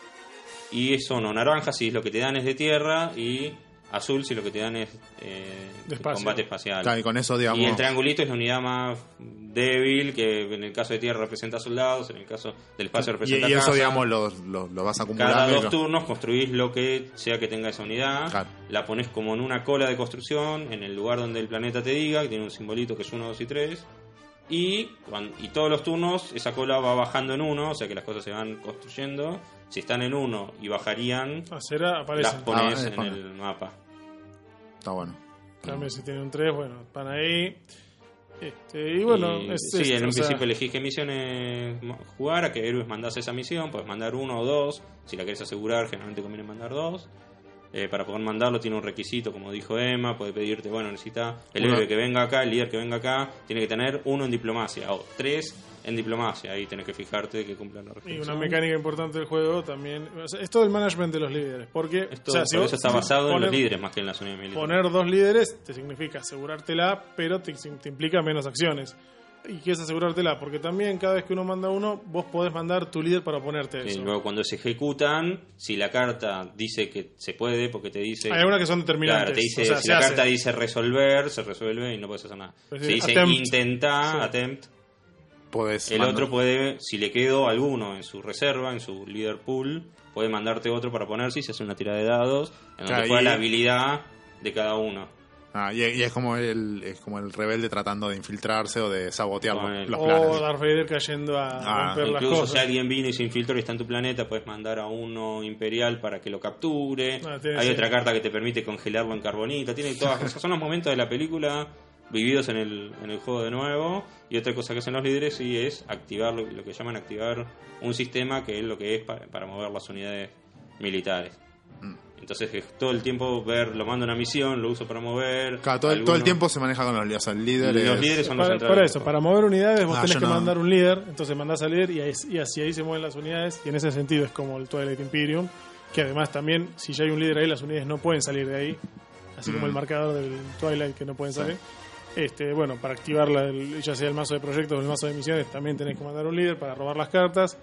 Y son o naranja si lo que te dan es de tierra, y azul si lo que te dan es combate espacial. Claro, y con eso, digamos... Y el triangulito es la unidad más débil, que en el caso de tierra representa soldados, en el caso del espacio representa y eso, casa. digamos, lo vas acumulando. Cada 2 turnos construís lo que sea que tenga esa unidad. Claro. La pones como en una cola de construcción, en el lugar donde el planeta te diga, que tiene un simbolito que es 1, 2 y 3. Y todos los turnos esa cola va bajando en 1, o sea que las cosas se van construyendo. Si están en 1 y bajarían, las pones en el mapa. Está bueno. También si tienen un 3, bueno, van ahí. Y bueno, en un principio elegís qué misiones jugar, a qué héroes mandás esa misión. Puedes mandar 1 o 2. Si la querés asegurar, generalmente conviene mandar 2. Para poder mandarlo tiene un requisito, como dijo Emma. Puede pedirte, necesita el héroe que venga acá, el líder que venga acá, tiene que tener 1 en diplomacia o 3 en diplomacia. Ahí tenés que fijarte que cumplan la restricción. Y una mecánica importante del juego también, es todo el management de los líderes, porque por eso está basado en los líderes más que en las unidades militares. Poner 2 líderes te significa asegurártela, pero te implica menos acciones. ¿Y qué es asegurártela? Porque también cada vez que uno manda uno, vos podés mandar tu líder para oponerte eso. Y luego cuando se ejecutan, si la carta dice que se puede, porque te dice... Hay algunas que son determinantes. Claro, te dice, si la carta dice resolver, se resuelve y no puedes hacer nada. Pues si dice intentar, attempt, el otro puede, si le quedó alguno en su reserva, en su leader pool, puede mandarte otro para ponerse y se hace una tirada de dados en donde juega la habilidad de cada uno. Y es como el rebelde tratando de infiltrarse o de sabotear los planes. O Darth Vader cayendo a romper las cosas. Incluso si alguien vino y se infiltró y está en tu planeta, puedes mandar a uno imperial para que lo capture. Hay otra carta que te permite congelarlo en carbonita. Tiene todas, esos son los momentos de la película vividos en el juego de nuevo. Y otra cosa que hacen los líderes sí es activar lo que llaman activar un sistema que es lo que es para mover las unidades militares. Entonces es todo el tiempo lo mando a una misión, lo uso para mover. Claro, todo el tiempo se maneja con los líderes. O sea, el líder los líderes son los centrales. Por eso, para mover unidades vos tenés que mandar un líder, entonces mandás al líder y así ahí se mueven las unidades. Y en ese sentido es como el Twilight Imperium, que además también, si ya hay un líder ahí, las unidades no pueden salir de ahí. Así como el marcador del Twilight que no pueden salir. Bueno, para activar ya sea el mazo de proyectos o el mazo de misiones, también tenés que mandar un líder para robar las cartas.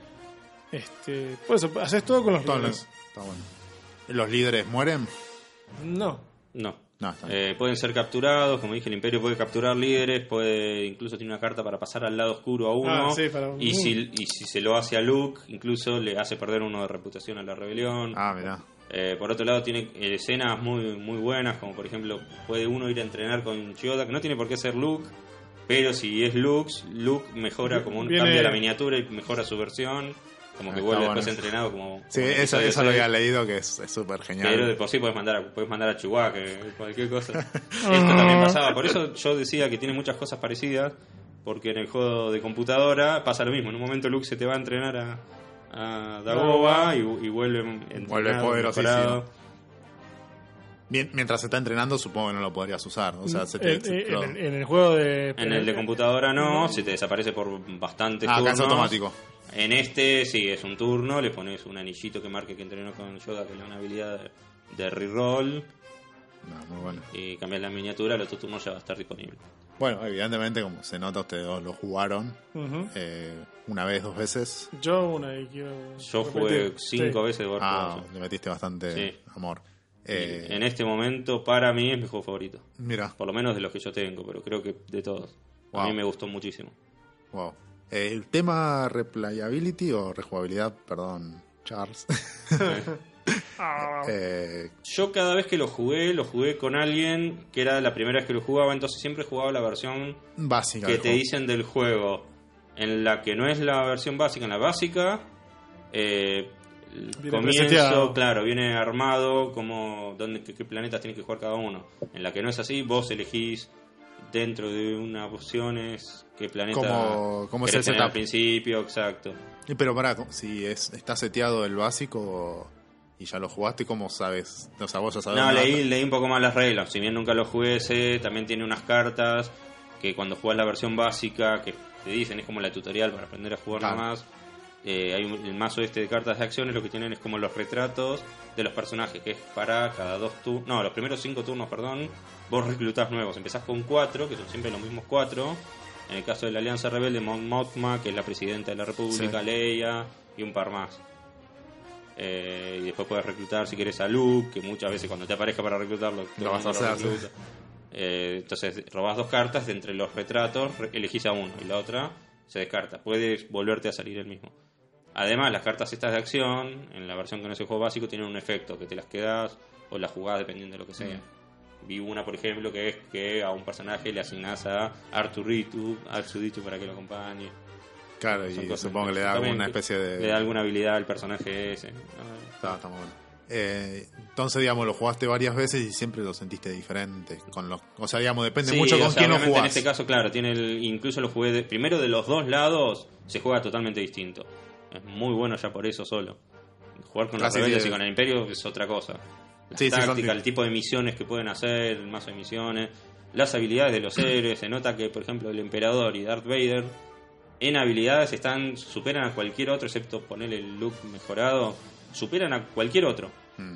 Por eso, haces todo con los líderes. Está bueno. ¿Los líderes mueren? No. Está bien. Pueden ser capturados, como dije, el Imperio puede capturar líderes, incluso tiene una carta para pasar al lado oscuro a uno. Y si se lo hace a Luke, incluso le hace perder uno de reputación a la rebelión. Mirá. Por otro lado, tiene escenas muy, muy buenas, como por ejemplo, puede uno ir a entrenar con Yoda, que no tiene por qué ser Luke, pero si es Luke mejora cambia la miniatura y mejora su versión. Como que vuelve después entrenado como... Sí, eso lo había leído, que es súper genial. Pero de por sí puedes mandar a Chewbacca, cualquier cosa. Esto también pasaba. Por eso yo decía que tiene muchas cosas parecidas, porque en el juego de computadora pasa lo mismo. En un momento Luke se te va a entrenar a Dagobah y vuelve poderosísimo. Mientras se está entrenando, supongo que no lo podrías usar. O sea, en el juego de... En el de computadora no, se te desaparece por bastantes turnos. Acá es automático. En este sí, es un turno, le pones un anillito que marque que entrenó con Yoda, que le da una habilidad de reroll. Muy bueno. Y cambias la miniatura, el otro turno ya va a estar disponible. Bueno, evidentemente, como se nota, ustedes dos lo jugaron una vez, 2 veces. Yo jugué 5 veces. Le metiste bastante amor. En este momento, para mí, es mi juego favorito. Mira. Por lo menos de los que yo tengo, pero creo que de todos. A mí me gustó muchísimo. Wow. El tema replayability o rejugabilidad, perdón, Charles. Yo cada vez que lo jugué con alguien que era la primera vez que lo jugaba, entonces siempre jugaba la versión básica que te dicen del juego, en la que no es la versión básica, en la básica comienzo, claro, viene armado como qué planetas tiene que jugar cada uno. En la que no es así, vos elegís dentro de unas opciones qué planeta como es el setup al principio, exacto. Pero si está seteado el básico y ya lo jugaste, ¿cómo sabes? O sea, vos ya sabés. No, leí un poco más las reglas. Si bien nunca lo jugué, también tiene unas cartas que cuando jugás la versión básica, que te dicen es como la tutorial para aprender a jugar nada más. Hay el mazo de cartas de acciones, lo que tienen es como los retratos de los personajes, que es para cada 2 turnos, no, los primeros 5 turnos, vos reclutás nuevos. Empezás con 4, que son siempre los mismos 4. En el caso de la Alianza Rebelde, Mon Mothma, que es la presidenta de la República, Leia y un par más. Y después puedes reclutar, si quieres, a Luke, que muchas veces cuando te aparezca para reclutarlo, lo vas a hacer. Entonces robás 2 cartas, de entre los retratos elegís a uno y la otra se descarta. Puedes volverte a salir el mismo. Además, las cartas estas de acción, en la versión que no es el juego básico, tienen un efecto, que te las quedas o las jugás dependiendo de lo que sea. Vi una, por ejemplo, que es que a un personaje le asignás a R2-D2 para que lo acompañe. Claro, y supongo que le da alguna especie de... Le da alguna habilidad al personaje ese. Está muy bueno. Entonces, digamos, lo jugaste varias veces y siempre lo sentiste diferente. O sea, digamos, depende mucho con quién lo jugás. En este caso, claro, incluso lo jugué primero de los dos lados, se juega totalmente distinto. Es muy bueno ya por eso solo. Jugar con los rebeldes y con el Imperio es otra cosa. La táctica, el tipo de misiones que pueden hacer, el mazo de misiones, las habilidades de los héroes. Se nota que, por ejemplo, el Emperador y Darth Vader en habilidades superan a cualquier otro, excepto ponerle el look mejorado, superan a cualquier otro.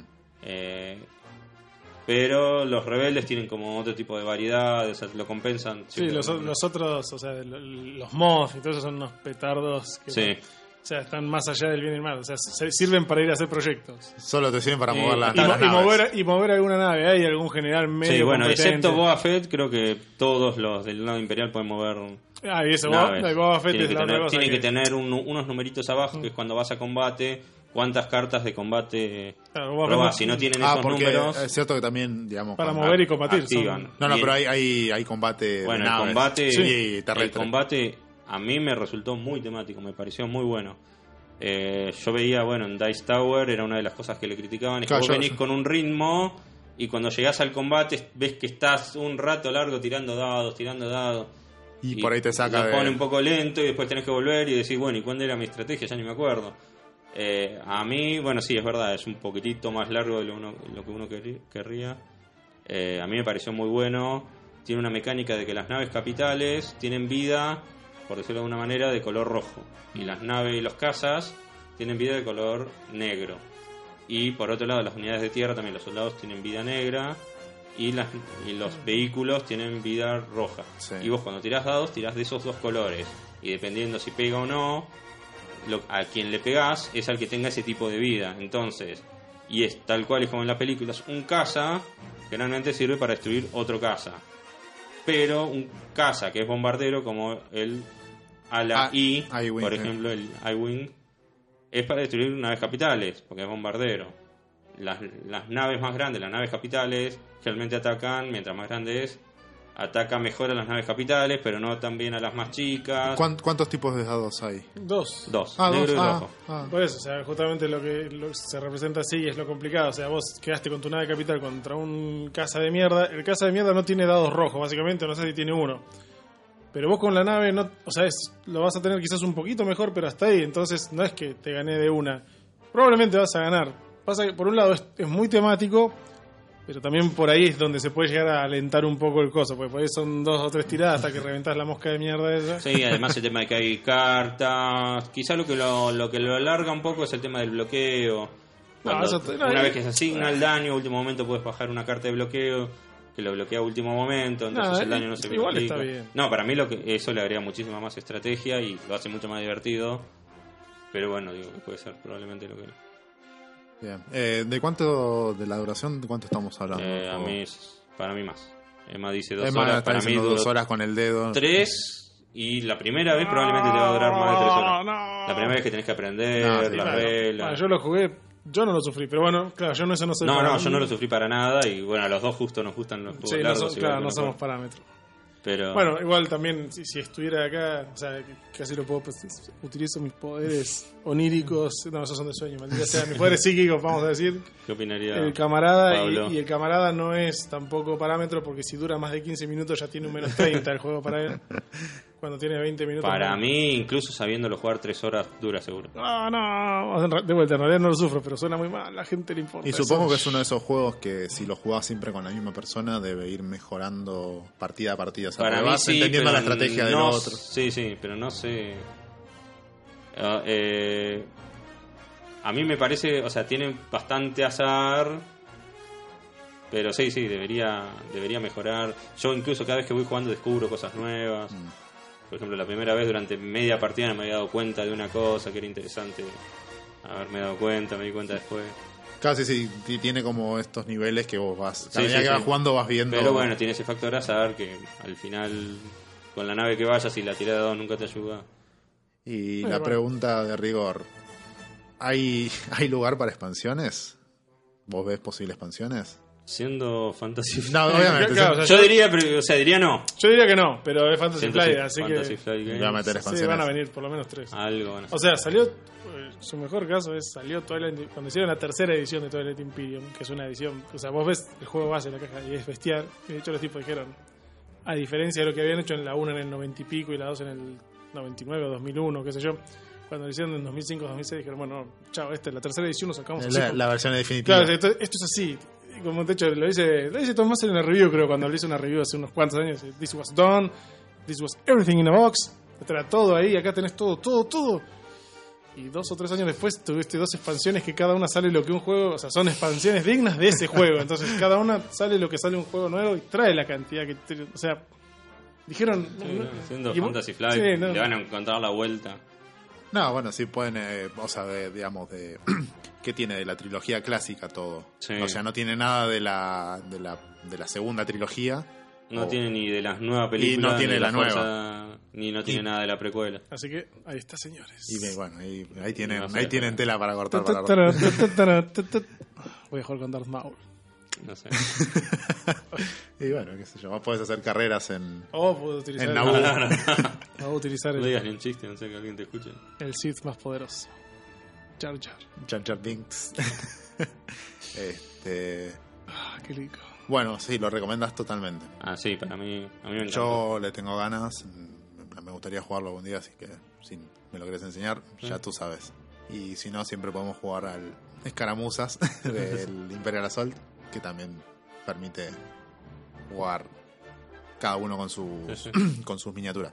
Pero los rebeldes tienen como otro tipo de variedades, o sea, lo compensan. Sí, los otros, o sea, los mods y todo eso son unos petardos que o sea, están más allá del bien y el mal. O sea, sirven para ir a hacer proyectos. Solo te sirven para mover las naves. Y mover alguna nave. Hay algún general medio competente. Excepto Boba Fett, creo que todos los del lado imperial pueden mover y eso, Boba Fett es la otra cosa. Tiene que tener unos numeritos abajo, que es cuando vas a combate, cuántas cartas de combate robás. Si no tienen esos números... Es cierto que también, digamos... Para mover y combatir. Activan. Pero hay combate de naves. El combate... A mí me resultó muy temático, me pareció muy bueno. Yo veía, en Dice Tower era una de las cosas que le criticaban, es que vos venís con un ritmo y cuando llegás al combate ves que estás un rato largo tirando dados. Y por ahí te saca te pone un poco lento y después tenés que volver y decir, bueno, ¿y cuándo era mi estrategia? Ya ni me acuerdo. A mí, bueno, sí, es verdad, es un poquitito más largo de lo que uno querría. A mí me pareció muy bueno. Tiene una mecánica de que las naves capitales tienen vida, por decirlo de alguna manera, de color rojo. Y las naves y los cazas tienen vida de color negro. Y por otro lado, las unidades de tierra también, los soldados tienen vida negra. Y los vehículos tienen vida roja. Sí. Y vos cuando tirás dados, tirás de esos dos colores. Y dependiendo si pega o no, a quien le pegás es al que tenga ese tipo de vida. Entonces, y es tal cual es como en la película, es un caza que realmente sirve para destruir otro caza. Pero un caza que es bombardero, como el ala I-Wing, por ejemplo, el I-Wing, es para destruir naves capitales, porque es bombardero. Las naves más grandes, las naves capitales, realmente atacan, mientras más grande es, ataca mejor a las naves capitales, pero no tan bien a las más chicas. ¿Cuántos tipos de dados hay? Dos. Negro y rojo. Por eso, o sea, justamente lo que se representa así es lo complicado. O sea, vos quedaste con tu nave capital contra un caza de mierda. El caza de mierda no tiene dados rojos, básicamente, no sé si tiene uno. Pero vos con la nave, no, o sea, lo vas a tener quizás un poquito mejor, pero hasta ahí. Entonces, no es que te gané de una. Probablemente vas a ganar. Pasa que, por un lado, es muy temático, pero también por ahí es donde se puede llegar a alentar un poco el coso, porque por ahí son 2 o 3 tiradas hasta que reventás la mosca de mierda esa. Sí, además el tema de que hay cartas. Quizá lo que lo alarga un poco es el tema del bloqueo. Una vez que se asigna el daño, a último momento puedes bajar una carta de bloqueo que lo bloquea a último momento, entonces el daño no se igual aplica. Está bien. No, para mí eso le agrega muchísima más estrategia y lo hace mucho más divertido. Pero bueno, digo que puede ser probablemente lo que... Bien. ¿De cuánto, de la duración, de cuánto estamos hablando? Para mí más. Emma dice 2 Emma horas, para mí 2 horas con el dedo. 3, y la primera vez probablemente te va a durar más de 3 horas. No. La primera vez que tenés que aprender, las reglas. Bueno, yo lo jugué, yo no lo sufrí, pero bueno, claro, yo no soy yo no lo sufrí para nada y bueno, a los dos justo nos gustan los juegos largos. No somos parámetros. Pero... Bueno, igual también, si estuviera acá, o sea, casi lo puedo, utilizo mis poderes oníricos, no, esos son de sueño, maldita sea, mis poderes psíquicos, vamos a decir. ¿Qué opinaría el camarada? Pablo? Y el camarada no es tampoco parámetro, porque si dura más de 15 minutos ya tiene un menos 30 el juego para él. Cuando tiene 20 minutos... Para mí, incluso sabiéndolo jugar 3 horas, dura seguro. No, de vuelta, en realidad no lo sufro, pero suena muy mal, a la gente le importa. Y supongo que es uno de esos juegos que si lo jugás siempre con la misma persona debe ir mejorando partida a partida. O sea, para mí vas sí, entendiendo la estrategia del otro. Sí, pero no sé... a mí me parece, o sea, tiene bastante azar, pero sí, debería mejorar. Yo incluso cada vez que voy jugando descubro cosas nuevas. Por ejemplo, la primera vez durante media partida no me había dado cuenta de una cosa que era interesante haberme dado cuenta, me di cuenta después. Casi sí, tiene como estos niveles que vos vas, cada día que vas jugando vas viendo. Pero bueno, tiene ese factor azar que al final, con la nave que vayas y la tirada de dados nunca te ayuda. Y la pregunta de rigor, ¿hay lugar para expansiones? ¿Vos ves posibles expansiones? Siendo Fantasy No, obviamente. Claro, yo diría, pero, o sea, diría no. Yo diría que no, pero es Fantasy Flight, así Fantasy que Flight va a meter expansiones. Sí, van a venir por lo menos 3. Algo van a hacer. O sea, salió, su mejor caso salió Twilight, cuando hicieron la tercera edición de Twilight Imperium, que es una edición, o sea, vos ves el juego base en la caja y es bestial. Y de hecho los tipos dijeron, a diferencia de lo que habían hecho en la 1 en el 90 y pico y la 2 en el 99 o 2001, qué sé yo, cuando lo hicieron en 2005 2006 dijeron, bueno, chao, esta es la tercera edición, nos sacamos así. La versión definitiva. Claro, esto es así. Como de hecho lo dice Thomas en la review, creo, cuando le hice una review hace unos cuantos años. This was done, this was everything in a box. Era todo ahí, acá tenés todo. Y 2 o 3 años después tuviste 2 expansiones que cada una sale lo que un juego, o sea, son expansiones dignas de ese juego. Entonces cada una sale lo que sale un juego nuevo y trae la cantidad que, o sea, dijeron... Siendo Fantasy Flight, le van a encontrar la vuelta. No, bueno, sí pueden, o sea, digamos, ¿qué tiene de la trilogía clásica todo? Sí. O sea, no tiene nada de la segunda trilogía. No tiene ni de las nuevas películas. Y no tiene ni la fuerza, nueva. Ni no tiene nada de la precuela. Así que ahí está, señores. Y bueno, ahí tienen, No sé, ahí tienen tela para cortar. Voy a jugar con Darth Maul. No sé. Y bueno, qué sé yo, vos podés hacer carreras en... puedo utilizar... En Naboo. Voy a utilizar No digas ni un chiste, no sé que alguien te escuche. el Sith más poderoso. Jar Jar. Jar Jar Binks. qué rico. Bueno, sí, lo recomendás totalmente. Ah, sí, para mí, a mí me encanta. Yo le tengo ganas, me gustaría jugarlo algún día, así que si me lo querés enseñar, ya tú sabes. Y si no, siempre podemos jugar al Escaramuzas del Imperial Assault, que también permite jugar cada uno con con sus miniaturas.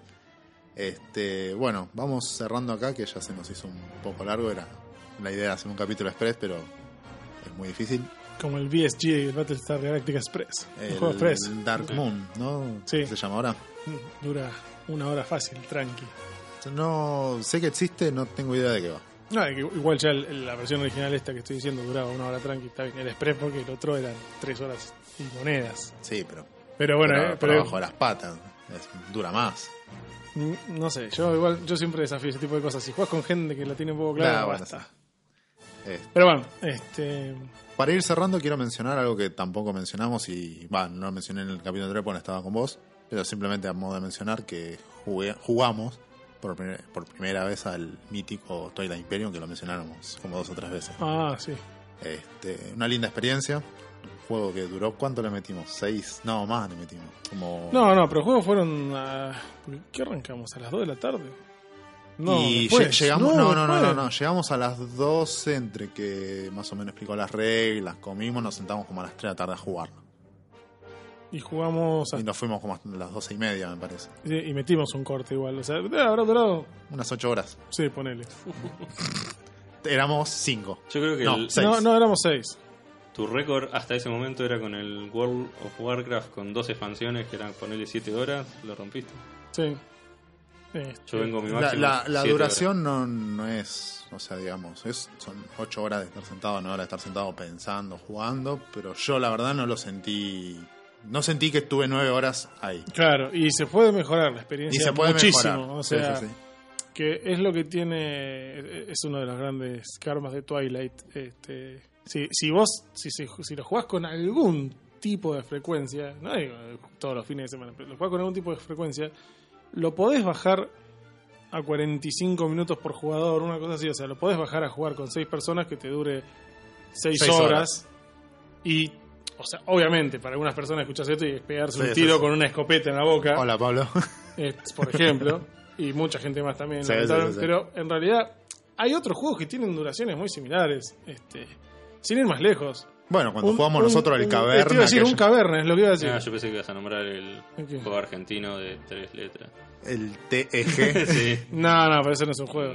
Bueno, vamos cerrando acá, que ya se nos hizo un poco largo. Era la idea de hacer un capítulo express, pero es muy difícil. Como el BSG, el Battlestar Galactica Express. El juego express. Dark Moon, ¿no? Sí. ¿Se llama ahora? Dura 1 hora fácil, tranqui. No sé que existe, no tengo idea de qué va. No, igual ya la versión original esta que estoy diciendo duraba 1 hora tranqui, está bien. El express porque el otro eran 3 horas y monedas. Sí, pero bueno, pero abajo de las patas dura más. No sé, yo siempre desafío ese tipo de cosas. Si juegas con gente que la tiene un poco clara, basta. Pero bueno, para ir cerrando, quiero mencionar algo que tampoco mencionamos y no lo mencioné en el capítulo 3 porque no estaba con vos, pero simplemente a modo de mencionar que jugamos por primera vez al mítico Twilight Imperium, que lo mencionáramos como 2 o 3 veces. Ah, sí. Una linda experiencia. Un juego que duró, ¿cuánto le metimos? 6, no, más le metimos. No, pero los juegos fueron ¿qué arrancamos? ¿A las 2 de la tarde? No, y llegamos, no, llegamos a las 12, entre que más o menos explicó las reglas, comimos, nos sentamos como a las 3 de la tarde a jugarlo. Y jugamos y nos fuimos como a las 12:30, me parece. Y metimos un corte igual, o sea, habrá durado unas 8 horas. Sí, ponele. Éramos 5. Yo creo que 6. No, éramos 6. Tu récord hasta ese momento era con el World of Warcraft con 2 expansiones que eran ponerle 7 horas, lo rompiste. Sí. Yo vengo mi máximo. La duración no es, o sea, digamos, son 8 horas de estar sentado, 9 horas de estar sentado pensando, jugando, pero yo la verdad no sentí que estuve 9 horas ahí. Claro, y se puede mejorar la experiencia y se puede muchísimo, mejorar. O sea, sí. Que es lo que tiene, es uno de los grandes karmas de Twilight. Si lo jugás con algún tipo de frecuencia, no digo todos los fines de semana, pero lo jugás con algún tipo de frecuencia, lo podés bajar a 45 minutos por jugador, una cosa así. O sea, lo podés bajar a jugar con 6 personas que te dure 6 horas. Y, o sea, obviamente, para algunas personas escuchás esto y es pegarse un tiro con una escopeta en la boca. Hola, Pablo. Por ejemplo. Y mucha gente más también. Sí. Pero en realidad hay otros juegos que tienen duraciones muy similares. Sin ir más lejos. Bueno, cuando jugamos nosotros el Caverna. Te iba a decir un Caverna, es lo que iba a decir. Yo pensé que ibas a nombrar el juego argentino de 3 letras. El TEG. Sí. No, pero eso no es un juego.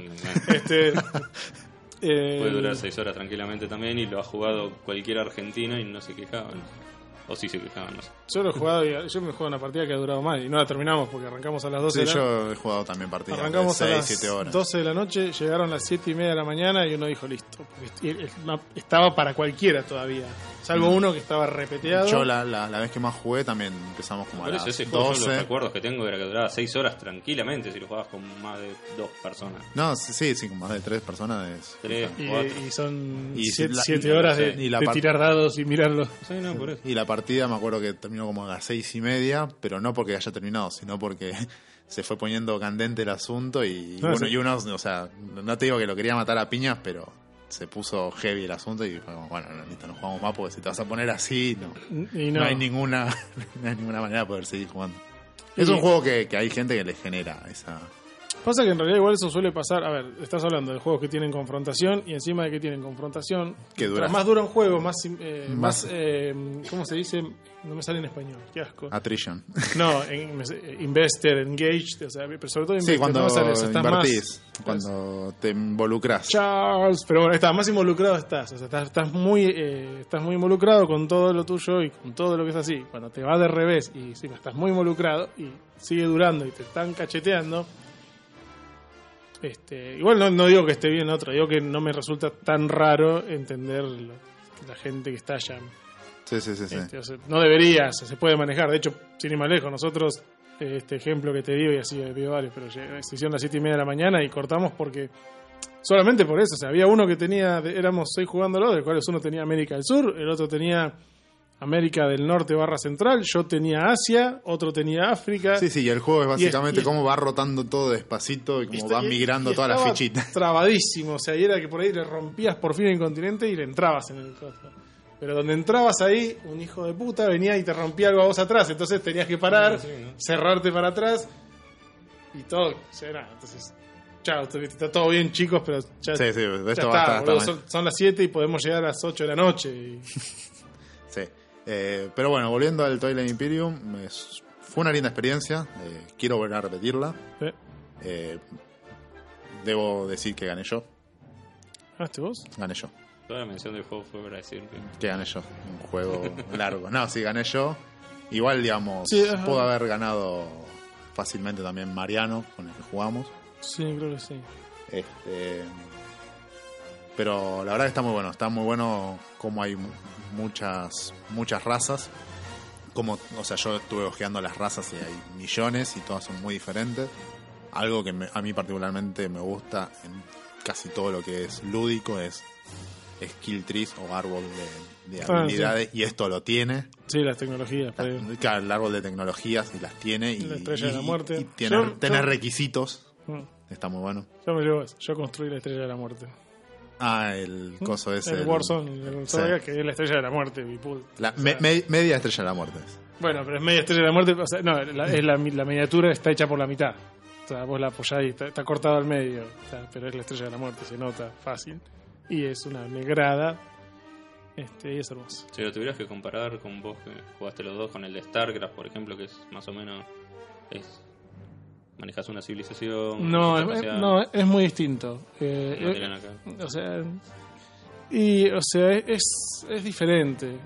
Puede durar 6 horas tranquilamente también y lo ha jugado cualquier argentino y no se quejaban. O sí se quejaban, no sé. Yo lo he jugado y yo me he jugado una partida que ha durado más y no la terminamos porque arrancamos a las 12 de la noche. Yo he jugado también partidas arrancamos de 6, a las 7 horas. 12 de la noche, llegaron las 7:30 de la mañana y uno dijo listo. Estaba para cualquiera todavía, salvo uno que estaba repeteado. Yo la vez que más jugué también empezamos como a las 12. Los recuerdos que tengo era que duraba 6 horas tranquilamente si lo jugabas con más de 2 personas. No, sí, con más de 3 personas. 3, 4. Y son 7 horas de tirar dados y mirarlos. Sí, no, por eso. Y la partida me acuerdo que terminó como a las 6:30, pero no porque haya terminado, sino porque se fue poniendo candente el asunto y y uno, o sea, no te digo que lo quería matar a piñas, pero se puso heavy el asunto y fue como, bueno, no jugamos más porque si te vas a poner así, no hay ninguna manera de poder seguir jugando. Es un juego que hay gente que le genera esa... Pasa que en realidad igual eso suele pasar. A ver, estás hablando de juegos que tienen confrontación y encima de que tienen confrontación, más dura un juego, más ¿cómo se dice? No me sale en español, qué asco. Attrition. No, invested, engaged, o sea, pero sobre todo invested. Sí, cuando no sale eso, invertís, cuando te involucras. Charles, pero bueno, más involucrado estás, o sea, estás muy involucrado con todo lo tuyo y con todo lo que es así. Cuando te va de revés y encima estás muy involucrado y sigue durando y te están cacheteando. Igual no digo que esté bien otro, digo que no me resulta tan raro entender la gente que está allá. Sí. O sea, no debería, se puede manejar. De hecho, sin ir más lejos, nosotros, este ejemplo que te digo, y así he visto varios, pero se hicieron las 7:30 de la mañana y cortamos porque solamente por eso. O sea, había uno que éramos 6 jugándolo, de los cuales uno tenía América del Sur, el otro tenía América del Norte / Central, yo tenía Asia, otro tenía África. Sí, y el juego es básicamente cómo va rotando todo despacito y cómo van migrando todas las fichitas. Trabadísimo, o sea, y era que por ahí le rompías por fin el continente y le entrabas en el costo. Pero donde entrabas ahí, un hijo de puta venía y te rompía algo a vos atrás. Entonces tenías que parar, cerrarte para atrás y todo. O sea, nada, entonces, chao, está todo bien, chicos, pero ya, sí, ya esto está, boludo, son las 7 y podemos llegar a las 8 de la noche. Y... sí. Pero bueno, volviendo al Twilight Imperium, fue una linda experiencia. Quiero volver a repetirla. Debo decir que gané yo. ¿Ganaste vos? Gané yo. Toda la mención del juego fue para decir que gané yo. Un juego largo. No, sí, gané yo. Igual, digamos, sí, puedo haber ganado fácilmente también Mariano, con el que jugamos. Sí, creo que sí. Pero la verdad que está muy bueno. Está muy bueno como hay muchas razas. Como, o sea, yo estuve ojeando las razas y hay millones y todas son muy diferentes. Algo que a mí particularmente me gusta en casi todo lo que es lúdico es skill trees o árbol de habilidades, sí. Y esto lo tiene. Sí, las tecnologías. Claro, el árbol de tecnologías y las tiene. Y la estrella de la muerte. Y tener requisitos. Está muy bueno. Yo me llevo eso. Yo construí la estrella de la muerte. El coso ese. El Warzone, sí. Que es la estrella de la muerte. Media estrella de la muerte. Bueno, pero es media estrella de la muerte. O sea, no, es la miniatura está hecha por la mitad. O sea, vos la apoyás y está cortado al medio. O sea, pero es la estrella de la muerte, se nota fácil. Y es una negrada. Y es hermoso. Si lo tuvieras que comparar con vos, que jugaste los dos, con el de StarCraft, por ejemplo, que es más o menos. Manejas una civilización. No, es muy distinto. O sea. Es diferente.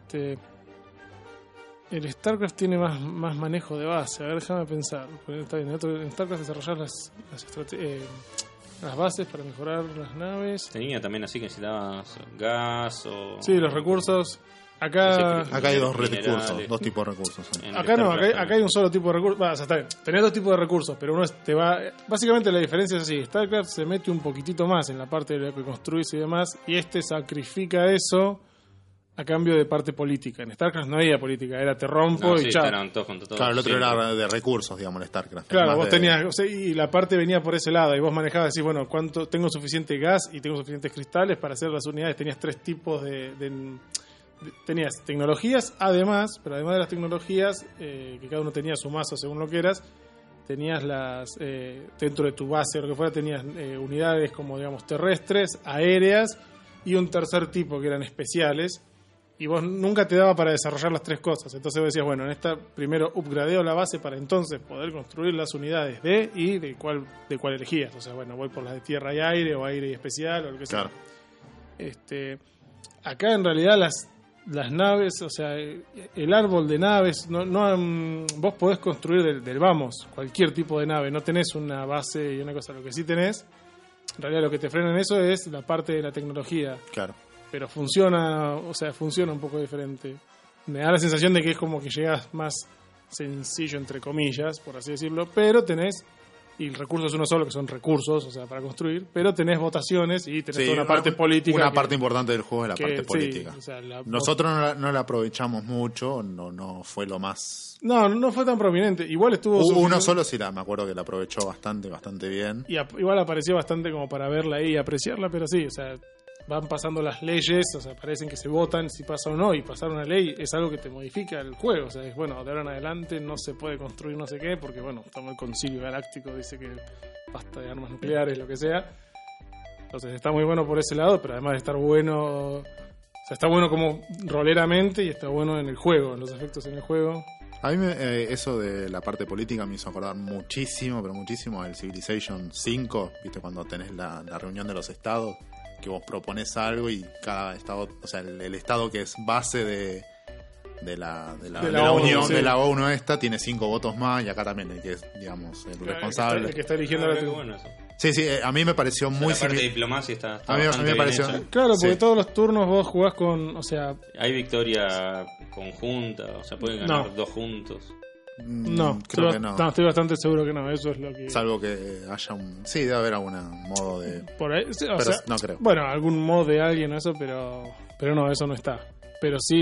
El StarCraft tiene más manejo de base. A ver, déjame pensar. Está bien, en StarCraft desarrollas las bases para mejorar las naves. Tenía también así que necesitabas gas o... Sí, los recursos. Acá hay dos tipos de recursos. Acá hay un solo tipo de recursos. O sea, está bien. Tenés dos tipos de recursos, pero uno básicamente la diferencia es así. StarCraft se mete un poquitito más en la parte de lo que construís y demás, y sacrifica eso a cambio de parte política. En StarCraft no había política, era te rompo y chao. Claro, el otro era de recursos, digamos, en StarCraft. Claro, vos tenías, y la parte venía por ese lado, y vos manejabas, decís, bueno, ¿cuánto tengo suficiente gas y tengo suficientes cristales para hacer las unidades? Tenías 3 tipos tenías tecnologías, pero además de las tecnologías, que cada uno tenía su mazo según lo que eras, tenías dentro de tu base o lo que fuera, tenías unidades como, digamos, terrestres, aéreas, y un tercer tipo que eran especiales. Y vos nunca te daba para desarrollar las 3 cosas. Entonces vos decías, bueno, en esta primero upgradeo la base para entonces poder construir las unidades de cuál elegías. O sea, bueno, voy por las de tierra y aire, o aire y especial, o lo que sea. Acá en realidad las naves, o sea, el árbol de naves, vos podés construir del vamos cualquier tipo de nave. No tenés una base y una cosa. Lo que sí tenés, en realidad lo que te frena en eso es la parte de la tecnología. Claro. Pero funciona un poco diferente. Me da la sensación de que es como que llegas más sencillo, entre comillas, por así decirlo, pero tenés, y el recurso es uno solo, que son recursos, o sea, para construir, pero tenés votaciones y tenés toda una parte política. Una parte importante del juego es la parte política. Sí, o sea, nosotros no la aprovechamos mucho, no fue lo más... No fue tan prominente. Igual estuvo... Uno solo sí me acuerdo que la aprovechó bastante bien. Y igual apareció bastante como para verla ahí y apreciarla, pero sí, o sea... Van pasando las leyes, o sea, parecen que se votan si pasa o no, y pasar una ley es algo que te modifica el juego. O sea, es bueno, de ahora en adelante no se puede construir no sé qué, porque bueno, estamos el Concilio Galáctico, dice que basta de armas nucleares, lo que sea. Entonces está muy bueno por ese lado, pero además de estar bueno, o sea, está bueno como roleramente y está bueno en el juego, en los efectos en el juego. A mí eso de la parte política me hizo acordar muchísimo, pero muchísimo al Civilization 5, ¿viste? Cuando tenés la reunión de los estados, que vos propones algo y cada estado, o sea, el estado que es base de la unión, sí, de la ONU tiene 5 votos más, y acá también el que es, digamos, el responsable. El que está eligiendo la bueno eso. Sí, a mí me pareció muy la parte de diplomacia está a mí me pareció hecha. Claro, porque todos los turnos vos jugás con, o sea, hay victoria conjunta, o sea, pueden ganar 2 juntos. No, creo que no. No, estoy bastante seguro que no. Eso es lo que. Salvo que haya sí, debe haber algún modo de. Por ahí, pero sea, no creo. Bueno, algún modo de alguien o eso, pero no, eso no está. Pero sí,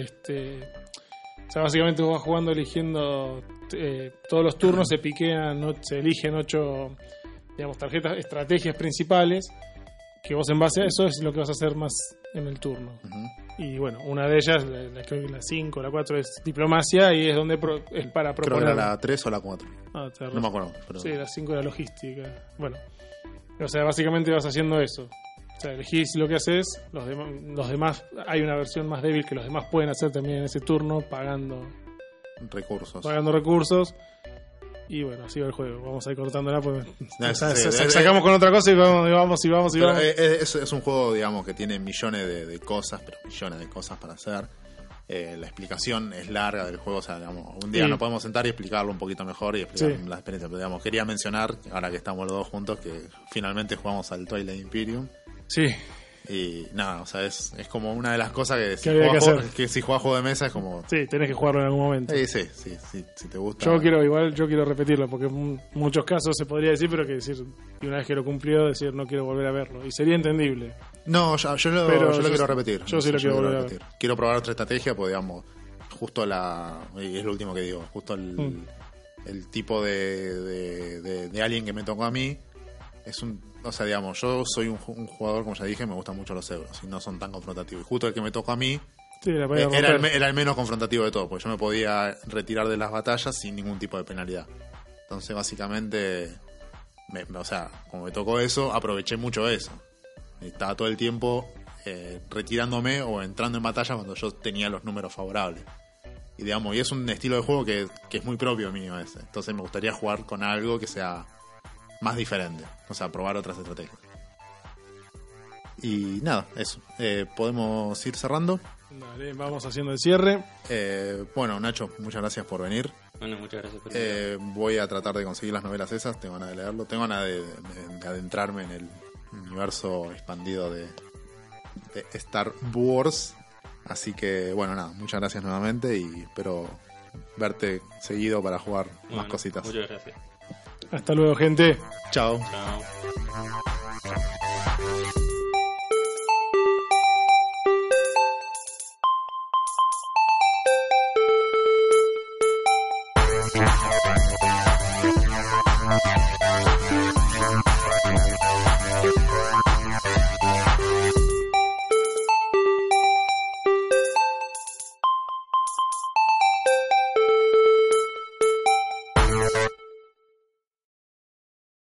o sea, básicamente vos vas jugando eligiendo todos los turnos, se piquean, se eligen 8, digamos, estrategias principales, que vos en base a eso es lo que vas a hacer más en el turno. Y bueno, una de ellas, creo que la 5 o la 4 es diplomacia y es donde es para Creo proponer. que era la 3 o la 4. No me acuerdo. Pero... Sí, la 5 era logística. Bueno, o sea, básicamente vas haciendo eso. O sea, elegís lo que haces, los demás, hay una versión más débil que los demás pueden hacer también en ese turno, pagando recursos. Y bueno, así va el juego. Vamos a ir cortándola porque sacamos con otra cosa y vamos. Es un juego, digamos, que tiene millones de cosas, pero millones de cosas para hacer. La explicación es larga del juego, o sea, digamos, un día nos podemos sentar y explicarlo un poquito mejor y explicar la experiencia. Pero digamos, quería mencionar, ahora que estamos los dos juntos, que finalmente jugamos al Twilight Imperium. Sí. Y nada, o sea, es como una de las cosas que si jugás juego de mesa es como... Sí, tenés que jugarlo en algún momento. Sí, si te gusta. Yo quiero repetirlo, porque en muchos casos se podría decir, pero que decir, y una vez que lo cumplió, decir no quiero volver a verlo. Y sería entendible. No, yo lo quiero repetir. Yo sí lo quiero volver a ver. Quiero probar otra estrategia, pues digamos, justo y es lo último que digo, justo el tipo de alien que me tocó a mí, o sea, digamos, yo soy un jugador, como ya dije, me gustan mucho los euros y no son tan confrontativos. Y justo el que me tocó a mí era el menos confrontativo de todo, porque yo me podía retirar de las batallas sin ningún tipo de penalidad. Entonces, básicamente, o sea, como me tocó eso, aproveché mucho eso. Estaba todo el tiempo retirándome o entrando en batalla cuando yo tenía los números favorables. Y digamos, y es un estilo de juego que es muy propio mío ese. Entonces me gustaría jugar con algo que sea más diferente, o sea, probar otras estrategias. Y nada, eso. Podemos ir cerrando. Dale, vamos haciendo el cierre. Bueno, Nacho, muchas gracias por venir. Bueno, muchas gracias por venir. Voy a tratar de conseguir las novelas esas, tengo ganas de leerlo. Tengo ganas de adentrarme en el universo expandido de Star Wars. Así que, bueno, nada, muchas gracias nuevamente y espero verte seguido para jugar más cositas. Muchas gracias. Hasta luego, gente. Chao. Chao.